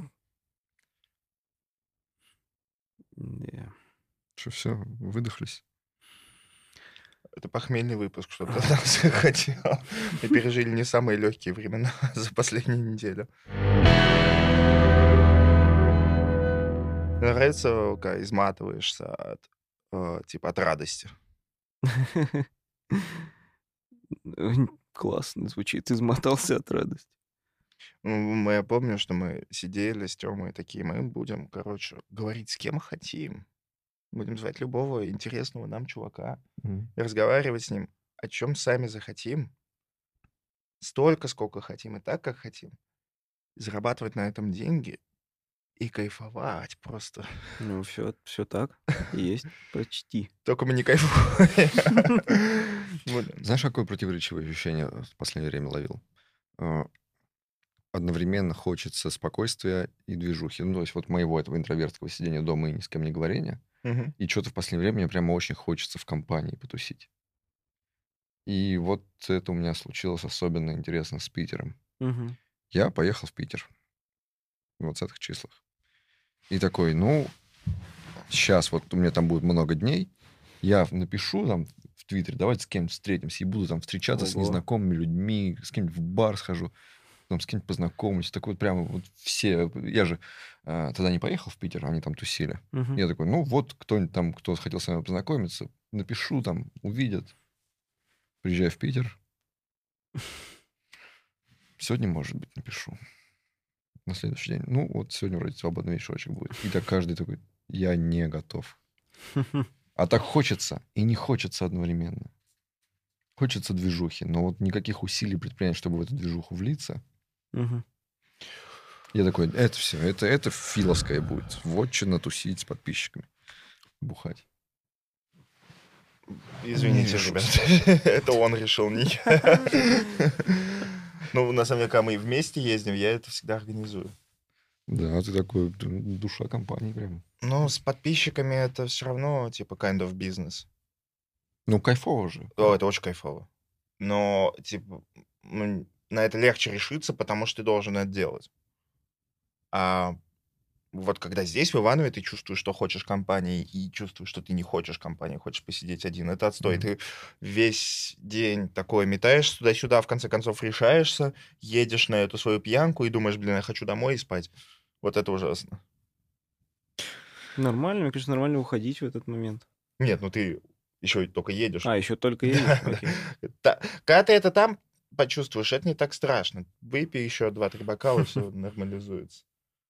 Да. Что, все, выдохлись? Это похмельный выпуск, что ты от нас хотел. Мы пережили не самые легкие времена за последнюю неделю. Мне нравится, когда изматываешься от радости. Классно звучит, измотался от радости. Я помню, что мы сидели с Тёмой такие, мы будем, говорить с кем хотим. Будем звать любого интересного нам чувака и разговаривать с ним, о чем сами захотим, столько, сколько хотим и так, как хотим, зарабатывать на этом деньги и кайфовать просто. Ну, все так и есть, почти. Только мы не кайфуем. Вот. Знаешь, какое противоречивое ощущение в последнее время ловил? Одновременно хочется спокойствия и движухи. Ну, то есть вот моего этого интровертского сидения дома и ни с кем не говорения. Мгм. И что-то в последнее время мне прямо очень хочется в компании потусить. И вот это у меня случилось особенно интересно с Питером. Мгм. Я поехал в Питер в 20-х числах. И такой, сейчас вот у меня там будет много дней, я напишу там в Твиттере, давайте с кем-то встретимся, и буду там встречаться с Ого. незнакомыми людьми, с кем-нибудь в бар схожу, там с кем-нибудь познакомлюсь. Так вот прямо вот все... Я же тогда не поехал в Питер, они там тусили. Мгм. Я такой, вот кто-нибудь там, кто хотел со мной познакомиться, напишу там, увидят. Приезжаю в Питер. Сегодня, может быть, напишу. На следующий день. Вот сегодня вроде свободный вечерочек будет. И так каждый такой, я не готов. А так хочется и не хочется одновременно. Хочется движухи, но вот никаких усилий предпринять, чтобы в эту движуху влиться. Мгм. Я такой, это все, это филовское будет. Вотчина тусить с подписчиками. Бухать. Извините, Не, ребят. Это он решил, не я. Ну, на самом деле, когда мы вместе ездим, я это всегда организую. Да, ты такой, душа компании прям. Но с подписчиками это все равно, типа, kind of business. Ну, кайфово же. О, это очень кайфово. Но, типа, на это легче решиться, потому что ты должен это делать. А вот когда здесь, в Иванове, ты чувствуешь, что хочешь компании, и чувствуешь, что ты не хочешь компании, хочешь посидеть один. Это отстой. Мгм. Ты весь день такое метаешь туда-сюда, в конце концов решаешься, едешь на эту свою пьянку и думаешь, блин, я хочу домой и спать. Вот это ужасно. Нормально, мне кажется, нормально уходить в этот момент. Нет, ну ты еще только едешь. А, еще только едешь? Да, Окей. Когда ты это там почувствуешь, это не так страшно. Выпей еще 2-3 бокала, все нормализуется.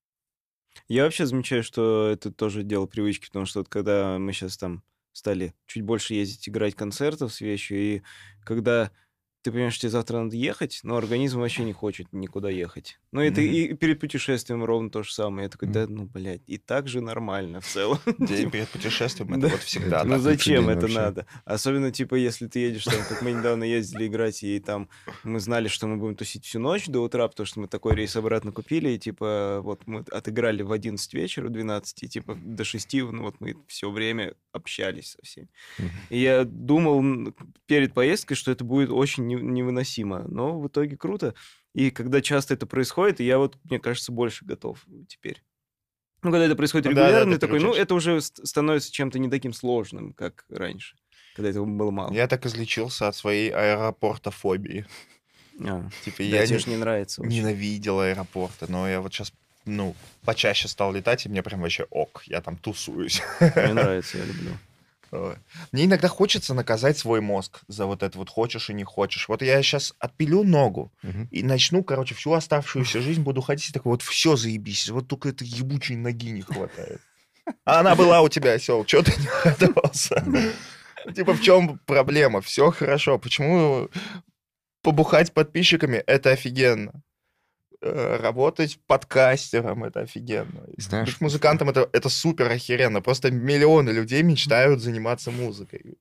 Я вообще замечаю, что это тоже дело привычки, потому что вот когда мы сейчас там стали чуть больше ездить, играть концертов с вещью, и когда ты понимаешь, что тебе завтра надо ехать, но организм вообще не хочет никуда ехать. Ну, это Мгм. и перед путешествием ровно то же самое. Я такой, да, ну, блядь, и так же нормально в целом. День перед путешествием, это Да. вот всегда Ну так. зачем день это вообще. надо? Особенно, типа, если ты едешь там, как мы недавно ездили играть, и там мы знали, что мы будем тусить всю ночь до утра, потому что мы такой рейс обратно купили, и, типа, вот мы отыграли в 11 вечера, в 12, и, типа, до 6, ну, вот мы все время общались со всеми. Мгм. И я думал перед поездкой, что это будет очень невыносимо, но в итоге круто. И когда часто это происходит, я вот, мне кажется, больше готов теперь. Ну, когда это происходит Ну да, регулярно, ты такой, ну, привыкаешь. это уже становится чем-то не таким сложным, как раньше, когда этого было мало. Я так излечился от своей аэропортофобии. Типа, Да, я тебе же не нравится очень. ненавидел аэропорты, но я вот сейчас, ну, почаще стал летать, и мне прям вообще ок, я там тусуюсь. Мне нравится, я люблю. Ой. Мне иногда хочется наказать свой мозг за вот это вот хочешь и не хочешь. Вот я сейчас отпилю ногу Мгм. и начну, короче, всю оставшуюся жизнь буду ходить и такой, вот все заебись, вот только этой ебучей ноги не хватает. А она была у тебя, осел, чего ты не радовался? Типа, в чем проблема? Все хорошо. Почему побухать с подписчиками — это офигенно? Работать подкастером — это офигенно. Знаешь, Быть музыкантом — это супер охеренно. Просто миллионы людей мечтают заниматься музыкой.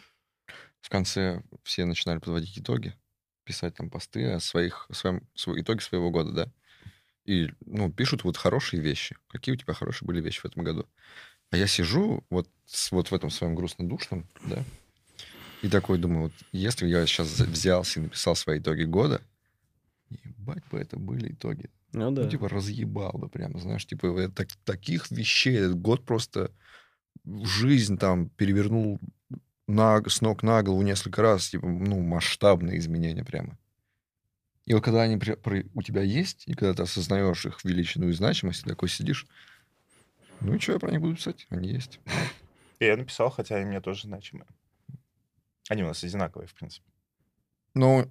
в конце все начинали подводить итоги, писать там посты о итоге своего года, да. И, ну, пишут вот хорошие вещи. Какие у тебя хорошие были вещи в этом году? А я сижу вот в этом своем грустно-душном, да, и такой думаю, вот если я сейчас взялся и написал свои итоги года, ебать бы это были итоги. Ну да. Ну, типа, разъебал бы прям, знаешь, типа, таких вещей. Этот год просто жизнь там перевернул с ног на голову несколько раз, типа, ну, масштабные изменения прямо. И вот когда они у тебя есть, и когда ты осознаешь их величину и значимость, ты такой сидишь, ну и что я про них буду писать? Они есть. И я написал, хотя они мне тоже значимые. Они у нас одинаковые, в принципе. Но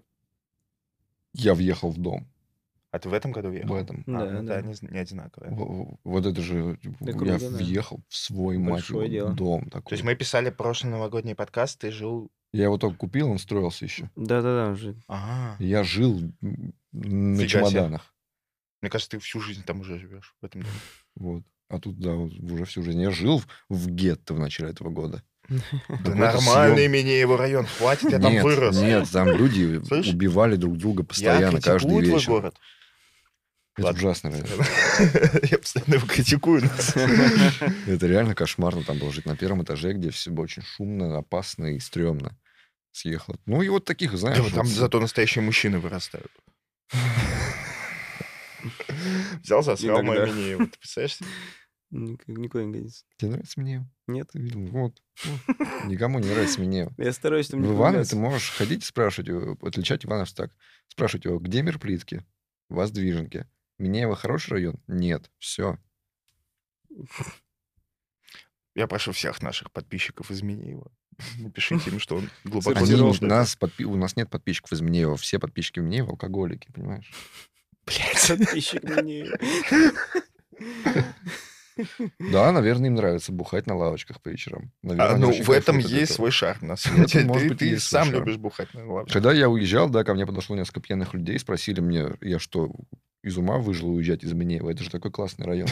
я въехал в дом А ты в этом году въехал? в этом. Да, ну да. да, не одинаковые. Вот это же... Да я круто, да. въехал в свой, мать Большое его, дело. дом То такой. есть мы писали прошлый новогодний подкаст, ты жил... Я его только купил, он строился еще. Да-да-да, уже. Ага. Я жил на Фига себе. чемоданах. Мне кажется, ты всю жизнь там уже живешь, в этом доме. Вот. А тут, да, вот уже всю жизнь. Я жил в гетто в начале этого года. Да Какой-то нормальный съем. меня его район, хватит, я там Нет, вырос. нет, там люди Слышь, убивали друг друга Я постоянно, каждый критикую твой вечер. город. Это Ладно. ужасно, реально. Я постоянно его критикую. Это реально кошмарно там было жить на первом этаже, где все было очень шумно, опасно и стрёмно. Съехал. Ну и вот таких, знаешь... Да, там вот- зато настоящие мужчины вырастают. Взял, засрал мое Иногда. Минеево. Ты представляешь себе? Никуда не годится. Тебе нравится Минеево? Нет. Ты видел? Вот. Никому не нравится Минеево. Я стараюсь там не В Иванове ты появляться. можешь ходить и спрашивать его, отличать ивановцев так. Спрашивать его, где мир плитки? Воздвиженки. Минеево хороший район? Нет. Все. Я прошу всех наших подписчиков из Минеева. Напишите им, что он глубоко Они- заблуждается. У нас нет подписчиков из Минеева. Все подписчики в Минеева алкоголики, понимаешь? Блядь. Подписчик мне. Да, наверное, им нравится бухать на лавочках по вечерам. Наверное, они Ну, очень в этом кайфуют от есть этого. свой шарм, на самом деле. может быть, и Ты есть свой сам шарм. любишь бухать на лавочке. Когда я уезжал, да, ко мне подошло несколько пьяных людей, спросили мне, я что, из ума выжил уезжать из Минеева? Это же такой классный район.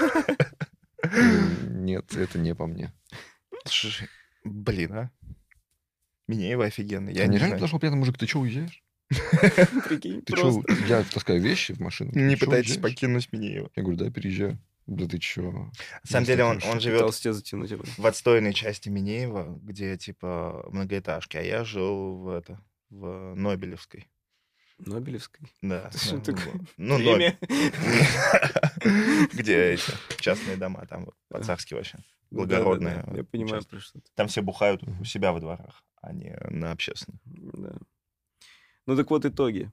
Нет, это не по мне. Слушай, блин, а? Минеево офигенно. Я Мне не реально знаю. подошел пьяный мужик, ты что, уезжаешь? Прикинь, Ты просто. что, я таскаю вещи в машину. Не Ты чё, пытайтесь уезжаешь? покинуть Минеево. Я говорю, да, переезжаю. Да ты чё? На самом деле он живет Пытался тебя затянуть. в отстойной части Минеева, где типа многоэтажки, а я жил в Нобелевской. Нобелевской. Да. Что ну, такое? Ну, Премия? где эти частные дома, там вот по-царски вообще. Благородные. Да-да-да, я понимаю, участки. про что ты. Там все бухают у себя во дворах, а не на общественных. Да. Ну так вот итоги.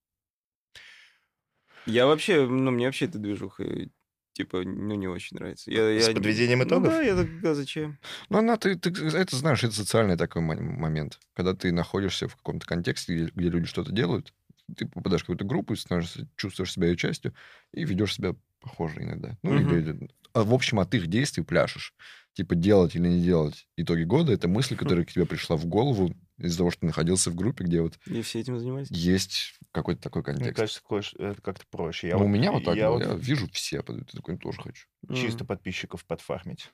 Я вообще, ну мне вообще эта движуха, типа, ну не очень нравится. С подведением Ну итогов? да, я так, а зачем? Ну, ты это знаешь, это социальный такой момент. Когда ты находишься в каком-то контексте, где люди что-то делают, ты попадаешь в какую-то группу, чувствуешь себя ее частью и ведешь себя похоже иногда. Ну, в общем, от их действий пляшешь. Типа, делать или не делать итоги года — это мысль, которая к тебе пришла в голову из-за того, что ты находился в группе, где вот И все этим занимались? есть какой-то такой Мне контекст. кажется, это как-то проще. Ну, у меня вот так я было. вот Я вижу все, я такой тоже хочу. чисто подписчиков подфармить.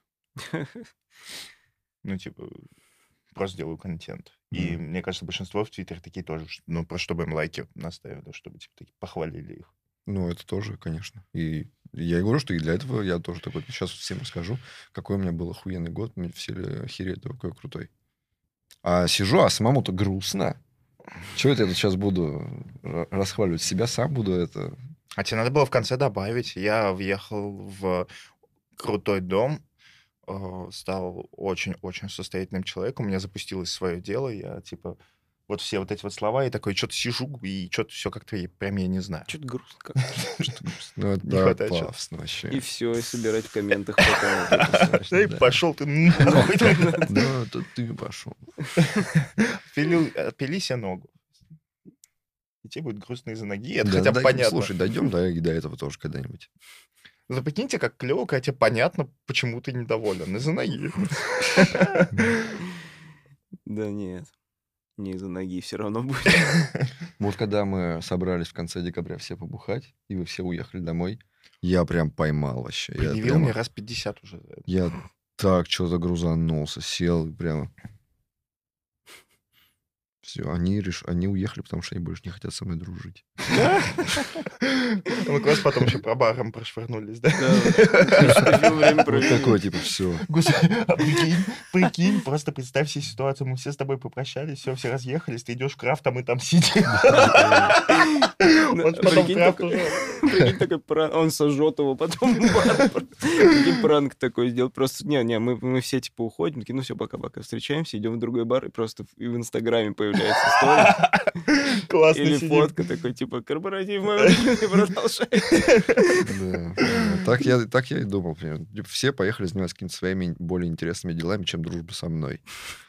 Ну, типа, просто делаю контент. И мне кажется, большинство в Твиттере такие тоже, ну, просто чтобы им лайки наставили, чтобы, типа, такие похвалили их. Ну, это тоже, конечно. И я и говорю, что и для этого я тоже такой... Сейчас всем расскажу, какой у меня был охуенный год. Все охереют, какой я крутой. А сижу, а самому-то грустно. Чего это я тут сейчас буду расхваливать себя? Сам буду это... А тебе надо было в конце добавить. Я въехал в крутой дом, стал очень-очень состоятельным человеком. У меня запустилось свое дело. Я, типа, вот все вот эти вот слова, и такой, что-то сижу, и что-то все как-то прям я не знаю. Что-то грустно как. Ну, это Не да, хватает чего-то. пафосно вообще. И все, и собирать в комментах потом. Да и пошел ты нахуй. Да, это ты пошел. Отпили себе ногу. И тебе будет грустно из-за ноги. Это хотя бы Да, понятно. Слушай, дойдем до этого тоже когда-нибудь. Ну, прикиньте, как клево, когда тебе понятно, почему ты недоволен. Из-за ноги. Да нет, не из-за ноги все равно будет. Вот когда мы собрались в конце декабря все побухать, и вы все уехали домой, я прям поймал вообще. Я Предъявил прямо- мне раз 50 уже. за это. Я так что-то грузанулся, сел и прямо... Все, они уехали, потому что они больше не хотят со мной дружить. Мы как раз потом еще про баром прошвырнулись, да? Время Вот провели. такое, типа, все. Господи, а прикинь, просто представь себе ситуацию, мы все с тобой попрощались, все разъехались, ты идешь в крафт, а мы там сидим. Он потом в Прикинь, крафт такой- уже... Прикинь, такой пранк, он сожжет его, потом бар. Прикинь, пранк такой сделал. Просто, не, мы все типа уходим, такие, ну все, пока-пока, встречаемся, идем в другой бар, и просто и в Инстаграме появляется сторис Классно или сидим. фотка такой, типа, корпоратив мой любимый продолжает. Да. Так я и думал. Примерно. Типа, все поехали заниматься какими-то своими более интересными делами, чем дружба со мной.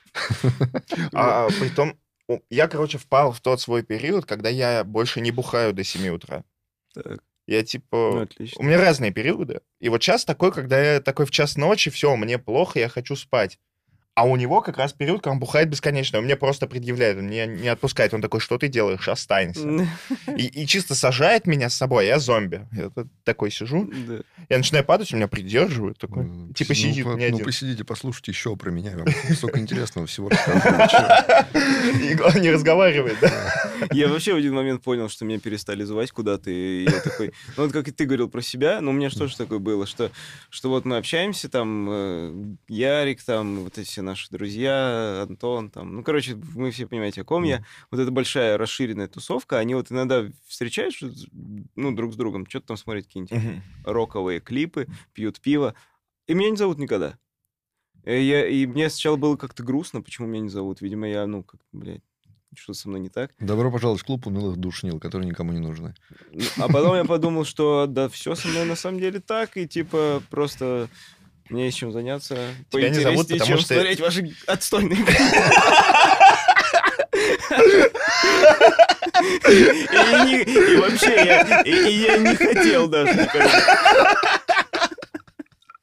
А притом, я, короче, впал в тот свой период, когда я больше не бухаю до 7 утра. Так, Я, ну типа... У отлично. меня разные периоды. И вот час такой, когда я такой в час ночи, все, мне плохо, я хочу спать. А у него как раз период, когда он бухает бесконечно. Он мне просто предъявляет, он меня не отпускает. Он такой, что ты делаешь? Останься. И чисто сажает меня с собой, а я зомби. Я тут такой сижу, Да. я начинаю падать, меня придерживают. Такой, типа сидит не один. посидите, послушайте еще про меня. Я вам столько интересного всего расскажу. И главное, не разговаривает, да? Я вообще в один момент понял, что меня перестали звать куда-то, и я такой... Ну, вот как и ты говорил про себя, но у меня же тоже такое было, что вот мы общаемся, там, Ярик, там, вот эти все наши друзья, Антон, там, ну, короче, вы все понимаете, о ком я. Вот эта большая расширенная тусовка, они вот иногда встречаются, ну, друг с другом, что-то там смотрят какие-нибудь роковые клипы, пьют пиво, и меня не зовут никогда. И мне сначала было как-то грустно, почему меня не зовут. Видимо, я, ну, как, блядь, что со мной не так. Добро пожаловать в клуб унылых душнил, которые никому не нужны. А потом я подумал, что да, все со мной на самом деле так, и типа просто мне есть чем заняться. Тебя не зовут, поинтереснее, потому чем что- смотреть ваши отстойные И вообще, я не хотел даже никогда.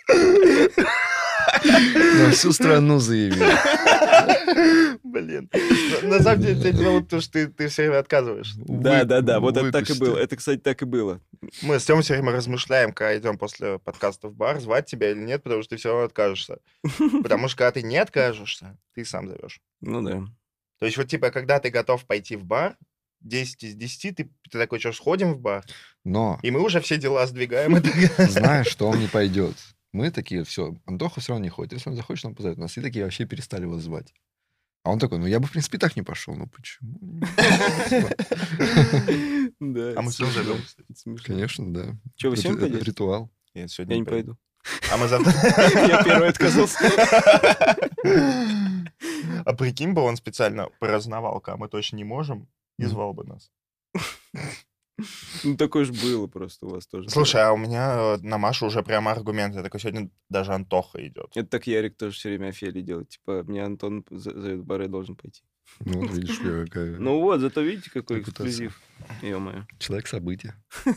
На всю страну заявил. Блин. На самом деле, тебя дело то, что ты все время отказываешься. Да, вот это так и Выпусти. было. Это, кстати, так и было. Мы с Тёмой все время размышляем, когда идем после подкаста в бар, звать тебя или нет, потому что ты все равно откажешься. Потому что когда ты не откажешься, ты сам зовешь. Ну да. То есть вот типа, когда ты готов пойти в бар, 10 из 10, ты такой, что, сходим в бар? Но И мы уже все дела сдвигаем. И так. знаешь, что он не пойдет. Мы такие, все, Антоха все равно не ходит. Если он захочет, он позовет нас. И такие вообще перестали его звать. А он такой, ну я бы, в принципе, так не пошел. Ну почему? Да. А мы все зовем. Конечно, да. Че, вы Это сегодня пойдете? ритуал. Я сегодня Я не пойду. А мы завтра... Я первый отказался. А прикинь бы, он специально праздновал, а мы точно не можем, и звал бы нас. Ну, такое же было просто у вас тоже. Слушай, а у меня на Машу уже прямо аргумент. Я такой, сегодня даже Антоха идет. Это так Ярик тоже все время Офелии делает. Типа, мне Антон зовет в бар, я должен пойти. Ну, вот видишь, я какая... Ну вот, зато видите, какой Репутация. эксклюзив. Ё-моё. Человек события.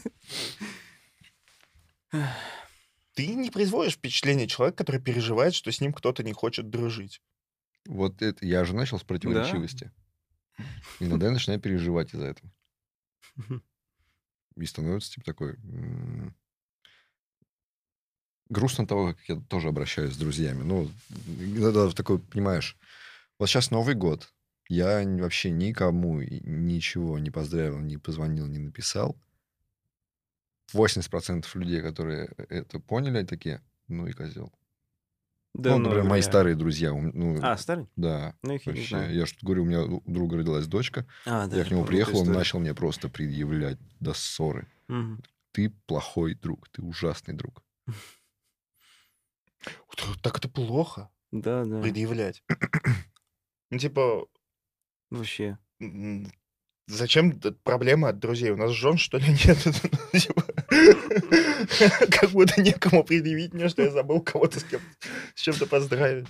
Ты не производишь впечатление человека, который переживает, что с ним кто-то не хочет дружить. Вот это я же начал с противоречивости. Иногда я начинаю переживать из-за этого. И становится типа такой... Грустно того, как я тоже обращаюсь с друзьями. Ну, иногда такой, понимаешь, вот сейчас Новый год. Я вообще никому ничего не поздравил, не позвонил, не написал. 80% людей, которые это поняли, такие, ну и козел. Да, ну, например, мои старые друзья. Ну, А, старый? да. Ну, их я не Вообще, знаю. я что говорю, у меня у друга родилась дочка. А, да, Я к нему помню приехал, эту он историю. начал мне просто предъявлять до ссоры. Мгм. Ты плохой друг, ты ужасный друг. Так это плохо, Да. предъявлять. Ну, типа, Вообще. зачем проблема от друзей? У нас жен, что ли, нет? Типа, как будто некому предъявить мне, что я забыл кого-то с чем-то поздравить.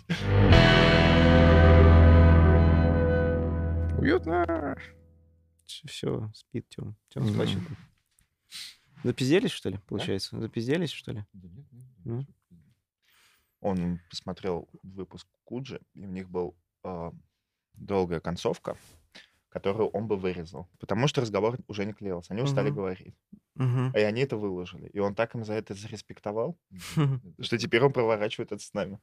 Уютно. Все, спит Тём. Тём Да. спать сейчас будет. Запизделись, что ли, получается? Запизделись, что ли? Ну. Он посмотрел выпуск Куджи, и у них был долгая концовка, которую он бы вырезал, потому что разговор уже не клеился. Они устали Мгм. говорить. Мгм. И они это выложили. И он так им за это зареспектовал, что теперь он проворачивает это с нами.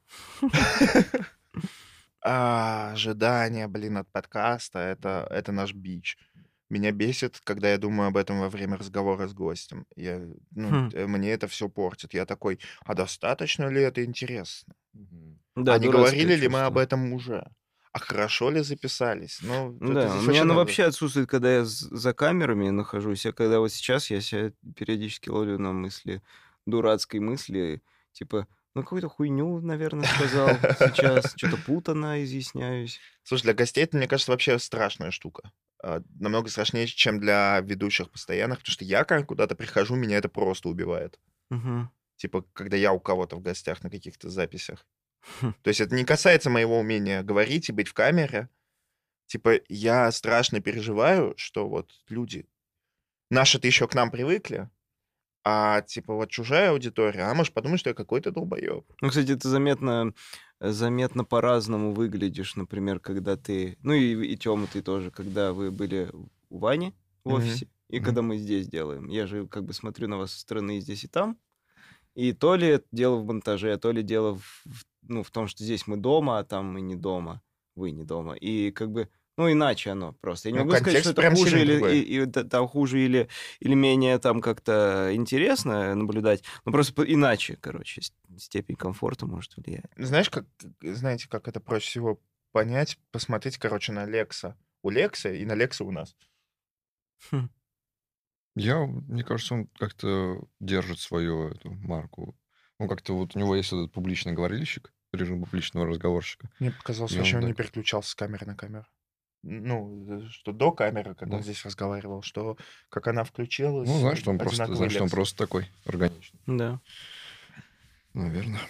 Ожидание, блин, от подкаста — это наш бич. Меня бесит, когда я думаю об этом во время разговора с гостем. Мне это все портит. Я такой, а достаточно ли это интересно? Да, А не дурацкое говорили ли мы чувство. об этом уже? А хорошо ли записались? Ну, это Да, здесь у меня оно надо. вообще отсутствует, когда я за камерами нахожусь, а когда вот сейчас я себя периодически ловлю на мысли, дурацкой мысли, типа, ну, какую-то хуйню, наверное, сказал сейчас, что-то путано изъясняюсь. Слушай, для гостей это, мне кажется, вообще страшная штука. Намного страшнее, чем для ведущих постоянных, потому что я, когда куда-то прихожу, меня это просто убивает. Мгм. Типа, когда я у кого-то в гостях на каких-то записях. Хм. То есть это не касается моего умения говорить и быть в камере. Типа, я страшно переживаю, что вот люди... Наши-то еще к нам привыкли, а типа вот чужая аудитория, а может подумать, что я какой-то долбоеб. Ну, кстати, это заметно по-разному выглядишь, например, когда ты... Ну, и Тёма, ты тоже, когда вы были у Вани в Мгм. офисе, и Мгм. когда мы здесь делаем. Я же как бы смотрю на вас со стороны и здесь, и там. И то ли это дело в монтаже, а то ли дело в том, что здесь мы дома, а там мы не дома, вы не дома. И как бы, ну, иначе оно просто. Я не Ну, могу сказать, контекст что это прям хуже сильно или, другой. там хуже или менее там как-то интересно наблюдать. Ну, просто иначе, короче, степень комфорта может влиять. Знаете, как это проще всего понять? Посмотреть, короче, на Лекса. У Лекса и на Лекса у нас. Хм. Мне кажется, он как-то держит свою эту марку. Он как-то вот у него есть этот публичный говорильщик, режим публичного разговорщика. Мне показалось, И вообще он он не так- переключался с камеры на камеру. Ну, что до камеры, как Да. он здесь разговаривал, что как она включилась, Ну, знаешь, что он одинаковый Лекс. просто такой органичный. Да. Наверное.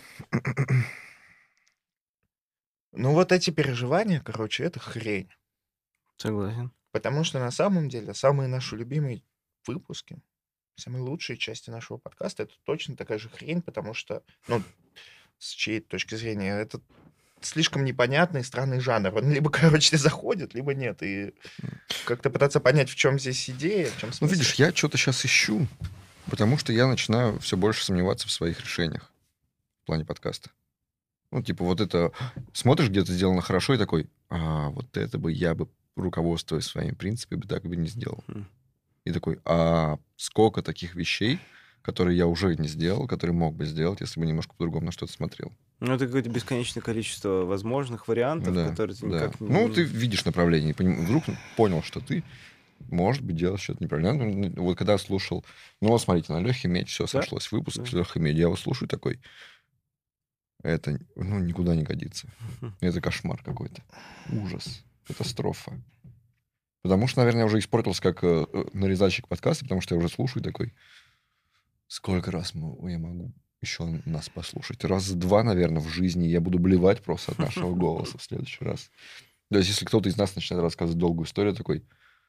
Ну, вот эти переживания, короче, это хрень. Согласен. Потому что на самом деле самые наши любимые выпуски, самые лучшие части нашего подкаста — это точно такая же хрень, потому что, ну, с чьей-то точки зрения. Это слишком непонятный, странный жанр. Он либо, короче, заходит, либо нет. И как-то пытаться понять, в чем здесь идея, в чем Ну, смысл. видишь, я что-то сейчас ищу, потому что я начинаю все больше сомневаться в своих решениях в плане подкаста. Ну, типа, вот это... Смотришь, где-то сделано хорошо, и такой, вот это бы я бы, руководствуясь своими принципами, так бы не сделал. И такой, сколько таких вещей, которые я уже не сделал, которые мог бы сделать, если бы немножко по-другому на что-то смотрел. Ну, это какое-то бесконечное количество возможных вариантов, Да, которые ты да. никак не... Ну, ты видишь направление, и вдруг понял, что ты, может быть, делаешь что-то неправильно. Ну, вот когда слушал... Ну, вот смотрите, на Лехе Медь все сошлось. Выпуск с Лехой Медь. Я его слушаю такой... Это, никуда не годится. Это кошмар какой-то. Ужас. Катастрофа. Потому что, наверное, я уже испортился как нарезальщик подкаста, потому что я уже слушаю такой... Сколько раз я могу еще нас послушать? Раза 2, наверное, в жизни я буду блевать просто от нашего голоса в следующий раз. То есть, если кто-то из нас начинает рассказывать долгую историю, такой...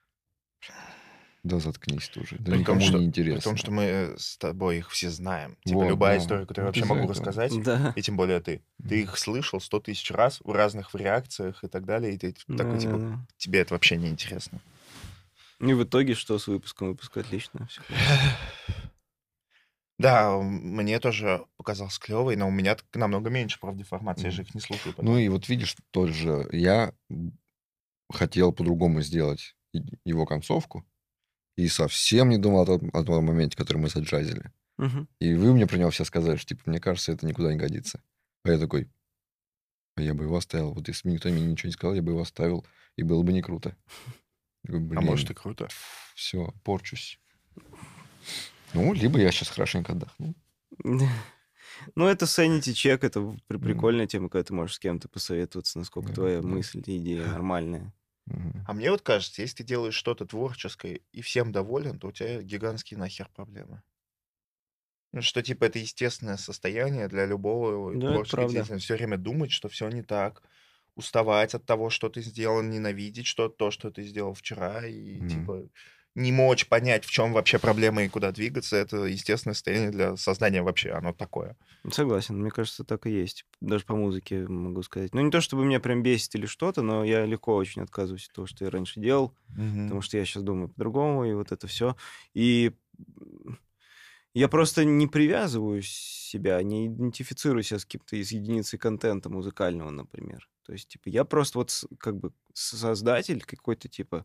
Да заткнись ты уже. Да никому не интересно. При том, что мы с тобой их все знаем. Типа Вот, любая да. история, которую я Вот вообще из-за могу этого. рассказать, Да. и тем более ты. Ты их слышал 100 тысяч раз в разных вариациях и так далее, и ты такой, типа, Да. тебе это вообще не интересно. И в итоге что с выпуском? Выпуск отлично. Всё хорошо. Да, мне тоже показался клевый, но у меня намного меньше, правда, информации, я же их не слушаю. Ну и вот видишь, тот же... Я хотел по-другому сделать его концовку, и совсем не думал о том моменте, который мы заджазили. Мгм. И вы мне про него все сказали, что, типа, мне кажется, это никуда не годится. А я такой, я бы его оставил. Вот если бы никто мне ничего не сказал, я бы его оставил, и было бы не круто. Такой, А может и круто. все, порчусь. Ну, либо я сейчас хорошенько отдохну. Ну, это sanity check, это прикольная тема, когда ты можешь с кем-то посоветоваться, насколько Да, твоя да. мысль, идея нормальная. Мгм. А мне вот кажется, если ты делаешь что-то творческое и всем доволен, то у тебя гигантские нахер проблемы. Ну, что, типа, это естественное состояние для любого Да, это творческого правда. деятеля. Все время думать, что все не так, уставать от того, что ты сделал, ненавидеть то, что ты сделал вчера, и, типа, не мочь понять, в чем вообще проблема и куда двигаться, это естественное состояние для сознания вообще, оно такое. Согласен, мне кажется, так и есть. Даже по музыке могу сказать. Ну, не то, чтобы меня прям бесит или что-то, но я легко очень отказываюсь от того, что я раньше делал, потому что я сейчас думаю по-другому, и вот это все. И я просто не привязываю себя, не идентифицирую себя с каким-то из единицей контента музыкального, например. То есть, типа, я просто вот как бы создатель какой-то, типа,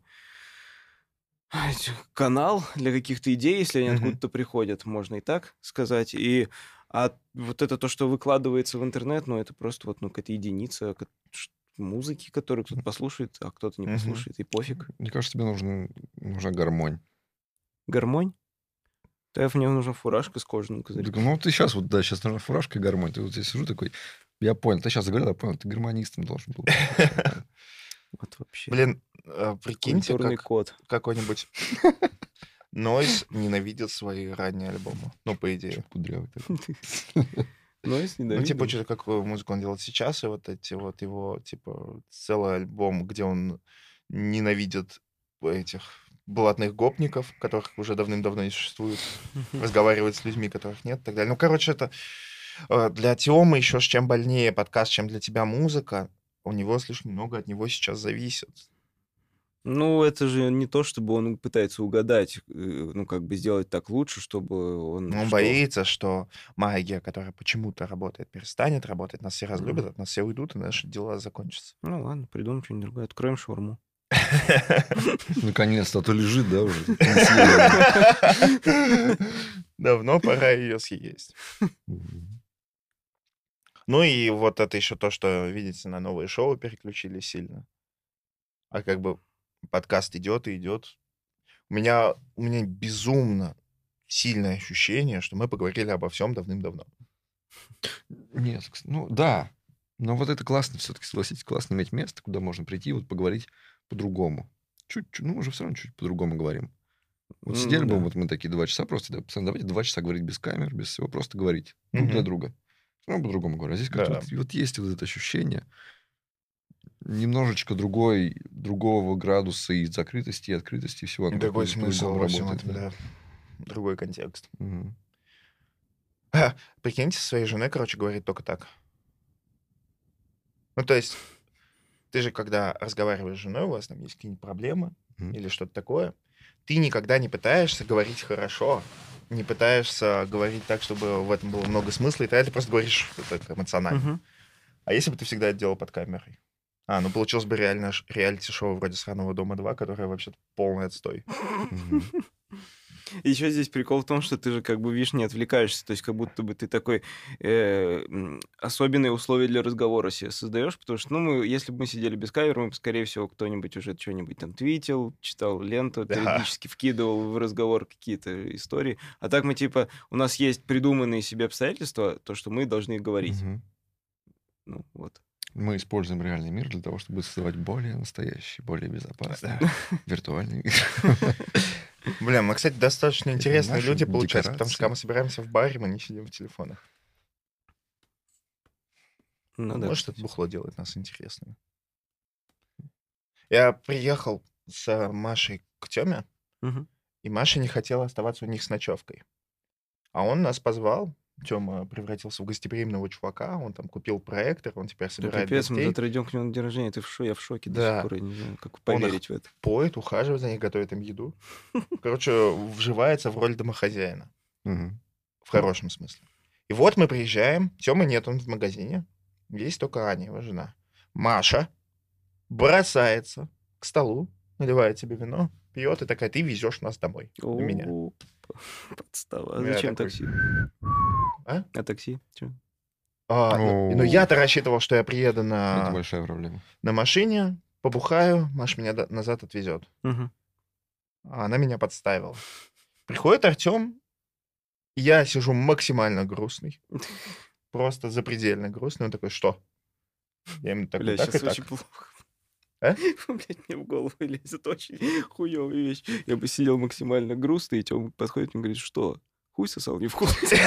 канал для каких-то идей, если они Мгм. откуда-то приходят, можно и так сказать. А вот это то, что выкладывается в интернет, ну, это просто вот какая-то единица музыки, которую кто-то послушает, а кто-то не Мгм. послушает, и пофиг. Мне кажется, тебе нужна гармонь. Гармонь? Да, мне нужна фуражка с кожаным козырьком. Ну, ты сейчас сейчас нужна фуражка и гармонь. Ты вот здесь сижу такой, я понял, ты сейчас заговорил, я понял, ты гармонистом должен был. Вот вообще. Блин, прикиньте, Культурный как код. какой-нибудь Нойз ненавидит свои ранние альбомы. Ну, по идее. Кудрявый такой. Нойз Ну, типа, ненавидит. что-то какую музыку он делает сейчас, и вот эти вот его, типа, целый альбом, где он ненавидит этих блатных гопников, которых уже давным-давно не существует, разговаривает с людьми, которых нет, и так далее. Ну, короче, это для Тёмы еще чем больнее подкаст, чем для тебя музыка. У него слишком много от него сейчас зависит. Ну, это же не то, чтобы он пытается угадать, ну, как бы сделать так лучше, чтобы он... Но он что? боится, что магия, которая почему-то работает, перестанет работать, нас все разлюбят, от нас все уйдут, и наши дела закончатся. Ну, ладно, придумаем что-нибудь другое. Откроем шаурму. Наконец-то, а то лежит, да, уже. Давно пора ее съесть. Ну и вот это еще то, что, видите, на новые шоу переключили сильно. А как бы подкаст идет и идет. У меня безумно сильное ощущение, что мы поговорили обо всем давным-давно. Нет, ну да. Но вот это классно все-таки, согласитесь, классно иметь место, куда можно прийти и вот поговорить по-другому. Чуть-чуть, мы уже все равно чуть по-другому говорим. Вот сидели бы да. вот мы такие 2 часа просто, да, пацаны, давайте 2 часа говорить без камер, без всего, просто говорить друг для Мгм. друга. Все равно по-другому говорю. А здесь как-то Да. вот есть вот это ощущение немножечко другого градуса и закрытости, и открытости, и всего. Оно Другой как-то смысл по-другому во всем работает, этом, да. Другой контекст. Мгм. Прикиньте, со своей женой, короче, говорит только так. Ну, то есть, ты же, когда разговариваешь с женой, у вас там есть какие-нибудь проблемы или что-то такое, ты никогда не пытаешься говорить хорошо, не пытаешься говорить так, чтобы в этом было много смысла, и ты просто говоришь это эмоционально. А если бы ты всегда это делал под камерой? Ну, получилось бы реально реалити-шоу вроде «Сраного дома 2», которое вообще-то полный отстой. Еще здесь прикол в том, что ты же как бы, видишь, не отвлекаешься, то есть как будто бы ты такой особенные условия для разговора себе создаешь, потому что, если бы мы сидели без камеры, мы бы, скорее всего, кто-нибудь уже что-нибудь там твитил, читал ленту, периодически вкидывал в разговор какие-то истории, а так мы типа, у нас есть придуманные себе обстоятельства, то, что мы должны говорить. Ну, вот. Мы используем реальный мир для того, чтобы создавать более настоящий, более безопасный виртуальный мир. Блин, мы, кстати, достаточно интересные наши люди, получается, потому что декорации. когда мы собираемся в баре, мы не сидим в телефонах. Ну, да, Может, это кстати. бухло делает нас интересными. Я приехал с Машей к Тёме, Мгм. и Маша не хотела оставаться у них с ночевкой. А он нас позвал. Тёма превратился в гостеприимного чувака, он там купил проектор, он теперь Да собирает пипец, мы гостей, завтра идем к нему на день рождения, я в шоке до Да. сих пор, я не знаю, как Он их поверить в это. поет, ухаживает за них, готовит им еду. Короче, вживается в роль домохозяина. Мгм. В хорошем смысле. И вот мы приезжаем, Тёмы нет, он в магазине. Есть только Аня, его жена. Маша бросается к столу, наливает себе вино, пьет и такая: ты везешь нас домой. На меня. О, подстава. А Я зачем такой, такси? А? А такси? Чё? Ну, я-то рассчитывал, что я приеду Это большая проблема. на машине, побухаю, Маша меня назад отвезет. Мгм. А она меня подставила. Приходит Артем, я сижу максимально грустный. Просто запредельно грустный. Он такой: что? Я ему такой: Бля, так и сейчас так. очень плохо. А? Блядь, мне в голову лезет очень хуёвая вещь. Я бы сидел максимально грустный, и Тёма подходит и говорит: что? Хуй сосал не в комнате.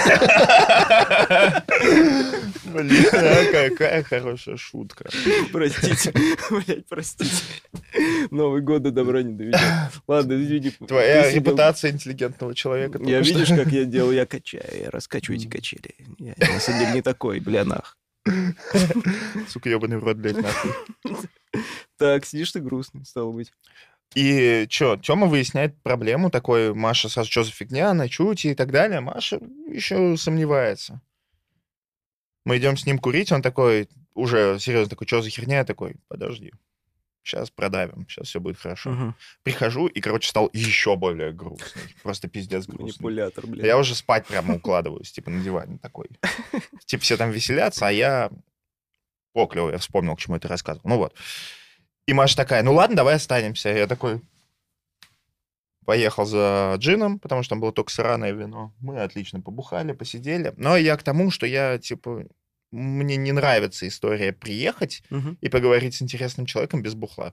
Блин, какая хорошая шутка. Простите, блядь, простите. Новый год до добра не доведет. Ладно, извини. Твоя Ты сидел- репутация интеллигентного человека. Я только что. видишь, как я делаю? Я качаю, я раскачиваю эти качели. Я на самом деле не такой, бля, нах. Сука, ебаный в рот, блядь, нахуй. Так, сидишь ты грустный, стало быть. И чё, Тёма выясняет проблему такой, Маша сразу: что за фигня, ночуйте и так далее. Маша еще сомневается. Мы идем с ним курить, он такой, уже серьезно такой: что за херня? Я такой: подожди, сейчас продавим, сейчас все будет хорошо. Мгм. Прихожу и, короче, стал еще более грустный. Просто пиздец грустный. Манипулятор, блядь. Я уже спать прямо укладываюсь, типа, на диване такой. Типа, все там веселятся, а я... О, клево, я вспомнил, к чему это рассказывал. Ну вот. И Маша такая: ну ладно, давай останемся. Я такой поехал за джином, потому что там было только сраное вино. Мы отлично побухали, посидели. Но я к тому, что я, типа, мне не нравится история приехать Мгм. и поговорить с интересным человеком без бухла.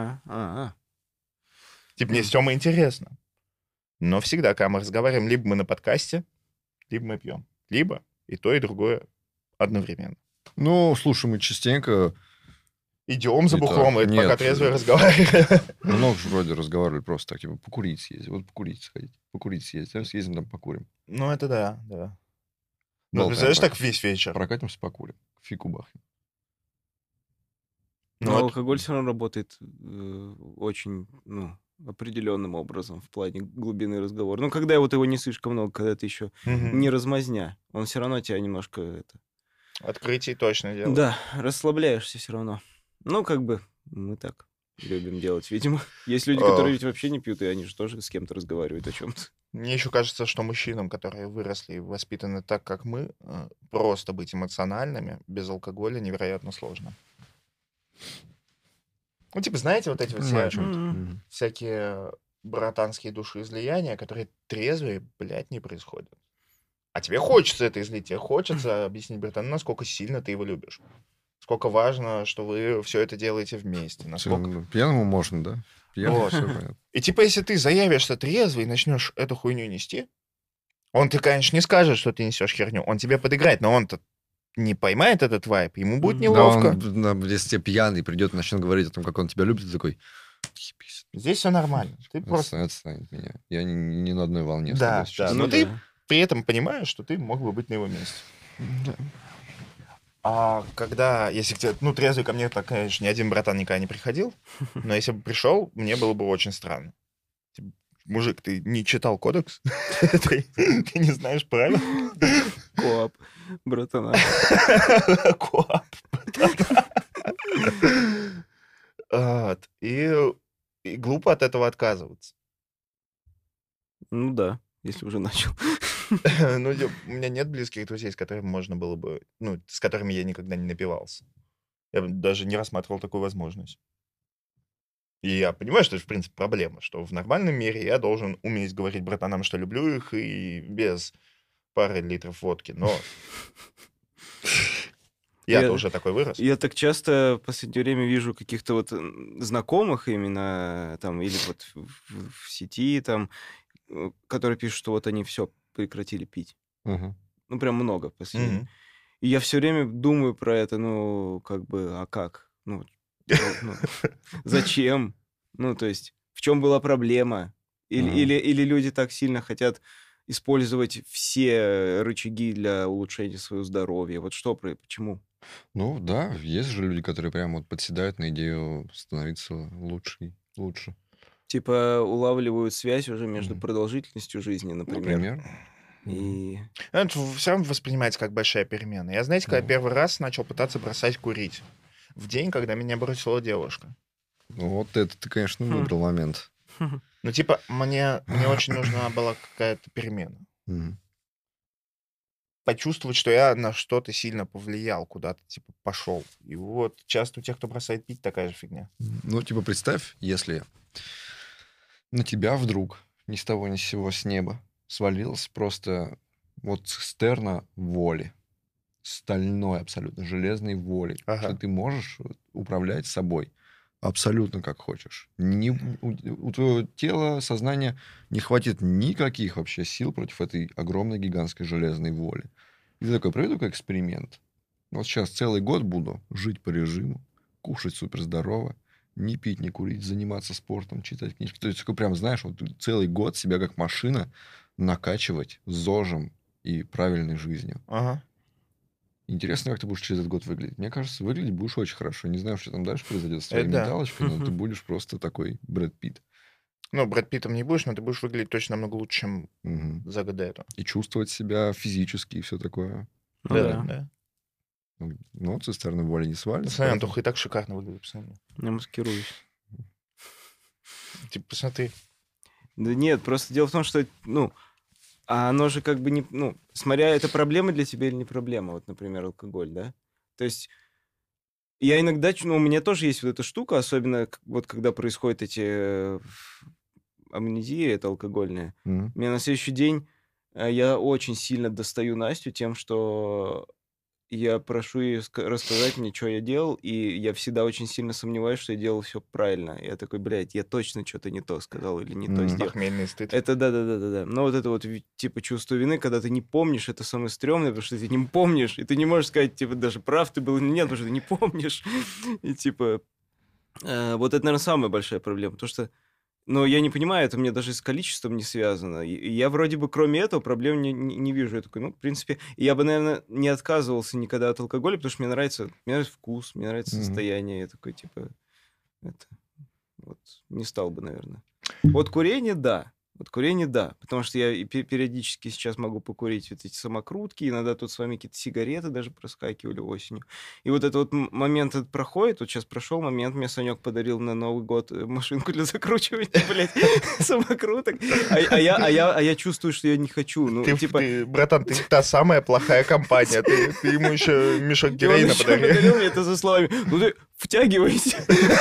Типа, мне с Тёмой интересно. Но всегда, когда мы разговариваем, либо мы на подкасте, либо мы пьем. Либо и то, и другое одновременно. Ну, слушай, мы частенько Идем за И бухлом, так, это пока нет. трезвые разговариваем. много же вроде разговаривали просто так, типа, покурить съездить. Вот покурить сходить. Покурить съездить. Съездим там покурим. Ну, это да, да. Ну, Болтаем представляешь, пока. так весь вечер. Прокатимся, покурим. Фигу бахнем. Ну, Но это- алкоголь все равно работает очень, определенным образом в плане глубины разговора. Ну, когда вот его не слишком много, когда ты еще Мгм. не размазня, он все равно тебя немножко это... Открытие точно дело. Да, расслабляешься все равно. Ну, как бы мы так любим делать, видимо. Есть люди, которые ведь вообще не пьют, и они же тоже с кем-то разговаривают о чем-то. Мне еще кажется, что мужчинам, которые выросли и воспитаны так, как мы, просто быть эмоциональными без алкоголя невероятно сложно. Ну, типа, знаете, вот эти вот Понимаю, о все чём ты. Мгм. Мгм. всякие братанские душеизлияния, которые трезвые, блядь, не происходят. А тебе хочется это излить, тебе хочется объяснить братану, насколько сильно ты его любишь. Сколько важно, что вы все это делаете вместе. Насколько... Ну, пьяному можно, да? Пьяному Вот. все понятно. И типа, если ты заявишься трезвый и начнешь эту хуйню нести, он тебе, конечно, не скажет, что ты несешь херню. Он тебе подыграет, но он-то не поймает этот вайп, ему будет Мгм. Да, неловко. он, если тебе пьяный придет и начнет говорить о том, как он тебя любит, ты такой, «Ебись, Здесь все нормально. Ты просто... отстань от меня. Я не на одной волне с Да, тобой сейчас». да. Ну Но ты да. при этом понимаешь, что ты мог бы быть на его месте. Да. А когда, если тебе, ну, трезвый ко мне, так, конечно, ни один братан никогда не приходил, но если бы пришел, мне было бы очень странно. Типа, мужик, ты не читал кодекс? Ты не знаешь правил? Коап, братана. Коап, братана. Вот. И глупо от этого отказываться. Ну да, если уже начал. Ну, у меня нет близких друзей, с которыми можно было бы, ну, с которыми я никогда не напивался. Я бы даже не рассматривал такую возможность. И я понимаю, что это, в принципе, проблема, что в нормальном мире я должен уметь говорить братанам, что люблю их, и без пары литров водки. Но я-то уже такой вырос. Я так часто в последнее время вижу каких-то вот знакомых именно там, или вот в сети там, которые пишут, что вот они все прекратили пить. Мгм. Ну, прям много в последнее. Мгм. И я все время думаю про это, ну, как бы, а как? Ну, зачем? Ну, то есть, в чем была проблема? Или люди так сильно хотят использовать все рычаги для улучшения своего здоровья? Вот что, почему? Ну да, есть же люди, которые прям вот подседают на идею становиться лучше. Типа улавливают связь уже между Мгм. продолжительностью жизни, например. Например. И Это все равно воспринимается как большая перемена. Я, знаете, когда Мгм. первый раз начал пытаться бросать курить, в день, когда меня бросила девушка. Ну, вот это ты, конечно, выбрал момент. Ну, типа, мне очень нужна была какая-то перемена. Мгм. Почувствовать, что я на что-то сильно повлиял, куда-то, типа, пошел. И вот часто у тех, кто бросает пить, такая же фигня. Ну, типа, представь, если на тебя вдруг ни с того ни с сего с неба свалилась просто вот цистерна воли. Стальной абсолютно, железной воли. Ага. Что ты можешь управлять собой абсолютно как хочешь. У твоего тела, сознания не хватит никаких вообще сил против этой огромной гигантской железной воли. И ты такой, проведу-ка эксперимент. Вот сейчас целый год буду жить по режиму, кушать супер здорово, не пить, не курить, заниматься спортом, читать книжки. То есть такой прям, знаешь, вот целый год себя как машина накачивать зожем и правильной жизнью. Ага. Интересно, как ты будешь через этот год выглядеть. Мне кажется, выглядеть будешь очень хорошо. Не знаю, что там дальше произойдет с твоей Это да. менталочкой, но ты будешь просто такой Брэд Питт. Ну, Брэд Питтом не будешь, но ты будешь выглядеть точно намного лучше, чем Мгм. за год до этого. И чувствовать себя физически и все такое. ну да, Да. Ну, цистерна воли не свалится. Посмотри, поэтому- Антоха и так шикарно выглядит, посмотри. я маскируюсь. Типа, посмотри. Да нет, просто дело в том, что, ну, а оно же как бы не, ну, смотря, это проблема для тебя или не проблема, вот, например, алкоголь, да? То есть я иногда, ну, у меня тоже есть вот эта штука, особенно вот когда происходят эти амнезии, это алкогольная. Мгм. У меня на следующий день я очень сильно достаю Настю тем, что я прошу ее рассказать мне, что я делал, и я всегда очень сильно сомневаюсь, что я делал все правильно. Я такой, блядь, я точно что-то не то сказал или не то Мгм. сделал. Похмельный стыд. Это да. Но вот это вот типа чувство вины, когда ты не помнишь, это самое стрёмное, потому что ты не помнишь, и ты не можешь сказать, типа, даже прав ты был или нет, потому что ты не помнишь. И типа, вот это, наверное, самая большая проблема, потому что, ну, я не понимаю, это мне даже с количеством не связано. И я вроде бы кроме этого проблем не вижу. Я такой, ну, в принципе, я бы, наверное, не отказывался никогда от алкоголя, потому что мне нравится вкус, мне нравится Мгм. состояние. Я такой, типа, это, вот, не стал бы, наверное. Вот курение, да. Потому что я и периодически сейчас могу покурить вот эти самокрутки, иногда тут с вами какие-то сигареты даже проскакивали осенью. И вот этот вот момент этот проходит, вот сейчас прошел момент, мне Санек подарил на Новый год машинку для закручивания, блядь, самокруток, а я чувствую, что я не хочу. Ну, типа... Братан, ты та самая плохая компания. Ты ему еще мешок И он героина еще подарил. подарил мне это со словами, ну ты втягивайся.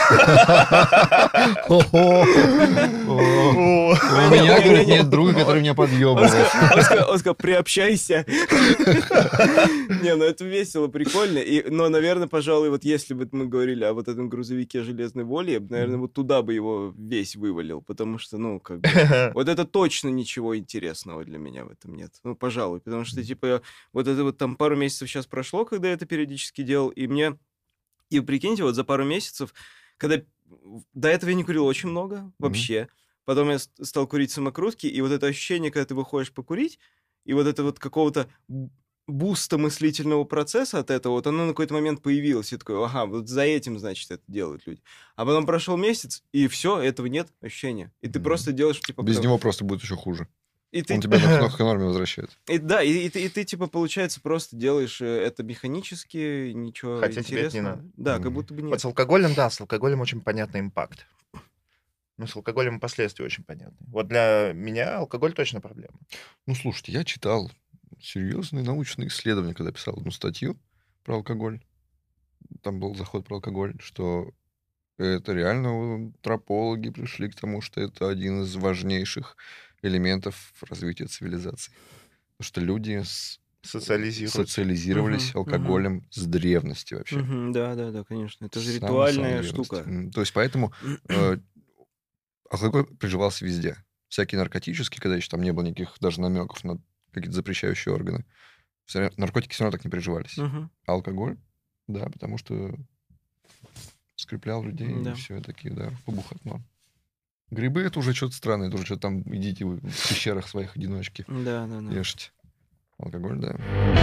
У меня, говорит, нет друга, который меня подъебывает. Он сказал, приобщайся. Не, ну это весело, прикольно. Но, наверное, пожалуй, вот если бы мы говорили о вот этом грузовике железной воли, я бы, наверное, вот туда бы его весь вывалил, потому что, ну, как бы, вот это точно ничего интересного для меня в этом нет. Ну, пожалуй, потому что, типа, вот это вот там пару месяцев сейчас прошло, когда я это периодически делал, и мне... И прикиньте, вот за пару месяцев, когда до этого я не курил очень много вообще, потом я стал курить самокрутки, и вот это ощущение, когда ты выходишь покурить, И вот это вот какого-то буста мыслительного процесса от этого, вот оно на какой-то момент появилось. И такой, ага, вот за этим, значит, это делают люди. А потом прошел месяц, и все, этого нет ощущения. И ты просто делаешь, типа... Без потому- него просто будет еще хуже. И ты... Он тебя к норме возвращает. Да, и ты, типа, получается, просто делаешь это механически, ничего Хотя тебе это не интересного. надо. Да, как будто бы Вот нет. с алкоголем, да, с алкоголем очень понятный импакт. Но с алкоголем последствия очень понятны. Вот для меня алкоголь точно проблема. Ну, слушайте, я читал серьезные научные исследования, когда писал одну статью про алкоголь. Там был заход про алкоголь, что это реально антропологи пришли к тому, что это один из важнейших элементов развития цивилизации. Потому что люди социализировались Мгм, алкоголем с древности вообще. Да, конечно. Это же С ритуальная самой штука. древности. То есть поэтому алкоголь приживался везде. Всякие наркотические, когда еще там не было никаких даже намеков на какие-то запрещающие органы. Наркотики все равно так не приживались. Мгм. А алкоголь, да, потому что скреплял людей, Да. и все такие, да, побухать норм. Грибы — это уже что-то странное, это уже что-то там идите вы в пещерах своих одиночки, Да. ешьте. Алкоголь, да.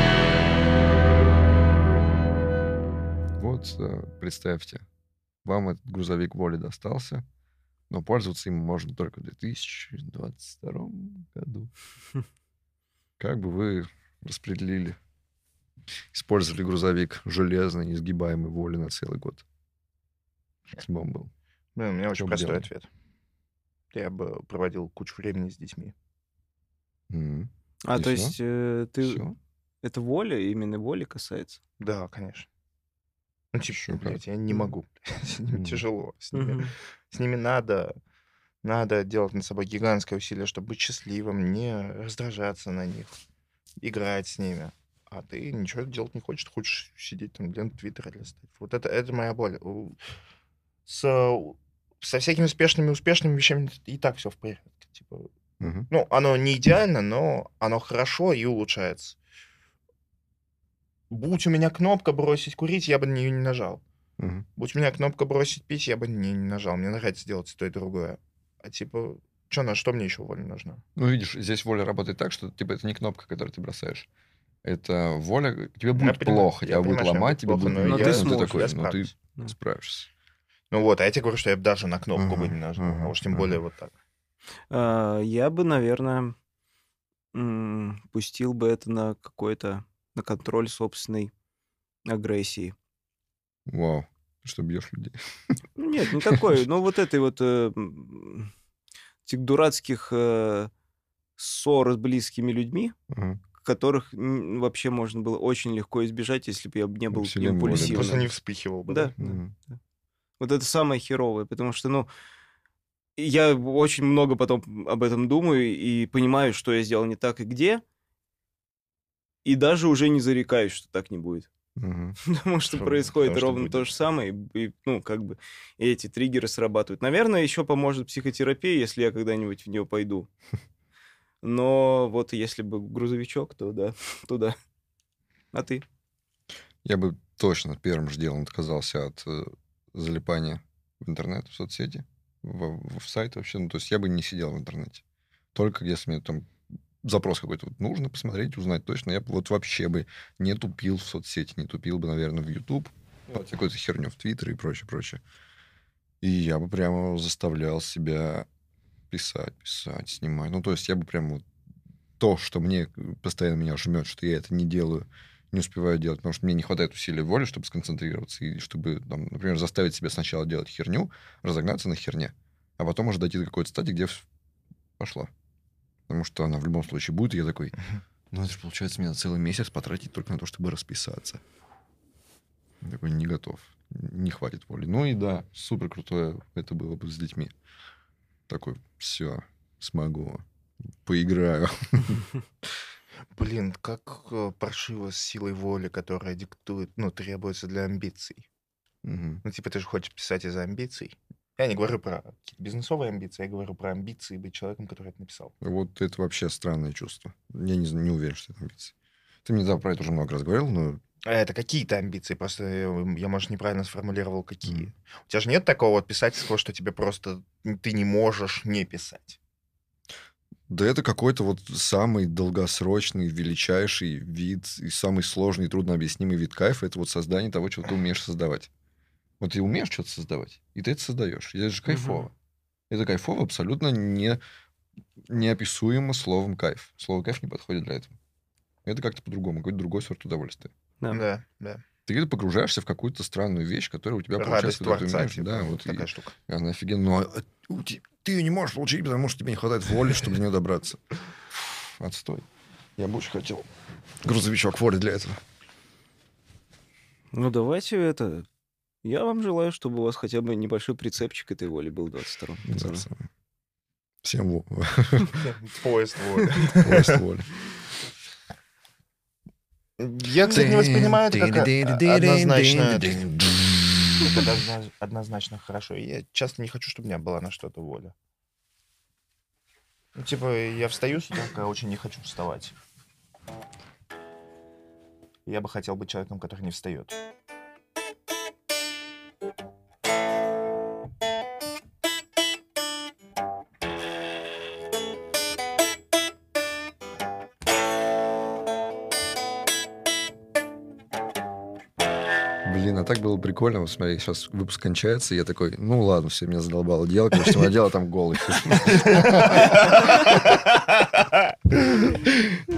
Вот, представьте, вам этот грузовик воли достался, но пользоваться им можно только в 2022 году. Как бы вы распределили, использовали грузовик железный, несгибаемый воли на целый год? Если бы он был. Блин, у меня очень Чё бы простой делали? ответ. Я бы проводил кучу времени с детьми. Мгм. А, И то всё? есть ты... Всё? Это воля, именно воли касается? Да, конечно. Ну, типа, Ещё как. блядь, я не могу. С ними Мгм. тяжело. С Мгм. ними надо делать над собой гигантское усилие, чтобы быть счастливым, не раздражаться на них, играть с ними. А ты ничего делать не хочешь, ты хочешь сидеть там, ленту Твиттера листать. Вот это моя боль. Со всякими успешными вещами и так все в порядке. Типа, Мгм. ну, оно не идеально, но оно хорошо и улучшается. Будь у меня кнопка бросить курить, я бы на нее не нажал. Мгм. Будь у меня кнопка бросить пить, я бы на нее не нажал. Мне нравится делать и то, и другое. А типа, на что мне еще воля нужна? Ну, видишь, здесь воля работает так, что типа это не кнопка, которую ты бросаешь. Это воля. Тебе Я будет понимаю, плохо, я тебя будет понимаю, что мне ломать, будет тебе плохо, будет но Но нудно, ты но ты сможешь, такой, я ну ты справлюсь. Да. справишься. Ну вот, а я тебе говорю, что я бы даже на кнопку бы не Мгм, нажал, а мгм, уж тем более мгм. вот так. Я бы, наверное, пустил бы это на на контроль собственной агрессии. Вау. Ты что, бьешь людей? Ну, нет, не такой, но вот этой вот этих дурацких ссор с близкими людьми, Ага. которых вообще можно было очень легко избежать, если бы я не был Усилием воли, да. Просто не импульсивным. вспыхивал бы, Да, да? да, Мгм. да. Вот это самое херовое, потому что, ну, я очень много потом об этом думаю и понимаю, что я сделал не так и где, и даже уже не зарекаюсь, что так не будет. Мгм. Потому что Что- происходит потому что ровно будет. то же самое, и, ну, как бы эти триггеры срабатывают. Наверное, еще поможет психотерапия, если я когда-нибудь в нее пойду. Но вот если бы грузовичок, то да, туда. А ты? Я бы точно первым же делом отказался от залипания в интернет, в соцсети, в сайт вообще. Ну, то есть я бы не сидел в интернете. Только если мне там запрос какой-то вот нужно посмотреть, узнать точно, я бы вот вообще бы не тупил в соцсети, не тупил бы, наверное, в YouTube, какую-то херню в Твиттер и прочее. И я бы прямо заставлял себя писать, снимать. Ну, то есть я бы прямо вот то, что мне постоянно меня жмет, что я это не делаю, не успеваю делать, потому что мне не хватает усилий воли, чтобы сконцентрироваться, и чтобы, там, например, заставить себя сначала делать херню, разогнаться на херне, а потом уже дойти до какой-то стадии, где пошло. Потому что она в любом случае будет, и я такой, ну, это же, получается, мне на целый месяц потратить только на то, чтобы расписаться. Я такой, не готов. Не хватит воли. Ну и да, супер крутое это было бы с детьми. Такой, все, смогу. Поиграю. Блин, как паршиво с силой воли, которая диктует, ну, требуется для амбиций. Мгм. Ну, типа, ты же хочешь писать из-за амбиций. Я не говорю про какие-то бизнесовые амбиции, я говорю про амбиции быть человеком, который это написал. Вот это вообще странное чувство. Я не уверен, что это амбиции. Ты мне, да, про это уже много раз говорил, но... А это какие-то амбиции, просто я, может, неправильно сформулировал, какие. Мгм. У тебя же нет такого вот писательского, что тебе просто ты не можешь не писать. Да это какой-то вот самый долгосрочный, величайший вид и самый сложный и труднообъяснимый вид кайфа. Это вот создание того, чего ты умеешь создавать. Вот ты умеешь что-то создавать, и ты это создаешь. И это же кайфово. Это кайфово абсолютно неописуемо словом кайф. Слово кайф не подходит для этого. Это как-то по-другому, какой-то другой сорт удовольствия. Да. Ты погружаешься в какую-то странную вещь, которая у тебя Радость получается, когда ты творца, умеешь. типа, Да, вот такая штука. и она офигенно. Но ты ее не можешь получить, потому что тебе не хватает воли, чтобы до нее добраться. Отстой. Я бы очень хотел грузовичок воли для этого. Ну, давайте это... Я вам желаю, чтобы у вас хотя бы небольшой прицепчик этой воли был в 22-м. Да, всем Поезд воли. поезд воли. Я, кстати, не воспринимаю это как однозначно хорошо. Я часто не хочу, чтобы у меня была на что-то воля. Ну, типа, я встаю с утра, когда очень не хочу вставать. Я бы хотел быть человеком, который не встает. Блин, а так было прикольно. Вот смотри, сейчас выпуск кончается, и я такой, ну ладно, все, меня задолбало дело, конечно, мое дело там голый.